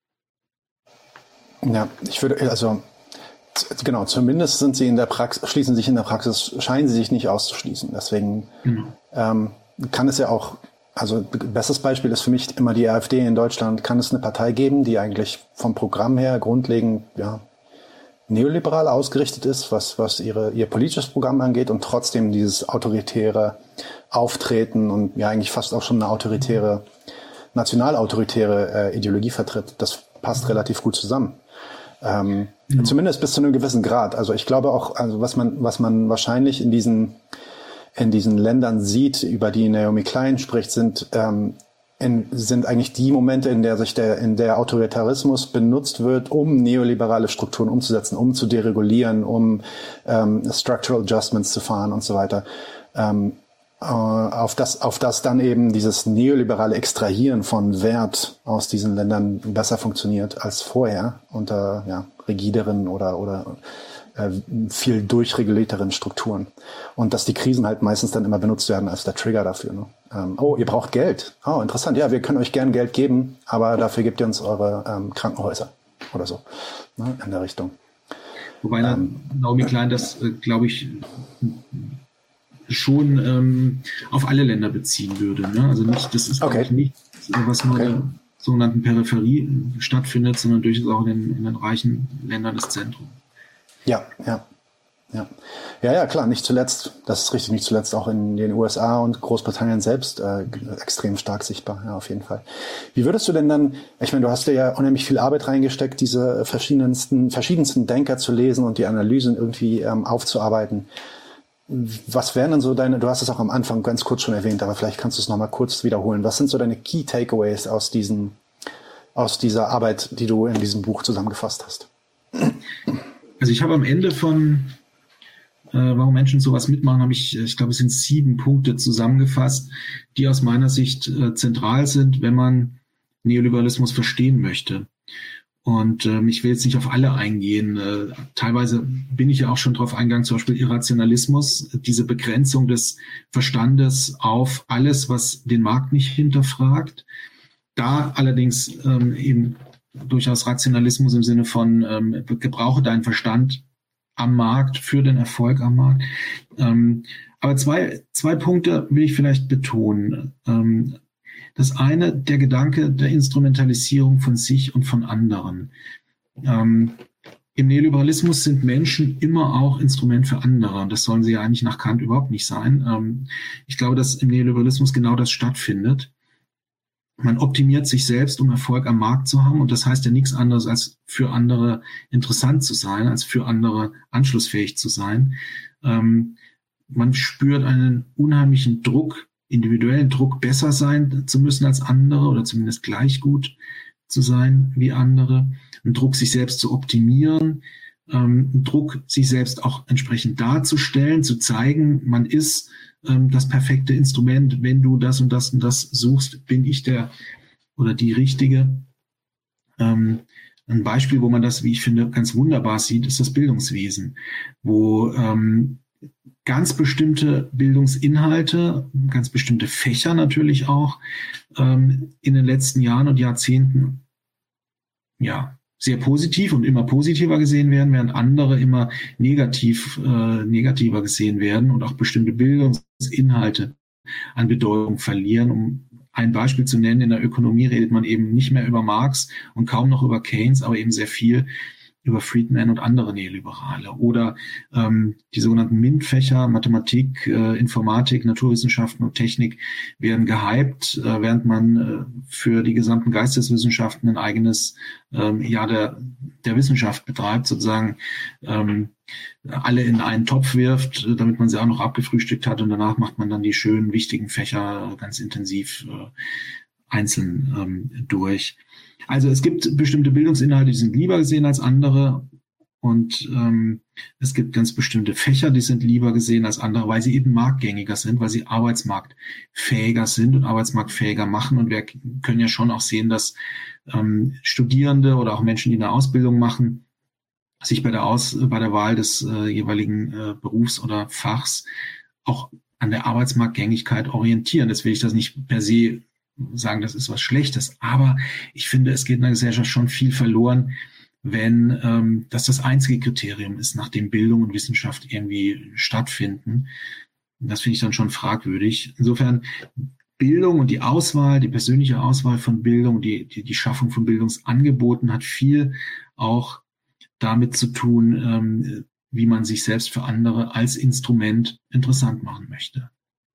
Ja, ich würde, also genau, zumindest sind sie in der Praxis, schließen sich in der Praxis, scheinen sie sich nicht auszuschließen. Deswegen genau. ähm, kann es ja auch, also bestes Beispiel ist für mich immer die AfD in Deutschland. Kann es eine Partei geben, die eigentlich vom Programm her grundlegend ja, neoliberal ausgerichtet ist, was, was ihre, ihr politisches Programm angeht und trotzdem dieses autoritäre Auftreten und ja eigentlich fast auch schon eine autoritäre, nationalautoritäre äh, Ideologie vertritt. Das passt relativ gut zusammen. Ähm, ja. Zumindest bis zu einem gewissen Grad. Also ich glaube auch, also was man, was man wahrscheinlich in diesen, in diesen Ländern sieht, über die Naomi Klein spricht, sind, ähm, in, sind eigentlich die Momente, in der sich der, in der Autoritarismus benutzt wird, um neoliberale Strukturen umzusetzen, um zu deregulieren, um ähm, Structural Adjustments zu fahren und so weiter. Ähm, äh, auf das, auf das dann eben dieses neoliberale Extrahieren von Wert aus diesen Ländern besser funktioniert als vorher unter ja, rigideren oder, oder äh, viel durchregulierteren Strukturen. Und dass die Krisen halt meistens dann immer benutzt werden als der Trigger dafür. Ne? Ähm, oh, ihr braucht Geld. Oh, interessant. Ja, wir können euch gern Geld geben, aber dafür gebt ihr uns eure ähm, Krankenhäuser oder so. Ne? In der Richtung. Wobei ähm, Naomi Klein das, äh, glaube ich, schon ähm, auf alle Länder beziehen würde. Ne? Also nicht, das ist okay. nicht, was nur okay. in der sogenannten Peripherie stattfindet, sondern durchaus auch in, in den reichen Ländern des Zentrums. Ja, ja, ja. Ja, ja, klar, nicht zuletzt, das ist richtig, nicht zuletzt auch in den U S A und Großbritannien selbst äh, extrem stark sichtbar, ja, auf jeden Fall. Wie würdest du denn dann, ich meine, du hast ja unheimlich viel Arbeit reingesteckt, diese verschiedensten, verschiedensten Denker zu lesen und die Analysen irgendwie ähm, aufzuarbeiten. Was wären denn so deine, du hast es auch am Anfang ganz kurz schon erwähnt, aber vielleicht kannst du es nochmal kurz wiederholen. Was sind so deine Key Takeaways aus diesen, aus dieser Arbeit, die du in diesem Buch zusammengefasst hast? Also ich habe am Ende von äh, Warum Menschen sowas mitmachen, habe ich, ich glaube, es sind sieben Punkte zusammengefasst, die aus meiner Sicht äh, zentral sind, wenn man Neoliberalismus verstehen möchte. Und ähm, ich will jetzt nicht auf alle eingehen. Äh, teilweise bin ich ja auch schon drauf eingegangen, zum Beispiel Irrationalismus, diese Begrenzung des Verstandes auf alles, was den Markt nicht hinterfragt. Da allerdings ähm, eben durchaus Rationalismus im Sinne von ähm, gebrauche deinen Verstand am Markt für den Erfolg am Markt. Ähm, aber zwei, zwei Punkte will ich vielleicht betonen. Ähm, Das eine, der Gedanke der Instrumentalisierung von sich und von anderen. Ähm, Im Neoliberalismus sind Menschen immer auch Instrument für andere. Und das sollen sie ja eigentlich nach Kant überhaupt nicht sein. Ähm, ich glaube, dass im Neoliberalismus genau das stattfindet. Man optimiert sich selbst, um Erfolg am Markt zu haben. Und das heißt ja nichts anderes, als für andere interessant zu sein, als für andere anschlussfähig zu sein. Ähm, man spürt einen unheimlichen Druck, individuellen Druck, besser sein zu müssen als andere oder zumindest gleich gut zu sein wie andere. Ein Druck, sich selbst zu optimieren. Ähm, ein Druck, sich selbst auch entsprechend darzustellen, zu zeigen, man ist ähm, das perfekte Instrument. Wenn du das und das und das suchst, bin ich der oder die Richtige. Ähm, ein Beispiel, wo man das, wie ich finde, ganz wunderbar sieht, ist das Bildungswesen, wo ähm, ganz bestimmte Bildungsinhalte, ganz bestimmte Fächer natürlich auch, ähm, in den letzten Jahren und Jahrzehnten ja sehr positiv und immer positiver gesehen werden, während andere immer negativ, äh, negativer gesehen werden und auch bestimmte Bildungsinhalte an Bedeutung verlieren. Um ein Beispiel zu nennen, in der Ökonomie redet man eben nicht mehr über Marx und kaum noch über Keynes, aber eben sehr viel über Friedman und andere Neoliberale. Oder ähm, die sogenannten MINT-Fächer, Mathematik, äh, Informatik, Naturwissenschaften und Technik werden gehypt, äh, während man äh, für die gesamten Geisteswissenschaften ein eigenes ähm, Jahr der, der Wissenschaft betreibt, sozusagen ähm, alle in einen Topf wirft, damit man sie auch noch abgefrühstückt hat und danach macht man dann die schönen, wichtigen Fächer ganz intensiv äh, einzeln ähm, durch. Also es gibt bestimmte Bildungsinhalte, die sind lieber gesehen als andere. Und ähm, es gibt ganz bestimmte Fächer, die sind lieber gesehen als andere, weil sie eben marktgängiger sind, weil sie arbeitsmarktfähiger sind und arbeitsmarktfähiger machen. Und wir können ja schon auch sehen, dass ähm, Studierende oder auch Menschen, die eine Ausbildung machen, sich bei der Aus bei der Wahl des äh, jeweiligen äh, Berufs oder Fachs auch an der Arbeitsmarktgängigkeit orientieren. Jetzt will ich das nicht per se sagen, das ist was Schlechtes, aber ich finde, es geht in der Gesellschaft schon viel verloren, wenn ähm, das das einzige Kriterium ist, nach dem Bildung und Wissenschaft irgendwie stattfinden. Das finde ich dann schon fragwürdig. Insofern Bildung und die Auswahl, die persönliche Auswahl von Bildung, die, die, die Schaffung von Bildungsangeboten hat viel auch damit zu tun, ähm, wie man sich selbst für andere als Instrument interessant machen möchte.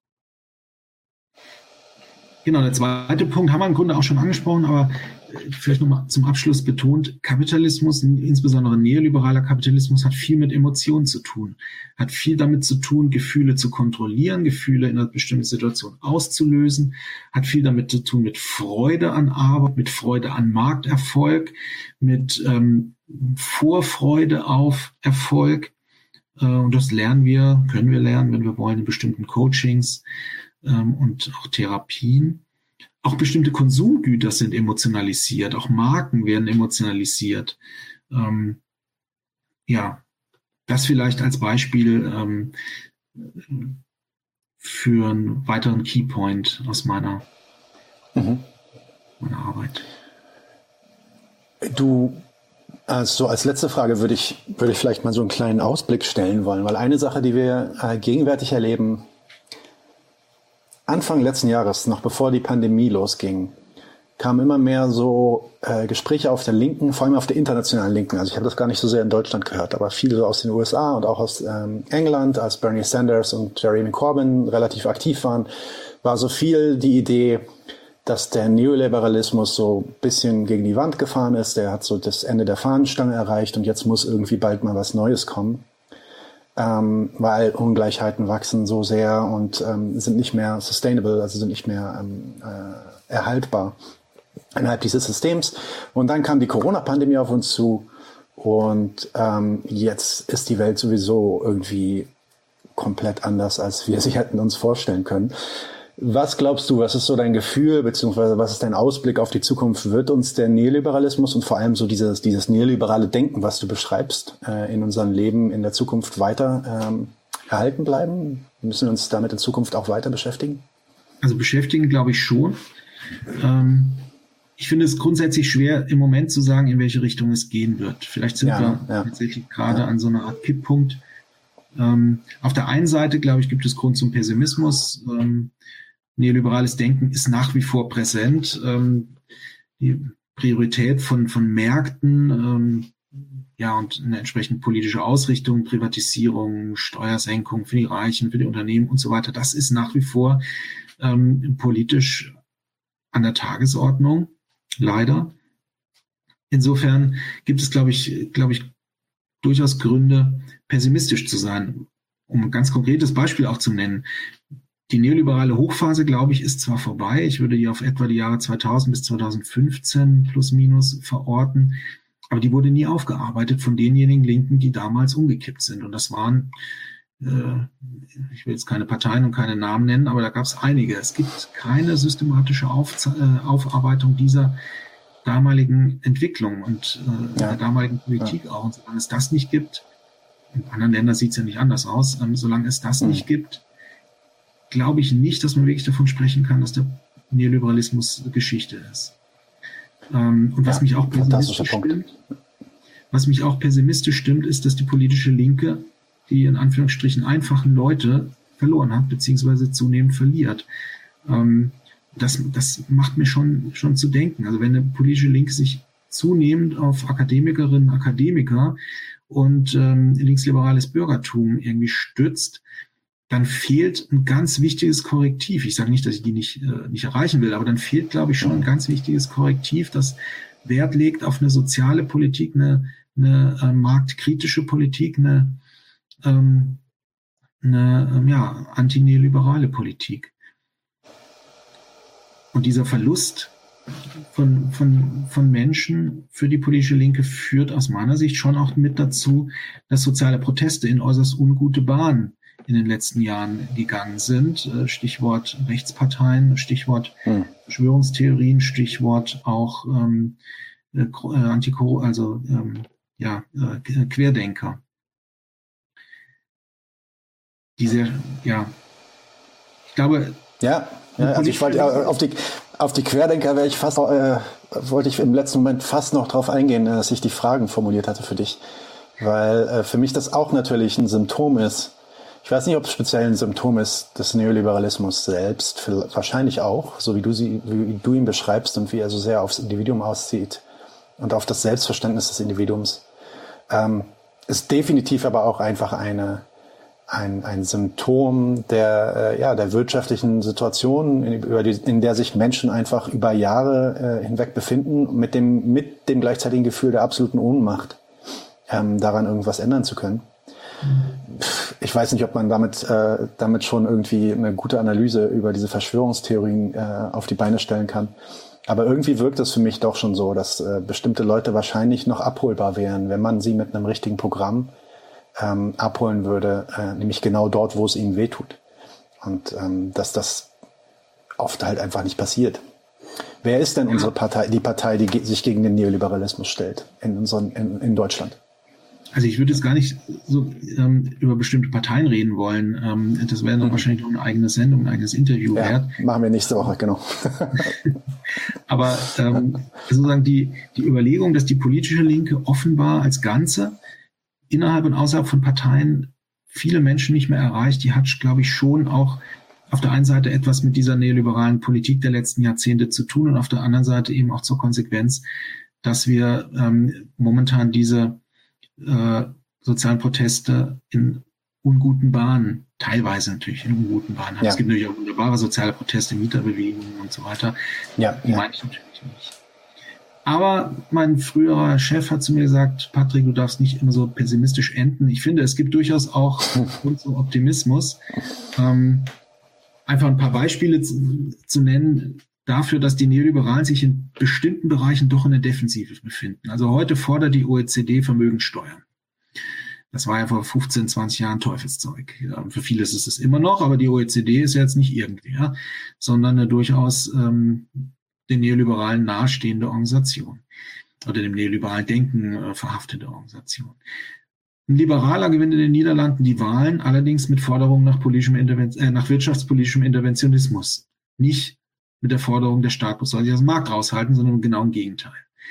Genau, der zweite Punkt haben wir im Grunde auch schon angesprochen, aber vielleicht nochmal zum Abschluss betont, Kapitalismus, insbesondere neoliberaler Kapitalismus, hat viel mit Emotionen zu tun, hat viel damit zu tun, Gefühle zu kontrollieren, Gefühle in einer bestimmten Situation auszulösen, hat viel damit zu tun mit Freude an Arbeit, mit Freude an Markterfolg, mit ähm, Vorfreude auf Erfolg. Äh, und das lernen wir, können wir lernen, wenn wir wollen, in bestimmten Coachings ähm, und auch Therapien. Auch bestimmte Konsumgüter sind emotionalisiert, auch Marken werden emotionalisiert. Ähm, ja, das vielleicht als Beispiel ähm, für einen weiteren Keypoint aus meiner, mhm. meiner Arbeit. Du, also als letzte Frage würde ich, würde ich vielleicht mal so einen kleinen Ausblick stellen wollen, weil eine Sache, die wir äh, gegenwärtig erleben, Anfang letzten Jahres, noch bevor die Pandemie losging, kamen immer mehr so äh, Gespräche auf der Linken, vor allem auf der internationalen Linken. Also ich habe das gar nicht so sehr in Deutschland gehört, aber viele so aus den U S A und auch aus ähm, England, als Bernie Sanders und Jeremy Corbyn relativ aktiv waren, war so viel die Idee, dass der Neoliberalismus so ein bisschen gegen die Wand gefahren ist. Der hat so das Ende der Fahnenstange erreicht und jetzt muss irgendwie bald mal was Neues kommen. Ähm, weil Ungleichheiten wachsen so sehr und ähm, sind nicht mehr sustainable, also sind nicht mehr ähm, äh, erhaltbar innerhalb dieses Systems. Und dann kam die Corona-Pandemie auf uns zu und ähm, jetzt ist die Welt sowieso irgendwie komplett anders, als wir sie hätten uns vorstellen können. Was glaubst du, was ist so dein Gefühl, beziehungsweise was ist dein Ausblick auf die Zukunft? Wird uns der Neoliberalismus und vor allem so dieses, dieses neoliberale Denken, was du beschreibst, äh, in unserem Leben in der Zukunft weiter ähm, erhalten bleiben? Müssen wir uns damit in Zukunft auch weiter beschäftigen? Also beschäftigen glaube ich schon. Ähm, ich finde es grundsätzlich schwer, im Moment zu sagen, in welche Richtung es gehen wird. Vielleicht sind ja, wir ja. tatsächlich gerade ja. an so einer Art Kipppunkt. Ähm, auf der einen Seite, glaube ich, gibt es Grund zum Pessimismus. Ähm, Neoliberales Denken ist nach wie vor präsent. Ähm, die Priorität von, von Märkten, ähm, ja, und eine entsprechende politische Ausrichtung, Privatisierung, Steuersenkung für die Reichen, für die Unternehmen und so weiter, das ist nach wie vor ähm, politisch an der Tagesordnung, leider. Insofern gibt es, glaube ich, glaube ich, durchaus Gründe, pessimistisch zu sein. Um ein ganz konkretes Beispiel auch zu nennen. Die neoliberale Hochphase, glaube ich, ist zwar vorbei. Ich würde die auf etwa die Jahre zweitausend bis zweitausendfünfzehn plus minus verorten. Aber die wurde nie aufgearbeitet von denjenigen Linken, die damals umgekippt sind. Und das waren, äh, ich will jetzt keine Parteien und keine Namen nennen, aber da gab es einige. Es gibt keine systematische Auf, äh, Aufarbeitung dieser damaligen Entwicklung und äh, ja. der damaligen Politik ja. auch. Und solange es das nicht gibt, in anderen Ländern sieht es ja nicht anders aus, ähm, solange es das mhm. nicht gibt, glaube ich nicht, dass man wirklich davon sprechen kann, dass der Neoliberalismus Geschichte ist. Ähm, und was ja, mich auch pessimistisch stimmt, was mich auch pessimistisch stimmt, ist, dass die politische Linke die in Anführungsstrichen einfachen Leute verloren hat, beziehungsweise zunehmend verliert. Ähm, das, das macht mir schon, schon zu denken. Also wenn eine politische Linke sich zunehmend auf Akademikerinnen, Akademiker und ähm, linksliberales Bürgertum irgendwie stützt, dann fehlt ein ganz wichtiges Korrektiv. Ich sage nicht, dass ich die nicht, äh, nicht erreichen will, aber dann fehlt, glaube ich, schon ein ganz wichtiges Korrektiv, das Wert legt auf eine soziale Politik, eine, eine äh, marktkritische Politik, eine, ähm, eine ähm, ja, antineoliberale Politik. Und dieser Verlust von, von, von Menschen für die politische Linke führt aus meiner Sicht schon auch mit dazu, dass soziale Proteste in äußerst ungute Bahnen in den letzten Jahren gegangen sind. Stichwort Rechtsparteien, Stichwort hm. Verschwörungstheorien, Stichwort auch ähm, äh, Antiko, also ähm, ja, äh, Querdenker. Diese, ja, ich glaube. Ja, ja also ich wollte auf die, auf die Querdenker wäre ich fast, äh, wollte ich im letzten Moment fast noch drauf eingehen, dass ich die Fragen formuliert hatte für dich. Weil äh, für mich das auch natürlich ein Symptom ist. Ich weiß nicht, ob es speziell ein Symptom ist des Neoliberalismus selbst, für, wahrscheinlich auch, so wie du, sie, wie du ihn beschreibst und wie er so sehr aufs Individuum auszieht und auf das Selbstverständnis des Individuums. Ähm, ist definitiv aber auch einfach eine Ein, ein Symptom der, äh, ja, der wirtschaftlichen Situation, in, über die, in der sich Menschen einfach über Jahre äh, hinweg befinden, mit dem, mit dem gleichzeitigen Gefühl der absoluten Ohnmacht, ähm, daran irgendwas ändern zu können. Mhm. Ich weiß nicht, ob man damit, äh, damit schon irgendwie eine gute Analyse über diese Verschwörungstheorien äh, auf die Beine stellen kann. Aber irgendwie wirkt es für mich doch schon so, dass äh, bestimmte Leute wahrscheinlich noch abholbar wären, wenn man sie mit einem richtigen Programm Ähm, abholen würde, äh, nämlich genau dort, wo es ihnen wehtut. Und ähm, dass das oft halt einfach nicht passiert. Wer ist denn unsere Partei, die Partei, die ge- sich gegen den Neoliberalismus stellt in, unseren, in, in Deutschland? Also ich würde jetzt gar nicht so ähm, über bestimmte Parteien reden wollen. Ähm, das wäre dann mhm. wahrscheinlich noch eine eigene Sendung, ein eigenes Interview ja, wert. Machen wir nächste Woche, genau. Aber ähm, sozusagen die, die Überlegung, dass die politische Linke offenbar als Ganze innerhalb und außerhalb von Parteien viele Menschen nicht mehr erreicht, die hat, glaube ich, schon auch auf der einen Seite etwas mit dieser neoliberalen Politik der letzten Jahrzehnte zu tun und auf der anderen Seite eben auch zur Konsequenz, dass wir ähm, momentan diese äh, sozialen Proteste in unguten Bahnen, teilweise natürlich in unguten Bahnen haben. Ja. Es gibt natürlich auch wunderbare soziale Proteste, Mieterbewegungen und so weiter. Ja, die ja. meine ich natürlich nicht. Aber mein früherer Chef hat zu mir gesagt, Patrick, du darfst nicht immer so pessimistisch enden. Ich finde, es gibt durchaus auch Grund zum Optimismus. Ähm, einfach ein paar Beispiele zu, zu nennen dafür, dass die Neoliberalen sich in bestimmten Bereichen doch in der Defensive befinden. Also heute fordert die O E C D Vermögenssteuern. Das war ja vor fünfzehn, zwanzig Jahren Teufelszeug. Ja, für viele ist es immer noch, aber die O E C D ist ja jetzt nicht irgendwer, sondern eine durchaus ähm, den Neoliberalen nahestehende Organisation oder dem neoliberalen Denken äh, verhaftete Organisation. Ein Liberaler gewinnt in den Niederlanden die Wahlen, allerdings mit Forderungen nach, politischem Interven- äh, nach wirtschaftspolitischem Interventionismus. Nicht mit der Forderung, der Staat soll sich aus dem Markt raushalten, sondern genau im Gegenteil.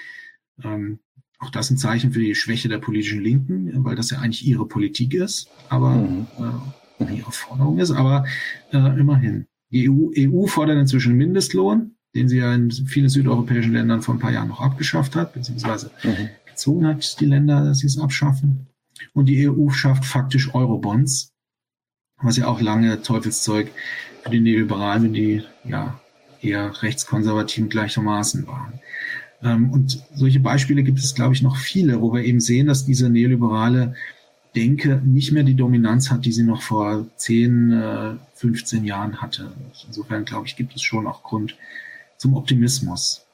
Ähm, auch das ein Zeichen für die Schwäche der politischen Linken, weil das ja eigentlich ihre Politik ist, aber mhm. äh, ihre Forderung ist, aber äh, immerhin. Die E U, E U fordert inzwischen Mindestlohn, den sie ja in vielen südeuropäischen Ländern vor ein paar Jahren noch abgeschafft hat, beziehungsweise mhm. gezwungen hat, die Länder, dass sie es abschaffen. Und die E U schafft faktisch Eurobonds, was ja auch lange Teufelszeug für die Neoliberalen und die ja eher rechtskonservativen gleichermaßen waren. Ähm, und solche Beispiele gibt es, glaube ich, noch viele, wo wir eben sehen, dass diese neoliberale Denke nicht mehr die Dominanz hat, die sie noch vor zehn, fünfzehn Jahren hatte. Insofern, glaube ich, gibt es schon auch Grund zum Optimismus.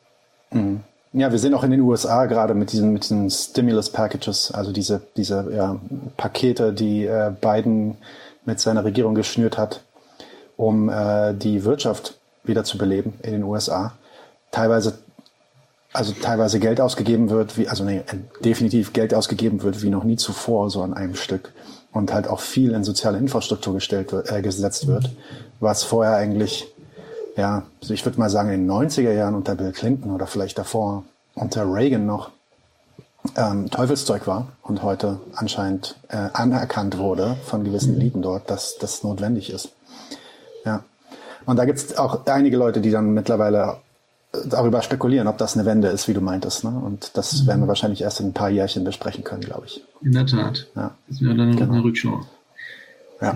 Ja, wir sehen auch in den U S A gerade mit diesen, mit diesen Stimulus Packages, also diese, diese ja, Pakete, die äh, Biden mit seiner Regierung geschnürt hat, um äh, die Wirtschaft wieder zu beleben in den U S A. Teilweise, also teilweise Geld ausgegeben wird, wie, also nee, definitiv Geld ausgegeben wird wie noch nie zuvor, so an einem Stück. Und halt auch viel in soziale Infrastruktur gestellt wird, äh, gesetzt wird, was vorher eigentlich, ja, also ich würde mal sagen, in den neunziger Jahren unter Bill Clinton oder vielleicht davor unter Reagan noch ähm, Teufelszeug war und heute anscheinend äh, anerkannt wurde von gewissen Eliten dort, dass das notwendig ist. Ja. Und da gibt es auch einige Leute, die dann mittlerweile darüber spekulieren, ob das eine Wende ist, wie du meintest. Ne? Und das mhm. werden wir wahrscheinlich erst in ein paar Jährchen besprechen können, glaube ich. In der Tat. Ja. Das wäre dann genau. eine Rückschau. Ja.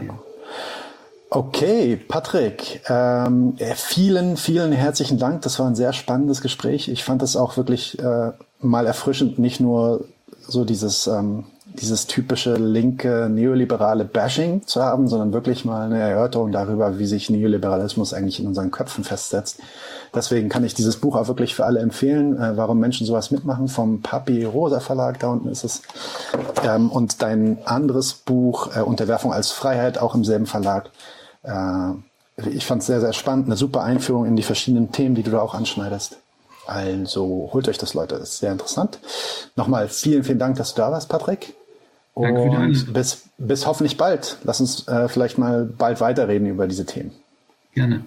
Okay, Patrick, ähm, vielen, vielen herzlichen Dank. Das war ein sehr spannendes Gespräch. Ich fand das auch wirklich äh, mal erfrischend, nicht nur so dieses, ähm, dieses typische linke neoliberale Bashing zu haben, sondern wirklich mal eine Erörterung darüber, wie sich Neoliberalismus eigentlich in unseren Köpfen festsetzt. Deswegen kann ich dieses Buch auch wirklich für alle empfehlen, äh, warum Menschen sowas mitmachen, vom Papi Rosa Verlag, da unten ist es. Ähm, und dein anderes Buch, äh, Unterwerfung als Freiheit, auch im selben Verlag. Äh, ich fand es sehr, sehr spannend, eine super Einführung in die verschiedenen Themen, die du da auch anschneidest. Also holt euch das, Leute, das ist sehr interessant. Nochmal vielen, vielen Dank, dass du da warst, Patrick. Danke für die Einladung. Und bis, bis hoffentlich bald. Lass uns äh, vielleicht mal bald weiterreden über diese Themen. Gerne.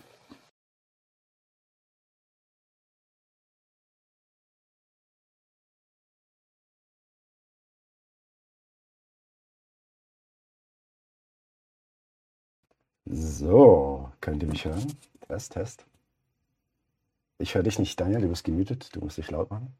So, könnt ihr mich hören? Test, Test. Ich höre dich nicht, Daniel, du bist gemutet, du musst dich laut machen.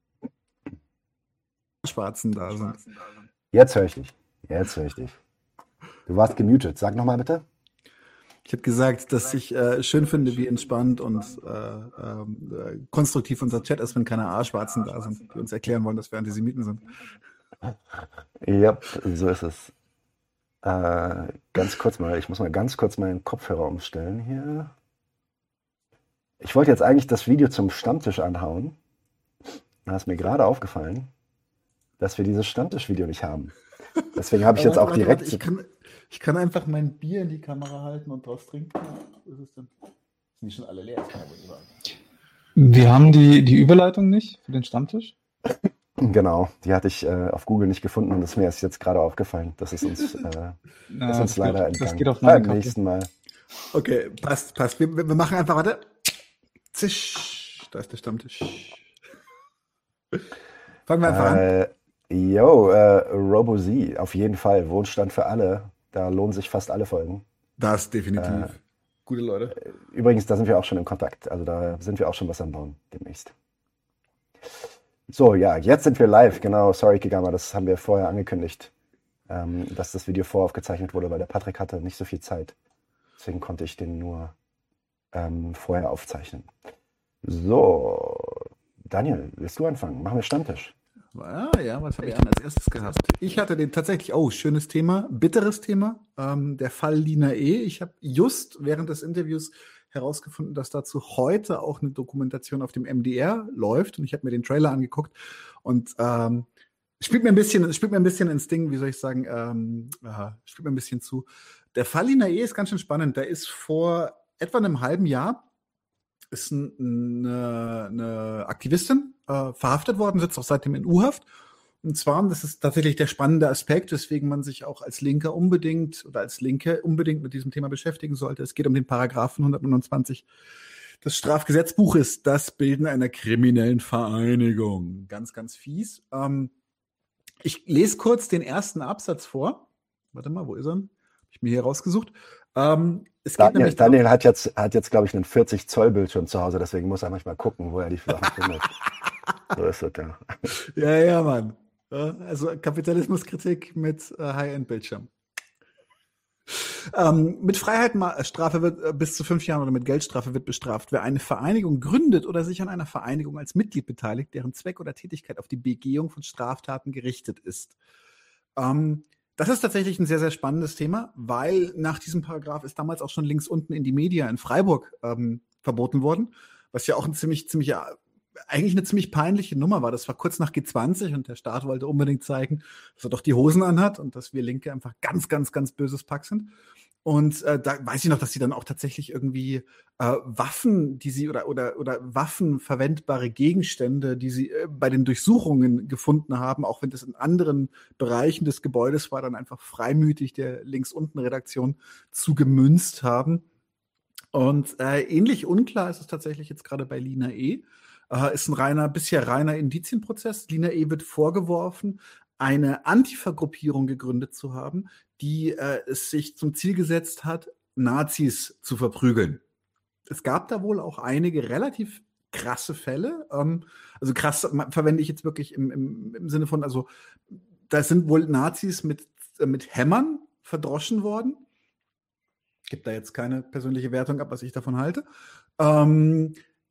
Schwarzen da sind. Jetzt höre ich dich. Jetzt höre ich dich. Du warst gemutet. Sag nochmal bitte. Ich habe gesagt, dass ich äh, schön finde, wie entspannt und äh, äh, konstruktiv unser Chat ist, wenn keine A-Schwarzen da sind, die uns erklären wollen, dass wir Antisemiten sind. Ja, so ist es. Äh, ganz kurz mal, ich muss mal ganz kurz meinen Kopfhörer umstellen hier. Ich wollte jetzt eigentlich das Video zum Stammtisch anhauen. Da ist mir gerade aufgefallen, dass wir dieses Stammtisch-Video nicht haben. Deswegen habe ich jetzt auch Warte, direkt... warte, ich, kann, ich kann einfach mein Bier in die Kamera halten und draus trinken. Was ist es denn? Sind die schon alle leer? Das kann ja wohl nicht wahr sein. Wir haben die, die Überleitung nicht für den Stammtisch. Genau, die hatte ich äh, auf Google nicht gefunden und das ist mir erst jetzt gerade aufgefallen. Das ist uns, äh, Na, ist uns das leider geht, entgangen. Das geht auf Beim meine Kappe. nächsten Mal. Okay, passt, passt. Wir, wir machen einfach, warte. Zisch, da ist der Stammtisch. Fangen wir einfach an. Äh, yo, äh, RoboZ, auf jeden Fall. Wohnstand für alle. Da lohnen sich fast alle Folgen. Das definitiv. Äh, Gute Leute. Übrigens, da sind wir auch schon in Kontakt. Also da sind wir auch schon was am Bauen demnächst. So, ja, jetzt sind wir live. Genau, sorry, Kigama, das haben wir vorher angekündigt, ähm, dass das Video voraufgezeichnet wurde, weil der Patrick hatte nicht so viel Zeit. Deswegen konnte ich den nur ähm, vorher aufzeichnen. So, Daniel, willst du anfangen? Machen wir Stammtisch. Ah, ja, was habe ich denn als erstes gehabt? Ich hatte den tatsächlich, oh, schönes Thema, bitteres Thema, ähm, der Fall Lina E. Ich habe just während des Interviews herausgefunden, dass dazu heute auch eine Dokumentation auf dem M D R läuft und ich habe mir den Trailer angeguckt und ähm, spielt mir ein bisschen, spielt mir ein bisschen ins Ding, wie soll ich sagen, ähm, äh, spielt mir ein bisschen zu. Der Fall Lina E. ist ganz schön spannend. Der ist vor etwa einem halben Jahr ist eine, eine Aktivistin äh, verhaftet worden, sitzt auch seitdem in U-Haft. Und zwar, das ist tatsächlich der spannende Aspekt, weswegen man sich auch als Linker unbedingt oder als Linke unbedingt mit diesem Thema beschäftigen sollte. Es geht um den Paragraphen hundertneunundzwanzig des Strafgesetzbuches, das Bilden einer kriminellen Vereinigung. Ganz, ganz fies. Ähm, ich lese kurz den ersten Absatz vor. Warte mal, wo ist er? Habe ich mir hier rausgesucht. Ähm, es geht Daniel, nämlich Daniel hat jetzt, hat jetzt glaube ich, einen vierzig Zoll Bildschirm zu Hause, deswegen muss er manchmal gucken, wo er die Sachen findet. So ist es, ja. Ja, ja, Mann. Ja, also Kapitalismuskritik mit äh, High-End-Bildschirm. Ähm, mit Freiheitsstrafe wird äh, bis zu fünf Jahren oder mit Geldstrafe wird bestraft, wer eine Vereinigung gründet oder sich an einer Vereinigung als Mitglied beteiligt, deren Zweck oder Tätigkeit auf die Begehung von Straftaten gerichtet ist. Ähm, das ist tatsächlich ein sehr, sehr spannendes Thema, weil nach diesem Paragraph ist damals auch schon links unten in die Media in Freiburg ähm, verboten worden, was ja auch ein ziemlich, ziemlich, ja, eigentlich eine ziemlich peinliche Nummer war. Das war kurz nach G zwanzig und der Staat wollte unbedingt zeigen, dass er doch die Hosen anhat und dass wir Linke einfach ganz, ganz, ganz böses Pack sind. Und äh, da weiß ich noch, dass sie dann auch tatsächlich irgendwie äh, Waffen, die sie oder oder oder waffenverwendbare Gegenstände, die sie äh, bei den Durchsuchungen gefunden haben, auch wenn das in anderen Bereichen des Gebäudes war, dann einfach freimütig der links unten Redaktion zugemünzt haben. Und äh, ähnlich unklar ist es tatsächlich jetzt gerade bei Lina E. Äh, ist ein reiner, bisher reiner Indizienprozess. Lina E. wird vorgeworfen, eine Antifa-Gruppierung gegründet zu haben, die äh, es sich zum Ziel gesetzt hat, Nazis zu verprügeln. Es gab da wohl auch einige relativ krasse Fälle. Ähm, also krass verwende ich jetzt wirklich im, im, im Sinne von, also da sind wohl Nazis mit, äh, mit Hämmern verdroschen worden. Ich gebe da jetzt keine persönliche Wertung ab, was ich davon halte. Ähm,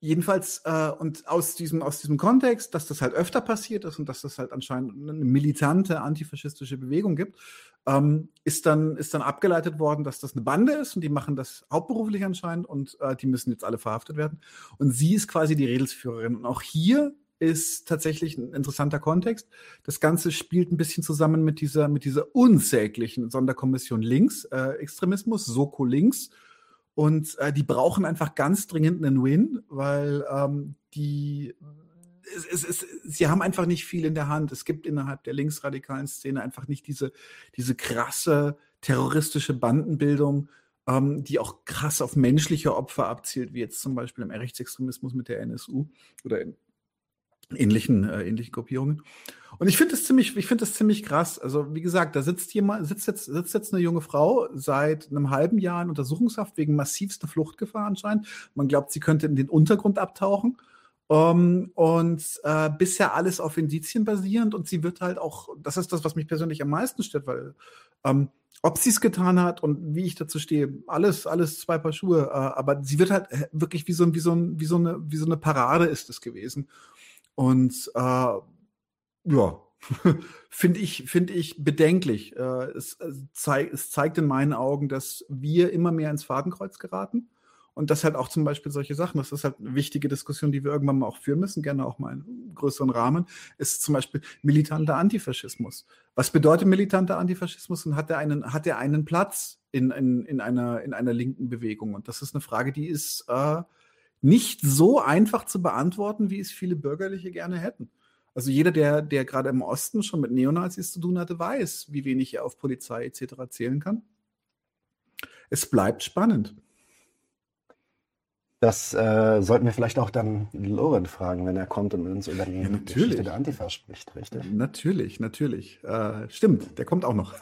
jedenfalls, äh, und aus diesem, aus diesem Kontext, dass das halt öfter passiert ist und dass das halt anscheinend eine militante antifaschistische Bewegung gibt, ähm, ist dann, ist dann abgeleitet worden, dass das eine Bande ist und die machen das hauptberuflich anscheinend und äh, die müssen jetzt alle verhaftet werden. Und sie ist quasi die Redelsführerin. Und auch hier ist tatsächlich ein interessanter Kontext. Das Ganze spielt ein bisschen zusammen mit dieser, mit dieser unsäglichen Sonderkommission Links, äh, Extremismus, Soko Links. Und äh, die brauchen einfach ganz dringend einen Win, weil ähm, die, es, es, es, sie haben einfach nicht viel in der Hand. Es gibt innerhalb der linksradikalen Szene einfach nicht diese, diese krasse terroristische Bandenbildung, ähm, die auch krass auf menschliche Opfer abzielt, wie jetzt zum Beispiel im Rechtsextremismus mit der N S U oder in ähnlichen, äh, ähnlichen Gruppierungen. Und ich finde das ziemlich, ich finde das ziemlich krass. Also, wie gesagt, da sitzt jemand, sitzt jetzt, sitzt jetzt eine junge Frau seit einem halben Jahr in Untersuchungshaft wegen massivster Fluchtgefahr anscheinend. Man glaubt, sie könnte in den Untergrund abtauchen. Um, und äh, bisher alles auf Indizien basierend und sie wird halt auch, das ist das, was mich persönlich am meisten stört, weil ähm, ob sie es getan hat und wie ich dazu stehe, alles, alles zwei Paar Schuhe, äh, aber sie wird halt wirklich wie so, wie so, wie so, eine, wie so eine Parade ist es gewesen. Und äh, ja, finde ich, finde ich bedenklich. Äh, es, zei- es zeigt in meinen Augen, dass wir immer mehr ins Fadenkreuz geraten. Und das halt auch zum Beispiel solche Sachen, das ist halt eine wichtige Diskussion, die wir irgendwann mal auch führen müssen, gerne auch mal in größeren Rahmen, ist zum Beispiel militanter Antifaschismus. Was bedeutet militanter Antifaschismus und hat er einen, hat er einen Platz in, in, in, einer, in einer linken Bewegung? Und das ist eine Frage, die ist äh, nicht so einfach zu beantworten, wie es viele Bürgerliche gerne hätten. Also jeder, der, der gerade im Osten schon mit Neonazis zu tun hatte, weiß, wie wenig er auf Polizei et cetera zählen kann. Es bleibt spannend. Das äh, sollten wir vielleicht auch dann Loren fragen, wenn er kommt und uns über die Ja, Geschichte der natürlich. Antifa spricht, richtig? Natürlich, natürlich. Äh, stimmt, der kommt auch noch.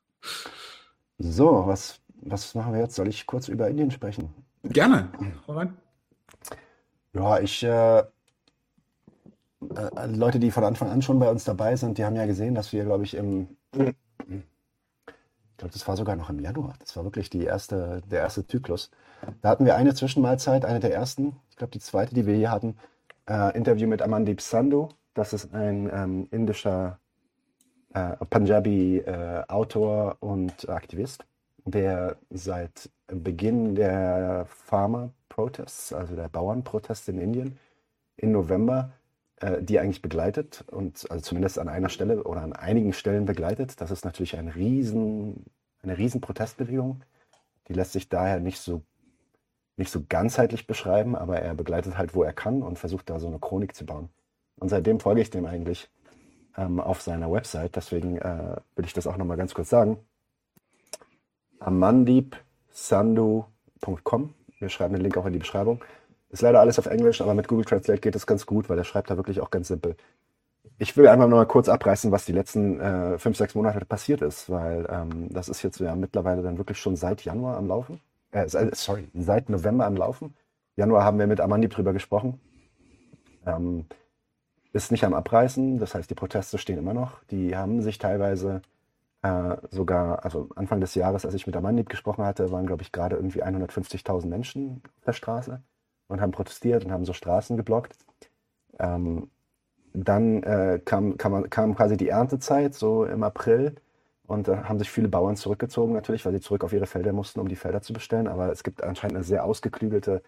So, was, was machen wir jetzt? Soll ich kurz über Indien sprechen? Gerne. Hau rein. Ja, ich, äh, äh, Leute, die von Anfang an schon bei uns dabei sind, die haben ja gesehen, dass wir, glaube ich, im, ich glaube, das war sogar noch im Januar, das war wirklich die erste, der erste Zyklus. Da hatten wir eine Zwischenmahlzeit, eine der ersten, ich glaube die zweite, die wir hier hatten, äh, Interview mit Amandeep Sandhu. Das ist ein ähm, indischer äh, Punjabi äh, Autor und Aktivist, der seit Beginn der Farmer Protests, also der Bauernproteste in Indien, im November, äh, die eigentlich begleitet und also zumindest an einer Stelle oder an einigen Stellen begleitet. Das ist natürlich ein riesen, eine riesen Protestbewegung. Die lässt sich daher nicht so nicht so ganzheitlich beschreiben, aber er begleitet halt, wo er kann und versucht da so eine Chronik zu bauen. Und seitdem folge ich dem eigentlich ähm, auf seiner Website, deswegen äh, will ich das auch nochmal ganz kurz sagen. amandeep sandhu punkt com. Wir schreiben den Link auch in die Beschreibung. Ist leider alles auf Englisch, aber mit Google Translate geht das ganz gut, weil er schreibt da wirklich auch ganz simpel. Ich will einfach nur mal kurz abreißen, was die letzten äh, fünf, sechs Monate passiert ist, weil ähm, das ist jetzt ja mittlerweile dann wirklich schon seit Januar am Laufen. Äh, sorry, seit November am Laufen. Januar haben wir mit Amandeep drüber gesprochen. Ähm, ist nicht am Abreißen, das heißt, die Proteste stehen immer noch. Die haben sich teilweise äh, sogar, also Anfang des Jahres, als ich mit Amandeep gesprochen hatte, waren, glaube ich, gerade irgendwie hundertfünfzigtausend Menschen auf der Straße und haben protestiert und haben so Straßen geblockt. Ähm, dann äh, kam, kam, kam quasi die Erntezeit, so im April. Und da haben sich viele Bauern zurückgezogen natürlich, weil sie zurück auf ihre Felder mussten, um die Felder zu bestellen. Aber es gibt anscheinend eine sehr ausgeklügelte,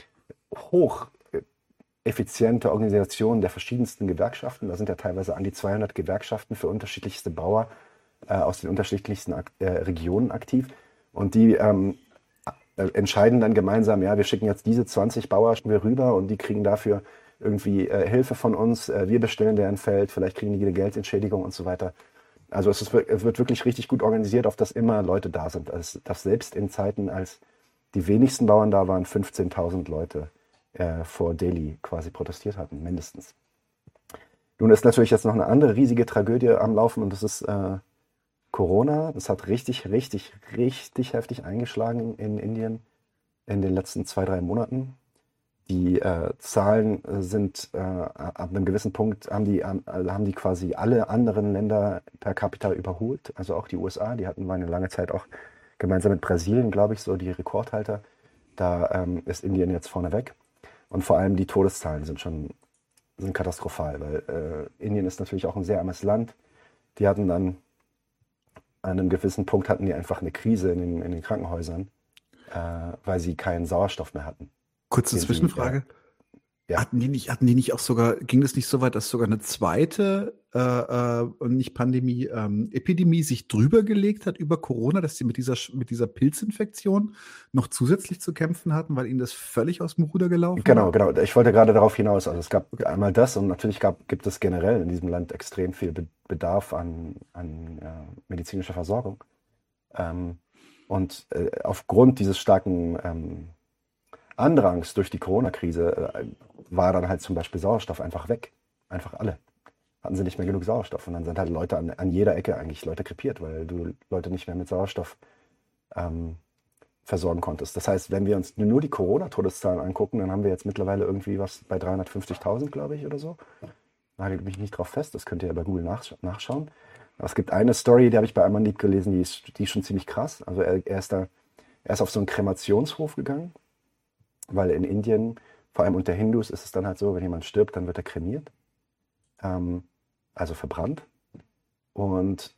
hocheffiziente Organisation der verschiedensten Gewerkschaften. Da sind ja teilweise an die zweihundert Gewerkschaften für unterschiedlichste Bauer äh, aus den unterschiedlichsten äh, Regionen aktiv. Und die ähm, äh, entscheiden dann gemeinsam, ja, wir schicken jetzt diese zwanzig Bauer rüber und die kriegen dafür irgendwie äh, Hilfe von uns. Äh, wir bestellen deren Feld, vielleicht kriegen die eine Geldentschädigung und so weiter. Also es, ist, es wird wirklich richtig gut organisiert, auf dass immer Leute da sind. Also, dass selbst in Zeiten, als die wenigsten Bauern da waren, fünfzehntausend Leute äh, vor Delhi quasi protestiert hatten, mindestens. Nun ist natürlich jetzt noch eine andere riesige Tragödie am Laufen und das ist äh, Corona. Das hat richtig, richtig, richtig heftig eingeschlagen in Indien in den letzten zwei, drei Monaten. Die äh, Zahlen sind äh, ab einem gewissen Punkt, haben die, äh, haben die quasi alle anderen Länder per capita überholt, also auch die U S A, die hatten eine lange Zeit auch gemeinsam mit Brasilien, glaube ich, so die Rekordhalter. Da ähm, ist Indien jetzt vorneweg. Und vor allem die Todeszahlen sind schon sind katastrophal, weil äh, Indien ist natürlich auch ein sehr armes Land. Die hatten dann an einem gewissen Punkt hatten die einfach eine Krise in den, in den Krankenhäusern, äh, weil sie keinen Sauerstoff mehr hatten. Kurze Den sie, Zwischenfrage. äh, ja. Hatten die nicht, hatten die nicht auch sogar, ging es nicht so weit, dass sogar eine zweite, äh, äh, und nicht Pandemie, ähm, Epidemie sich drüber gelegt hat über Corona, dass sie mit dieser, Sch- mit dieser Pilzinfektion noch zusätzlich zu kämpfen hatten, weil ihnen das völlig aus dem Ruder gelaufen Genau, war? genau. Ich wollte gerade darauf hinaus. Also es gab einmal das und natürlich gab, gibt es generell in diesem Land extrem viel Be- Bedarf an, an äh, medizinischer Versorgung. Ähm, und äh, aufgrund dieses starken ähm, Andrangs durch die Corona-Krise äh, war dann halt zum Beispiel Sauerstoff einfach weg. Einfach alle. Hatten sie nicht mehr genug Sauerstoff. Und dann sind halt Leute an, an jeder Ecke eigentlich Leute krepiert, weil du Leute nicht mehr mit Sauerstoff ähm, versorgen konntest. Das heißt, wenn wir uns nur die Corona-Todeszahlen angucken, dann haben wir jetzt mittlerweile irgendwie was bei dreihundertfünfzigtausend, glaube ich, oder so. Nagelt mich nicht drauf fest, das könnt ihr ja bei Google nachsch- nachschauen. Aber es gibt eine Story, die habe ich bei Amandeep gelesen, die ist, die ist schon ziemlich krass. Also er, er, ist da, er ist auf so einen Kremationshof gegangen, weil in Indien, vor allem unter Hindus, ist es dann halt so, wenn jemand stirbt, dann wird er kremiert, ähm, also verbrannt. Und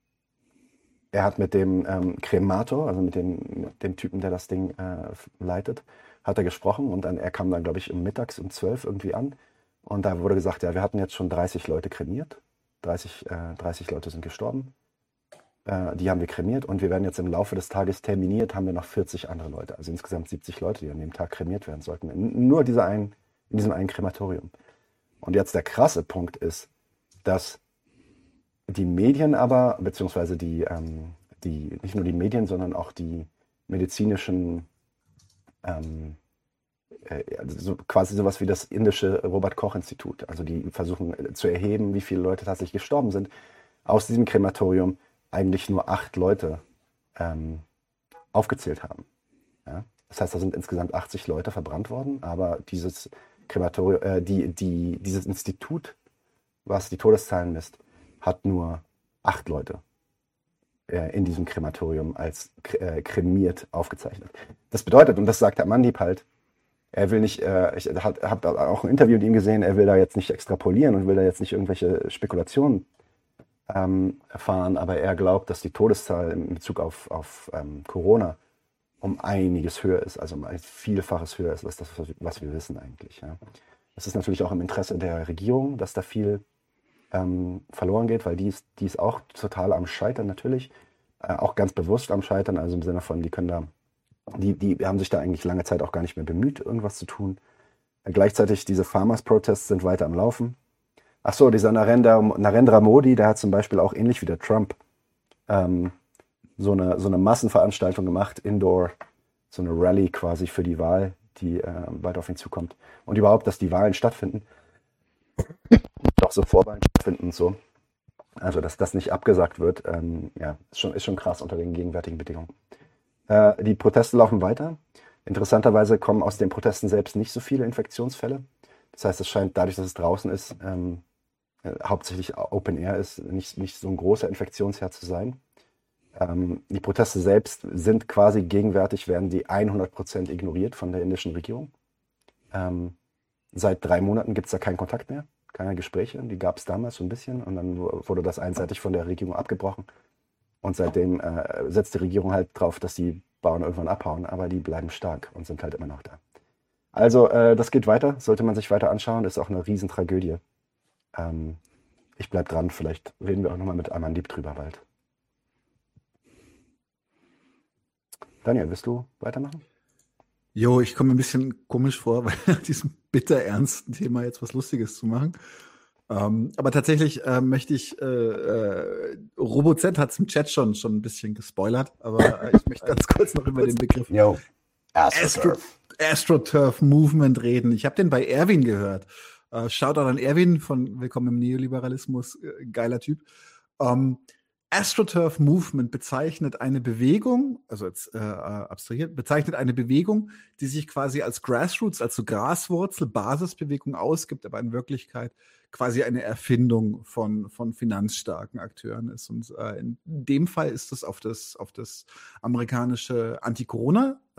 er hat mit dem ähm, Kremator, also mit dem, mit dem Typen, der das Ding äh, leitet, hat er gesprochen und dann, er kam dann, glaube ich, um mittags um zwölf irgendwie an und da wurde gesagt, ja, wir hatten jetzt schon dreißig Leute kremiert, dreißig, äh, dreißig Leute sind gestorben, äh, die haben wir kremiert und wir werden jetzt im Laufe des Tages terminiert, haben wir noch vierzig andere Leute, also insgesamt siebzig Leute, die an dem Tag kremiert werden sollten, in, nur dieser ein, in diesem einen Krematorium. Und jetzt der krasse Punkt ist, dass die Medien aber, beziehungsweise die, ähm, die, nicht nur die Medien, sondern auch die medizinischen, ähm, äh, also so, quasi sowas wie das indische Robert-Koch-Institut, also die versuchen äh, zu erheben, wie viele Leute tatsächlich gestorben sind, aus diesem Krematorium eigentlich nur acht Leute ähm, aufgezählt haben. Ja? Das heißt, da sind insgesamt achtzig Leute verbrannt worden, aber dieses Krematorium, äh, die, die, dieses Institut, was die Todeszahlen misst, hat nur acht Leute äh, in diesem Krematorium als äh, kremiert aufgezeichnet. Das bedeutet, und das sagt der Amandeep halt, er will nicht, äh, ich habe auch ein Interview mit ihm gesehen, er will da jetzt nicht extrapolieren und will da jetzt nicht irgendwelche Spekulationen ähm, erfahren, aber er glaubt, dass die Todeszahl in Bezug auf, auf ähm, Corona um einiges höher ist, also um ein Vielfaches höher ist, als das, was wir wissen eigentlich. Ja. Das ist natürlich auch im Interesse der Regierung, dass da viel Ähm, verloren geht, weil die ist, die ist auch total am Scheitern natürlich, äh, auch ganz bewusst am Scheitern, also im Sinne von, die können da, die, die haben sich da eigentlich lange Zeit auch gar nicht mehr bemüht, irgendwas zu tun. Äh, gleichzeitig diese Farmers-Protests sind weiter am Laufen. Ach so, dieser Narendra, Narendra Modi, der hat zum Beispiel auch ähnlich wie der Trump ähm, so, eine, so eine Massenveranstaltung gemacht, Indoor, so eine Rallye quasi für die Wahl, die äh, bald auf ihn zukommt. Und überhaupt, dass die Wahlen stattfinden. Auch so Vorwahlen stattfinden und so. Also, dass das nicht abgesagt wird, ähm, ja, ist schon, ist schon krass unter den gegenwärtigen Bedingungen. Äh, die Proteste laufen weiter. Interessanterweise kommen aus den Protesten selbst nicht so viele Infektionsfälle. Das heißt, es scheint dadurch, dass es draußen ist, ähm, äh, hauptsächlich Open Air ist, nicht, nicht so ein großer Infektionsherd zu sein. Ähm, die Proteste selbst sind quasi gegenwärtig, werden die hundert Prozent ignoriert von der indischen Regierung. Ähm, seit drei Monaten gibt es da keinen Kontakt mehr. Keine Gespräche, die gab es damals so ein bisschen und dann wurde das einseitig von der Regierung abgebrochen. Und seitdem äh, setzt die Regierung halt drauf, dass die Bauern irgendwann abhauen, aber die bleiben stark und sind halt immer noch da. Also äh, das geht weiter, sollte man sich weiter anschauen, ist auch eine Riesentragödie. Ähm, ich bleib dran, vielleicht reden wir auch nochmal mit Amandeep drüber bald. Daniel, willst du weitermachen? Jo, ich komme mir ein bisschen komisch vor, weil nach diesem bitter ernsten Thema jetzt was Lustiges zu machen. Ähm, aber tatsächlich äh, möchte ich, äh, äh, RoboZ hat es im Chat schon, schon ein bisschen gespoilert, aber äh, ich möchte ganz kurz noch über den Begriff Yo, Astro, AstroTurf Movement reden. Ich habe den bei Erwin gehört. Äh, Shoutout an Erwin von Willkommen im Neoliberalismus, äh, geiler Typ. Ähm, AstroTurf Movement bezeichnet eine Bewegung, also jetzt äh, abstrahiert, bezeichnet eine Bewegung, die sich quasi als Grassroots, also Graswurzel, Basisbewegung ausgibt, aber in Wirklichkeit quasi eine Erfindung von, von finanzstarken Akteuren ist. Und äh, in dem Fall ist es auf das, auf das amerikanische Anti-Corona,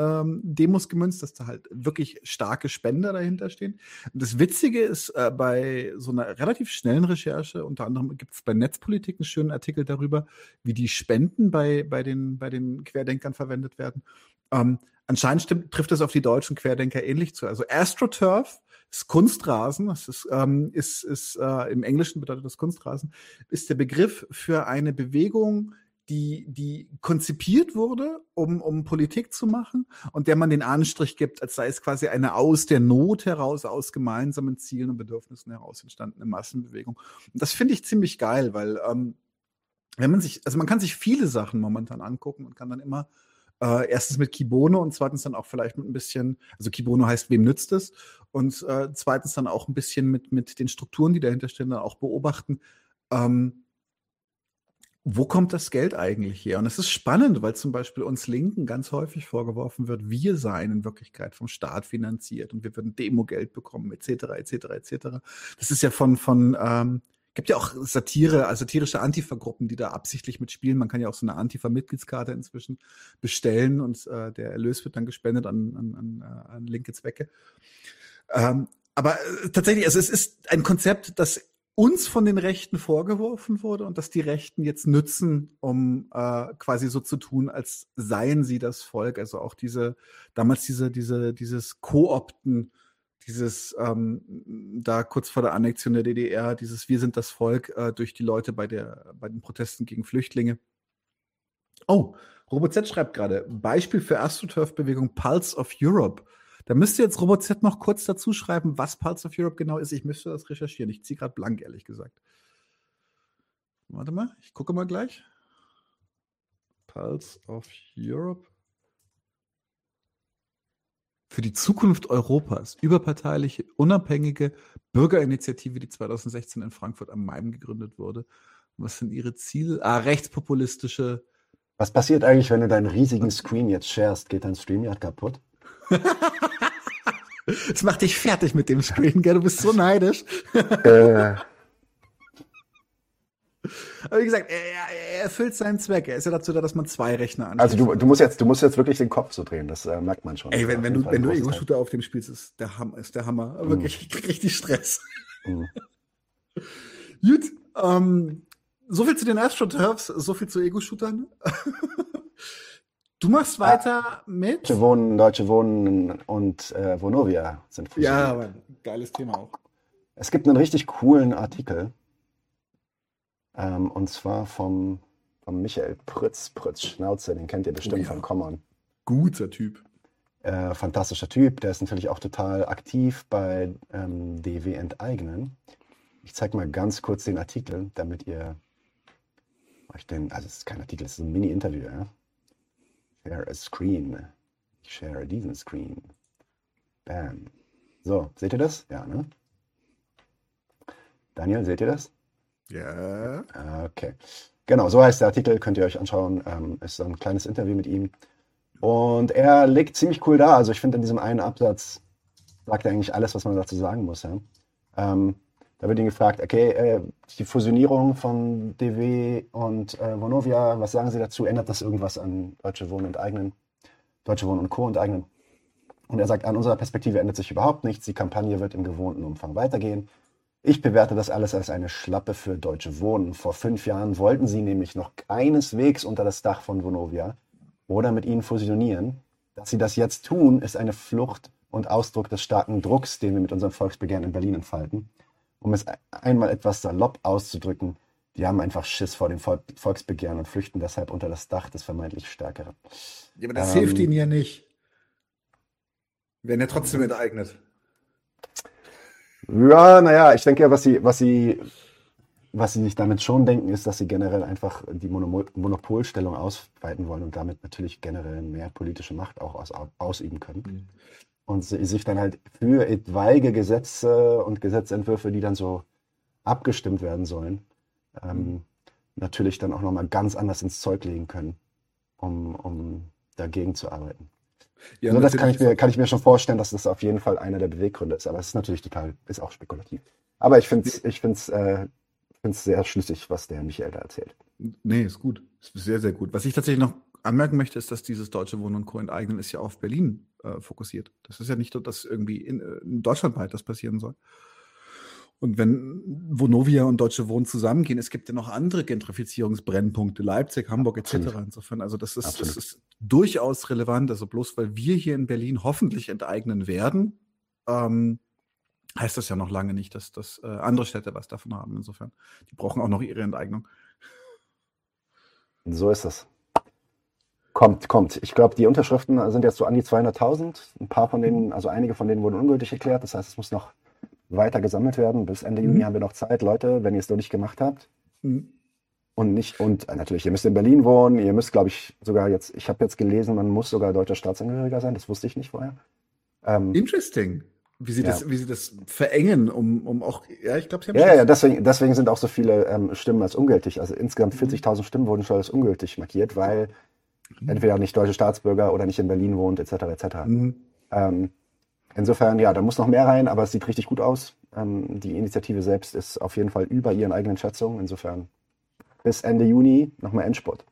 ähm, Demos gemünzt, dass da halt wirklich starke Spender dahinter stehen. Und das Witzige ist, äh, bei so einer relativ schnellen Recherche, unter anderem gibt es bei Netzpolitik einen schönen Artikel darüber, wie die Spenden bei, bei, den, bei den Querdenkern verwendet werden. Ähm, anscheinend stimmt, trifft das auf die deutschen Querdenker ähnlich zu. Also AstroTurf ist Kunstrasen, das ist, ähm, ist, ist äh, im Englischen bedeutet das Kunstrasen, ist der Begriff für eine Bewegung, die, die konzipiert wurde, um, um Politik zu machen und der man den Anstrich gibt, als sei es quasi eine aus der Not heraus, aus gemeinsamen Zielen und Bedürfnissen heraus entstandene Massenbewegung. Und das finde ich ziemlich geil, weil ähm, wenn man sich, also man kann sich viele Sachen momentan angucken und kann dann immer Äh, erstens mit Kibono und zweitens dann auch vielleicht mit ein bisschen, also Kibono heißt, wem nützt es? Und äh, zweitens dann auch ein bisschen mit, mit den Strukturen, die dahinter stehen, dann auch beobachten, ähm, wo kommt das Geld eigentlich her? Und es ist spannend, weil zum Beispiel uns Linken ganz häufig vorgeworfen wird, wir seien in Wirklichkeit vom Staat finanziert und wir würden Demogeld bekommen, et cetera, et cetera, et cetera. Das ist ja von, von ähm, gibt ja auch Satire, also satirische Antifa-Gruppen, die da absichtlich mitspielen. Man kann ja auch so eine Antifa-Mitgliedskarte inzwischen bestellen und äh, der Erlös wird dann gespendet an, an, an, an linke Zwecke. Ähm, aber äh, tatsächlich, also es ist ein Konzept, das uns von den Rechten vorgeworfen wurde und das die Rechten jetzt nützen, um äh, quasi so zu tun, als seien sie das Volk. Also auch diese, damals diese, diese, dieses Koopten, dieses, ähm, da kurz vor der Annexion der D D R, dieses Wir sind das Volk äh, durch die Leute bei, der, bei den Protesten gegen Flüchtlinge. Oh, RoboZ schreibt gerade, Beispiel für AstroTurf-Bewegung Pulse of Europe. Da müsste jetzt RoboZ noch kurz dazu schreiben, was Pulse of Europe genau ist. Ich müsste das recherchieren. Ich ziehe gerade blank, ehrlich gesagt. Warte mal, ich gucke mal gleich. Pulse of Europe. Für die Zukunft Europas, überparteiliche, unabhängige Bürgerinitiative, die zwanzig sechzehn in Frankfurt am Main gegründet wurde. Was sind ihre Ziele? Ah, rechtspopulistische. Was passiert eigentlich, wenn du deinen riesigen Screen jetzt sharest? Geht dein StreamYard kaputt? Das macht dich fertig mit dem Screen, gell? Du bist so neidisch. äh. Aber wie gesagt, er, er erfüllt seinen Zweck. Er ist ja dazu da, dass man zwei Rechner anschließt. Also du, du, musst jetzt, du musst jetzt wirklich den Kopf so drehen, das äh, merkt man schon. Ey, wenn, wenn du, wenn du Ego-Shooter Teil. auf dem spielst, ist der Hammer. Ist der Hammer. Mm. Wirklich, ich krieg richtig Stress. Mm. Gut, ähm, so viel zu den AstroTurfs, so viel zu Ego-Shootern. Du machst weiter ah, mit... Deutsche Wohnen, Deutsche Wohnen und äh, Vonovia sind fusioniert. Ja, aber geiles Thema auch. Es gibt einen richtig coolen Artikel, ähm, und zwar vom, vom Michael Prütz, Prütz Schnauze, den kennt ihr bestimmt oh ja. von Common. Guter Typ. Äh, fantastischer Typ, der ist natürlich auch total aktiv bei ähm, D W Enteignen. Ich zeige mal ganz kurz den Artikel, damit ihr euch den, also es ist kein Artikel, es ist ein Mini-Interview, ja. Share a screen. Ich share diesen Screen. Bam. So, seht ihr das? Ja, ne? Daniel, seht ihr das? Ja. Okay. Genau, so heißt der Artikel, könnt ihr euch anschauen. Ähm, ist so ein kleines Interview mit ihm. Und er legt ziemlich cool da. Also ich finde, in diesem einen Absatz sagt er eigentlich alles, was man dazu sagen muss. Ja? Ähm, da wird ihn gefragt, okay, äh, die Fusionierung von D W und äh, Vonovia, was sagen Sie dazu? Ändert das irgendwas an Deutsche Wohnen enteignen? Deutsche Wohnen und Co. enteignen? Und er sagt, an unserer Perspektive ändert sich überhaupt nichts. Die Kampagne wird im gewohnten Umfang weitergehen. Ich bewerte das alles als eine Schlappe für Deutsche Wohnen. Vor fünf Jahren wollten sie nämlich noch keineswegs unter das Dach von Vonovia oder mit ihnen fusionieren. Dass sie das jetzt tun, ist eine Flucht und Ausdruck des starken Drucks, den wir mit unserem Volksbegehren in Berlin entfalten. Um es einmal etwas salopp auszudrücken, die haben einfach Schiss vor dem Volk, Volksbegehren und flüchten deshalb unter das Dach des vermeintlich Stärkeren. Ja, aber das ähm, hilft ihnen ja nicht. Werden ja trotzdem enteignet. Ja, naja, ich denke, was sie, was sie, was sie sich damit schon denken, ist, dass sie generell einfach die Mono- Monopolstellung ausweiten wollen und damit natürlich generell mehr politische Macht auch aus, ausüben können. Mhm. Und sie sich dann halt für etwaige Gesetze und Gesetzentwürfe, die dann so abgestimmt werden sollen, ähm, mhm. natürlich dann auch nochmal ganz anders ins Zeug legen können, um, um dagegen zu arbeiten. Ja, so, das kann ich, mir, kann ich mir schon vorstellen, dass das auf jeden Fall einer der Beweggründe ist. Aber es ist natürlich total, ist auch spekulativ. Aber ich finde es ich find's, äh, find's sehr schlüssig, was der Michael da erzählt. Nee, ist gut. Ist sehr, sehr gut. Was ich tatsächlich noch anmerken möchte, ist, dass dieses Deutsche Wohnen und Co. enteignen ist ja auf Berlin äh, fokussiert. Das ist ja nicht so, dass irgendwie in, in deutschlandweit das passieren soll. Und wenn Vonovia und Deutsche Wohnen zusammengehen, es gibt ja noch andere Gentrifizierungsbrennpunkte, Leipzig, Hamburg et cetera. Absolut. Insofern, also das ist, das Absolut. ist durchaus relevant. Also bloß weil wir hier in Berlin hoffentlich enteignen werden, ähm, heißt das ja noch lange nicht, dass, dass äh, andere Städte was davon haben. Insofern, die brauchen auch noch ihre Enteignung. So ist es. Kommt, kommt. Ich glaube, die Unterschriften sind jetzt so an die zweihunderttausend. Ein paar von denen, also einige von denen wurden ungültig erklärt. Das heißt, es muss noch weiter gesammelt werden. Bis Ende Juni Mhm. haben wir noch Zeit. Leute, wenn ihr es noch nicht gemacht habt Mhm. und nicht, und äh, natürlich, ihr müsst in Berlin wohnen. Ihr müsst, glaube ich, sogar jetzt, ich habe jetzt gelesen, man muss sogar deutscher Staatsangehöriger sein. Das wusste ich nicht vorher. Ähm, Interesting. Wie sie, Ja. das, wie sie das verengen, um, um auch, ja, ich glaube, sie haben Ja, schon- ja, deswegen, deswegen sind auch so viele ähm, Stimmen als ungültig. Also insgesamt vierzigtausend Stimmen wurden schon als ungültig markiert, weil entweder nicht deutsche Staatsbürger oder nicht in Berlin wohnt, et cetera et cetera. Mhm. Ähm, insofern, ja, da muss noch mehr rein, aber es sieht richtig gut aus. Ähm, die Initiative selbst ist auf jeden Fall über ihren eigenen Schätzungen. Insofern bis Ende Juni nochmal Endspurt.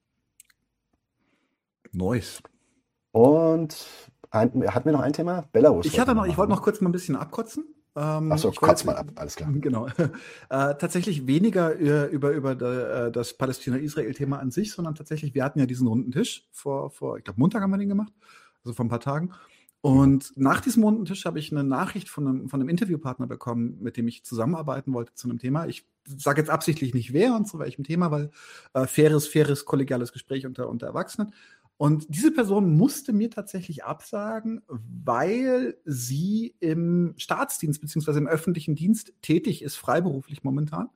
Nice. Und ein, hatten wir noch ein Thema? Belarus. Ich hatte wollten wir noch, ich wollte machen, noch kurz mal ein bisschen abkotzen. Ähm, Achso, ich kotz wollte- mal ab, alles klar. Genau. äh, tatsächlich weniger äh, über, über da, äh, das Palästina-Israel-Thema an sich, sondern tatsächlich, wir hatten ja diesen runden Tisch vor, vor ich glaube, Montag haben wir den gemacht, also vor ein paar Tagen. Und nach diesem runden Tisch habe ich eine Nachricht von einem, von einem Interviewpartner bekommen, mit dem ich zusammenarbeiten wollte zu einem Thema. Ich sage jetzt absichtlich nicht wer und zu welchem Thema, weil äh, faires, faires, kollegiales Gespräch unter, unter Erwachsenen. Und diese Person musste mir tatsächlich absagen, weil sie im Staatsdienst beziehungsweise im öffentlichen Dienst tätig ist, freiberuflich momentan.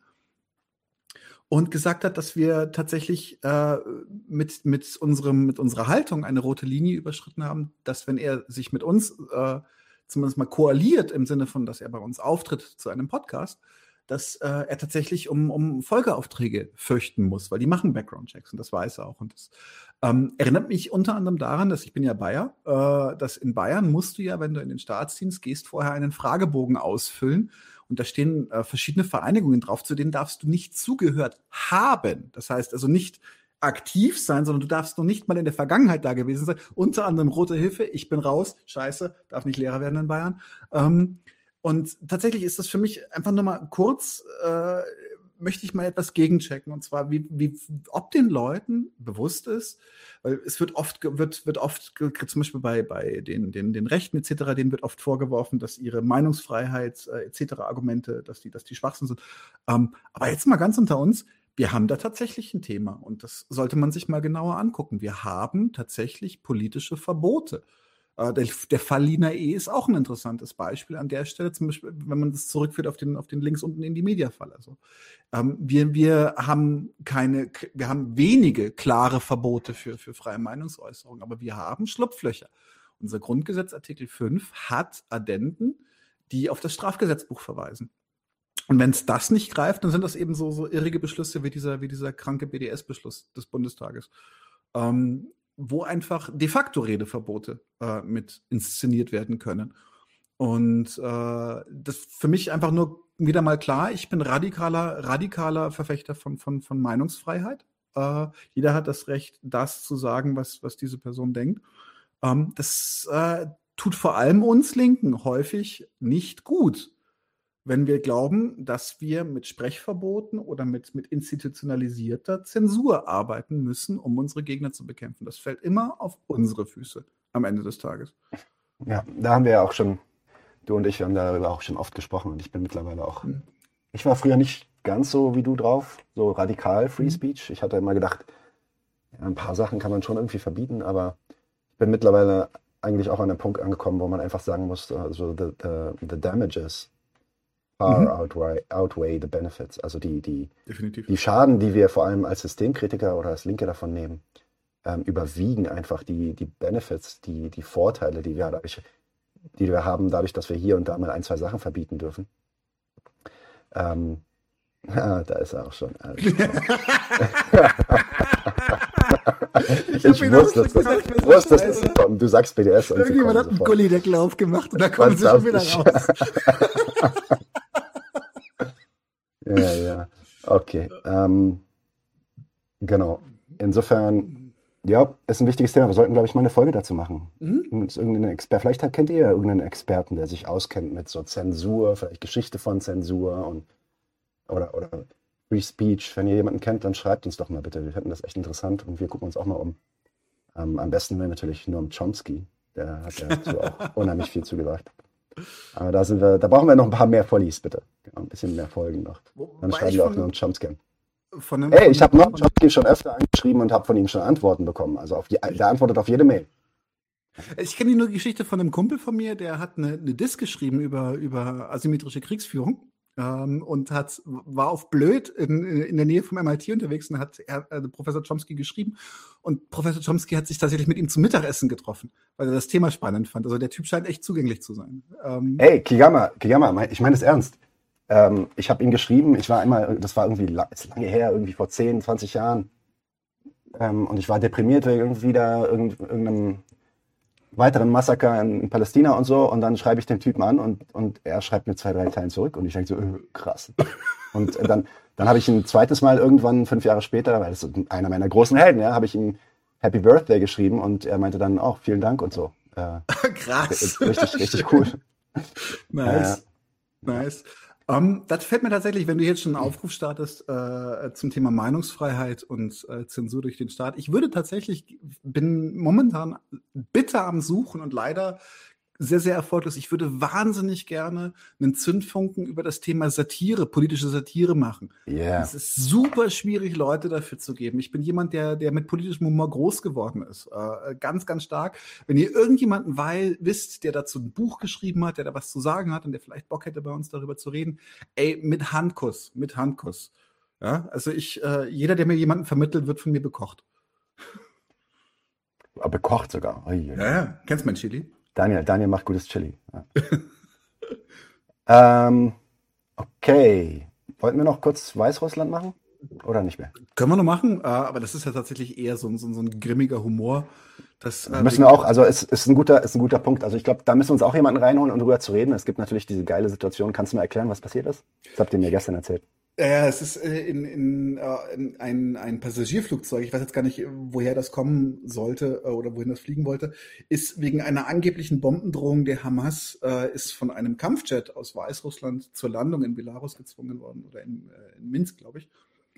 Und gesagt hat, dass wir tatsächlich äh, mit, mit, unserem, mit unserer Haltung eine rote Linie überschritten haben, dass wenn er sich mit uns äh, zumindest mal koaliert, im Sinne von, dass er bei uns auftritt zu einem Podcast, dass äh, er tatsächlich um, um Folgeaufträge fürchten muss, weil die machen Background-Checks und das weiß er auch. Und das ähm, erinnert mich unter anderem daran, dass ich bin ja Bayer, äh, dass in Bayern musst du ja, wenn du in den Staatsdienst gehst, vorher einen Fragebogen ausfüllen und da stehen äh, verschiedene Vereinigungen drauf, zu denen darfst du nicht zugehört haben. Das heißt also nicht aktiv sein, sondern du darfst noch nicht mal in der Vergangenheit da gewesen sein. Unter anderem Rote Hilfe, ich bin raus, scheiße, darf nicht Lehrer werden in Bayern. Ähm, Und tatsächlich ist das für mich einfach nur mal kurz, äh, möchte ich mal etwas gegenchecken. Und zwar, wie, wie, ob den Leuten bewusst ist, weil es wird oft, ge- wird, wird oft, ge- zum Beispiel bei, bei den, den, den Rechten et cetera, denen wird oft vorgeworfen, dass ihre Meinungsfreiheit äh, et cetera Argumente, dass die, dass die Schwachsinn sind. Ähm, aber jetzt mal ganz unter uns, wir haben da tatsächlich ein Thema und das sollte man sich mal genauer angucken. Wir haben tatsächlich politische Verbote. Äh, Der, der Fall Lina E. ist auch ein interessantes Beispiel an der Stelle, zum Beispiel, wenn man das zurückführt auf den, auf den links unten in die Media-Fall. Also, ähm, wir, wir haben keine, wir haben wenige klare Verbote für, für freie Meinungsäußerung, aber wir haben Schlupflöcher. Unser Grundgesetz, Artikel fünf, hat Addenden, die auf das Strafgesetzbuch verweisen. Und wenn es das nicht greift, dann sind das eben so, so irrige Beschlüsse wie dieser, wie dieser kranke B D S-Beschluss des Bundestages. Ähm, wo einfach de facto Redeverbote äh, mit inszeniert werden können. Und äh, das für mich einfach nur wieder mal klar, ich bin radikaler, radikaler Verfechter von, von, von Meinungsfreiheit. Äh, jeder hat das Recht, das zu sagen, was, was diese Person denkt. Ähm, das äh, tut vor allem uns Linken häufig nicht gut, wenn wir glauben, dass wir mit Sprechverboten oder mit, mit institutionalisierter Zensur arbeiten müssen, um unsere Gegner zu bekämpfen. Das fällt immer auf unsere Füße am Ende des Tages. Ja, da haben wir ja auch schon, du und ich, wir haben darüber auch schon oft gesprochen und ich bin mittlerweile auch, Mhm. ich war früher nicht ganz so wie du drauf, so radikal Free Mhm. Speech. Ich hatte immer gedacht, ja, ein paar Sachen kann man schon irgendwie verbieten, aber ich bin mittlerweile eigentlich auch an einem Punkt angekommen, wo man einfach sagen muss, also the, the, the damages far Mhm. outweigh, outweigh the benefits. Also die, die, Definitiv. die Schaden, die wir vor allem als Systemkritiker oder als Linke davon nehmen, ähm, überwiegen einfach die, die Benefits, die, die Vorteile, die wir, dadurch, die wir haben, dadurch, dass wir hier und da mal ein, zwei Sachen verbieten dürfen. Ähm, ah, da ist er auch schon. Also, ich hab ihn auch wusste, schon dass gesagt, das, wir sind wusste, dass scheiße. das kommt. Du sagst B D S und sie Irgendjemand kommen hat einen sofort. Gullideckel aufgemacht und da kommen sie schon wieder raus. Ja, ja. Okay. Ähm, genau. Insofern, Ja, ist ein wichtiges Thema. Wir sollten, glaube ich, mal eine Folge dazu machen. Mhm. Ist irgendein Expert, vielleicht hat- kennt ihr ja irgendeinen Experten, der sich auskennt mit so Zensur, vielleicht Geschichte von Zensur und oder, oder Free Speech. Wenn ihr jemanden kennt, dann schreibt uns doch mal bitte. Wir finden das echt interessant und wir gucken uns auch mal um. Ähm, am besten wäre natürlich Noam Chomsky. Der hat ja dazu auch unheimlich viel zugesagt. Aber da sind wir, da brauchen wir noch ein paar mehr Follies, bitte. Genau, ein bisschen mehr Folgen noch. Dann Wobei schreiben ich wir auch von, Noam Chomsky an. von einem, Hey, von ich habe einem, Noam Chomsky schon öfter angeschrieben und habe von ihm schon Antworten bekommen. Also auf die, der antwortet auf jede Mail. ich kenne nur die Geschichte von einem Kumpel von mir, der hat eine, eine Diss geschrieben über, über asymmetrische Kriegsführung ähm, und hat, war auf blöd in, in der Nähe vom M I T unterwegs und hat er, äh, Professor Chomsky geschrieben. Und Professor Chomsky hat sich tatsächlich mit ihm zum Mittagessen getroffen, weil er das Thema spannend fand. Also der Typ scheint echt zugänglich zu sein. Ähm, Hey, Kigama, Kigama, mein- ich meine es ernst. Ähm, ich habe ihm geschrieben, ich war einmal, das war irgendwie la- ist lange her, irgendwie vor zehn, zwanzig Jahren. Ähm, und ich war deprimiert wegen irgendwie da irgend, irgendeinem weiteren Massaker in, in Palästina und so. Und dann schreibe ich den Typen an und, und er schreibt mir zwei, drei Zeilen zurück. Und ich denke so, äh, krass. Und äh, dann, dann habe ich ein zweites Mal irgendwann, fünf Jahre später, weil das ist einer meiner großen Helden, ja, habe ich ihm Happy Birthday geschrieben und er meinte dann auch vielen Dank und so. Äh, krass. richtig, richtig cool. Nice. Nice. Ähm, das fällt mir tatsächlich, wenn du jetzt schon einen Aufruf startest äh, zum Thema Meinungsfreiheit und äh, Zensur durch den Staat. Ich würde tatsächlich, bin momentan bitter am Suchen und leider sehr, sehr erfolglos. Ich würde wahnsinnig gerne einen Zündfunken über das Thema Satire, politische Satire machen. Yeah. Es ist super schwierig, Leute dafür zu geben. Ich bin jemand, der, der mit politischem Humor groß geworden ist. Äh, ganz, ganz stark. Wenn ihr irgendjemanden weil, wisst, der dazu ein Buch geschrieben hat, der da was zu sagen hat und der vielleicht Bock hätte, bei uns darüber zu reden, ey, mit Handkuss, mit Handkuss. Ja, also ich, äh, jeder, der mir jemanden vermittelt, wird von mir bekocht. Bekocht sogar. Ui, ui. Ja, ja. Kennst mein Chili? Daniel, Daniel macht gutes Chili. Ja. ähm, okay. Wollten wir noch kurz Weißrussland machen? Oder nicht mehr? Können wir noch machen, äh, aber das ist ja tatsächlich eher so, ein- so, ein- so ein grimmiger Humor. Das, äh, Müssen wir auch, also es ist ein guter, ist ein guter Punkt. Also ich glaube, da müssen wir uns auch jemanden reinholen, um drüber zu reden. Es gibt natürlich diese geile Situation. Kannst du mir erklären, was passiert ist? Das habt ihr mir gestern erzählt. Ja, es ist äh, in, in, äh, in ein, ein Passagierflugzeug, ich weiß jetzt gar nicht, äh, woher das kommen sollte äh, oder wohin das fliegen wollte, ist wegen einer angeblichen Bombendrohung der Hamas, äh, ist von einem Kampfjet aus Weißrussland zur Landung in Belarus gezwungen worden oder in, äh, in Minsk, glaube ich.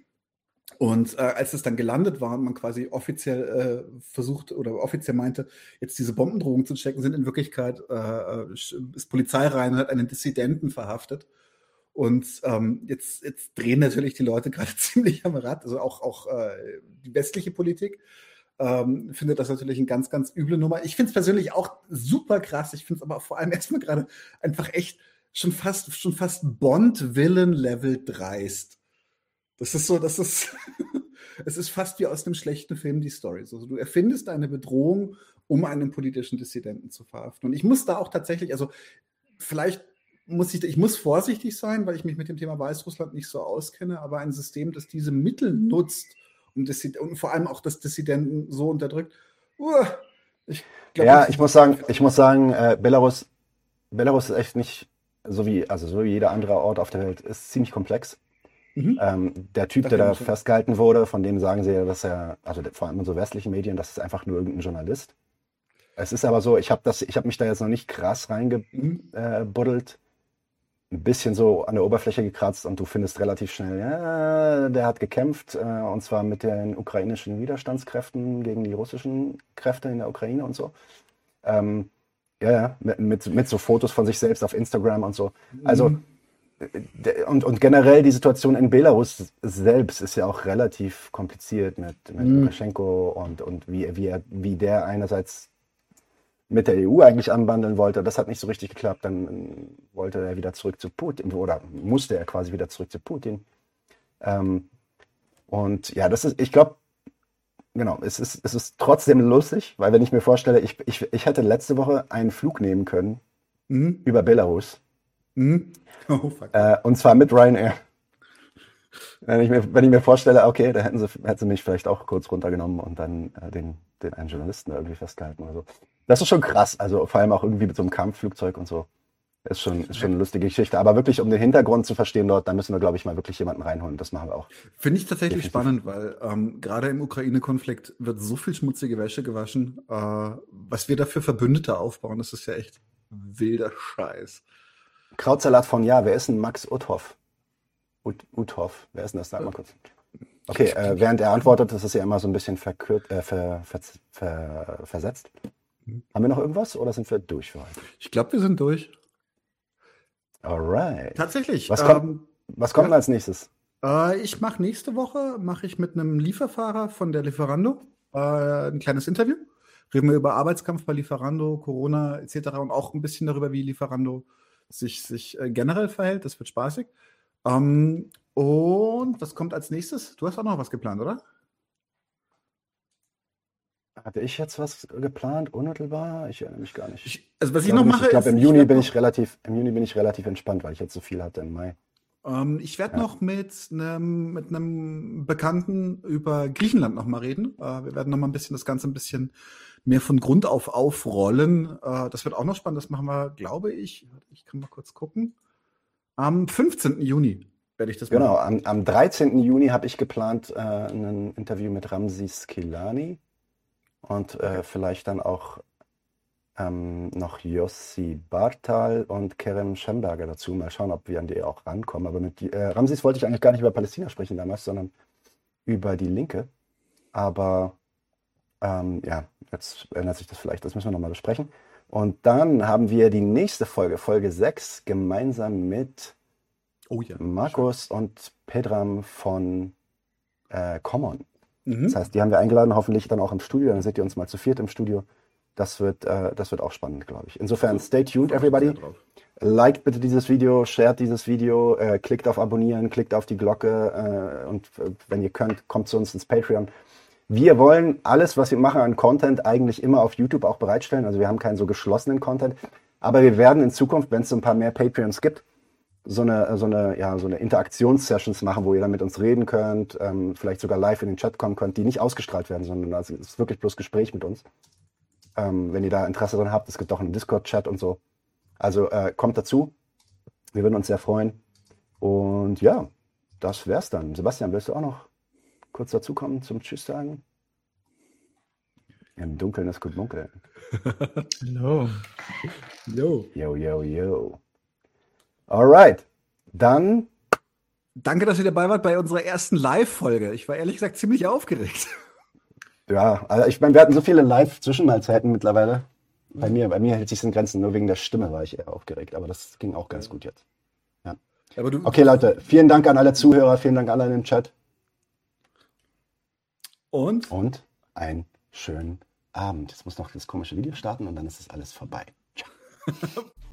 Und äh, als es dann gelandet war und man quasi offiziell äh, versucht oder offiziell meinte, jetzt diese Bombendrohungen zu checken, sind in Wirklichkeit äh, äh, ist Polizei rein und hat einen Dissidenten verhaftet. Und ähm, jetzt, jetzt drehen natürlich die Leute gerade ziemlich am Rad, also auch, auch äh, die westliche Politik ähm, findet das natürlich eine ganz, ganz üble Nummer. Ich finde es persönlich auch super krass. Ich finde es aber vor allem erstmal gerade einfach echt schon fast, schon fast Bond-Villain-Level dreist. Das ist so, das ist, es ist fast wie aus einem schlechten Film die Story. Also du erfindest eine Bedrohung, um einen politischen Dissidenten zu verhaften. Und ich muss da auch tatsächlich, also vielleicht muss ich, ich muss vorsichtig sein, weil ich mich mit dem Thema Weißrussland nicht so auskenne, aber ein System, das diese Mittel nutzt, um Dissid- und vor allem auch das Dissidenten so unterdrückt, uh, ich glaub, Ja, das- ich muss sagen, ich muss sagen, äh, Belarus, Belarus ist echt nicht so wie, also so wie jeder andere Ort auf der Welt, ist ziemlich komplex. Mhm. Ähm, der Typ, Das der da kenn ich, ja. festgehalten wurde, von dem sagen sie ja, dass er, also der- vor allem in so westlichen Medien, das ist einfach nur irgendein Journalist. Es ist aber so, ich habe das, ich habe mich da jetzt noch nicht krass reingebuddelt. Ein bisschen so an der Oberfläche gekratzt und du findest relativ schnell, ja, der hat gekämpft, äh, und zwar mit den ukrainischen Widerstandskräften gegen die russischen Kräfte in der Ukraine und so. Ähm, ja, ja, mit, mit, mit so Fotos von sich selbst auf Instagram und so. Also, Mhm. de- und, und generell die Situation in Belarus selbst ist ja auch relativ kompliziert mit, mit Mhm. Lukaschenko und, und wie, wie, er, wie der einerseits mit der E U eigentlich anbandeln wollte. Das hat nicht so richtig geklappt. Dann ähm, wollte er wieder zurück zu Putin oder musste er quasi wieder zurück zu Putin. Ähm, und ja, das ist, ich glaube, genau, es ist, es ist trotzdem lustig, weil wenn ich mir vorstelle, ich, ich, ich hätte letzte Woche einen Flug nehmen können Mhm. über Belarus, Mhm. Oh, fuck. äh, und zwar mit Ryanair. Wenn ich mir, wenn ich mir vorstelle, okay, da hätten sie, hätten sie mich vielleicht auch kurz runtergenommen und dann äh, den, den einen Journalisten da irgendwie festgehalten oder so. Das ist schon krass, also vor allem auch irgendwie mit so einem Kampfflugzeug und so. Ist schon, ist schon eine lustige Geschichte. Aber wirklich, um den Hintergrund zu verstehen dort, da müssen wir, glaube ich, mal wirklich jemanden reinholen. Das machen wir auch. Finde ich tatsächlich Definitiv. spannend, weil ähm, gerade im Ukraine-Konflikt wird so viel schmutzige Wäsche gewaschen. Äh, was wir da für Verbündete aufbauen, das ist ja echt wilder Scheiß. Krautsalat von Ja, wer ist denn Max Uthoff? Ut, Uthoff, wer ist denn das? Sag mal kurz. Okay, äh, während er antwortet, das ist ja immer so ein bisschen verkürzt, äh, ver, ver, ver, versetzt. Haben wir noch irgendwas oder sind wir durch für heute? Ich glaube, wir sind durch. Alright. Tatsächlich. Was kommt, ähm, was kommt ja. denn als nächstes? Äh, ich mache nächste Woche mache ich mit einem Lieferfahrer von der Lieferando äh, ein kleines Interview. Reden wir über Arbeitskampf bei Lieferando, Corona et cetera und auch ein bisschen darüber, wie Lieferando sich, sich äh, generell verhält. Das wird spaßig. Ähm, und was kommt als nächstes? Du hast auch noch was geplant, oder? Hatte ich jetzt was geplant, unmittelbar? Ich erinnere mich gar nicht. Ich, also was ich, Ich noch glaube nicht. mache, Ich glaube, ist, im ich Juni werd bin noch- ich relativ, im Juni bin ich relativ entspannt, weil ich jetzt so viel hatte im Mai. Ähm, ich werde Ja. noch mit einem mit einem Bekannten über Griechenland noch mal reden. Äh, wir werden noch mal ein bisschen das Ganze ein bisschen mehr von Grund auf aufrollen. Äh, das wird auch noch spannend. Das machen wir, glaube ich. Ich kann mal kurz gucken. Am fünfzehnten Juni werde ich das Genau, machen. am, am dreizehnten Juni habe ich geplant, äh, ein Interview mit Ramsis Kilani und äh, vielleicht dann auch ähm, noch Yossi Bartal und Kerem Schemberger dazu. Mal schauen, ob wir an die auch rankommen. Aber mit die, äh, Ramsis wollte ich eigentlich gar nicht über Palästina sprechen damals, sondern über die Linke. Aber ähm, ja, jetzt ändert sich das vielleicht. Das müssen wir nochmal besprechen. Und dann haben wir die nächste Folge, Folge sechs, gemeinsam mit Oh ja. Markus und Pedram von äh, Common. Mhm. Das heißt, die haben wir eingeladen, hoffentlich dann auch im Studio. Dann seht ihr uns mal zu viert im Studio. Das wird, äh, das wird auch spannend, glaube ich. Insofern, stay tuned, everybody. Liked bitte dieses Video, shared dieses Video, äh, klickt auf Abonnieren, klickt auf die Glocke äh, und äh, wenn ihr könnt, kommt zu uns ins Patreon. Wir wollen alles, was wir machen an Content, eigentlich immer auf YouTube auch bereitstellen. Also wir haben keinen so geschlossenen Content. Aber wir werden in Zukunft, wenn es so ein paar mehr Patreons gibt, so eine, so eine, ja, so eine Interaktionssessions machen, wo ihr dann mit uns reden könnt, ähm, vielleicht sogar live in den Chat kommen könnt, die nicht ausgestrahlt werden, sondern also es ist wirklich bloß Gespräch mit uns. Ähm, wenn ihr da Interesse dran habt, es gibt auch einen Discord-Chat und so. Also äh, kommt dazu. Wir würden uns sehr freuen. Und ja, das wär's dann. Sebastian, willst du auch noch kurz dazukommen zum Tschüss sagen? Im Dunkeln ist gut munkeln. Hallo. Jo. Yo, yo, yo. Alright. Dann, Danke, dass ihr dabei wart bei unserer ersten Live-Folge. Ich war ehrlich gesagt ziemlich aufgeregt. ja, also ich meine, wir hatten so viele Live-Zwischenmahlzeiten mittlerweile. Bei mir, bei mir hält sich in Grenzen. Nur wegen der Stimme war ich eher aufgeregt. Aber das ging auch ganz gut jetzt. Aber du, Okay, Leute, vielen Dank an alle Zuhörer. Vielen Dank an alle im Chat. Und? Und einen schönen Abend. Jetzt muss noch das komische Video starten und dann ist das alles vorbei. Ciao.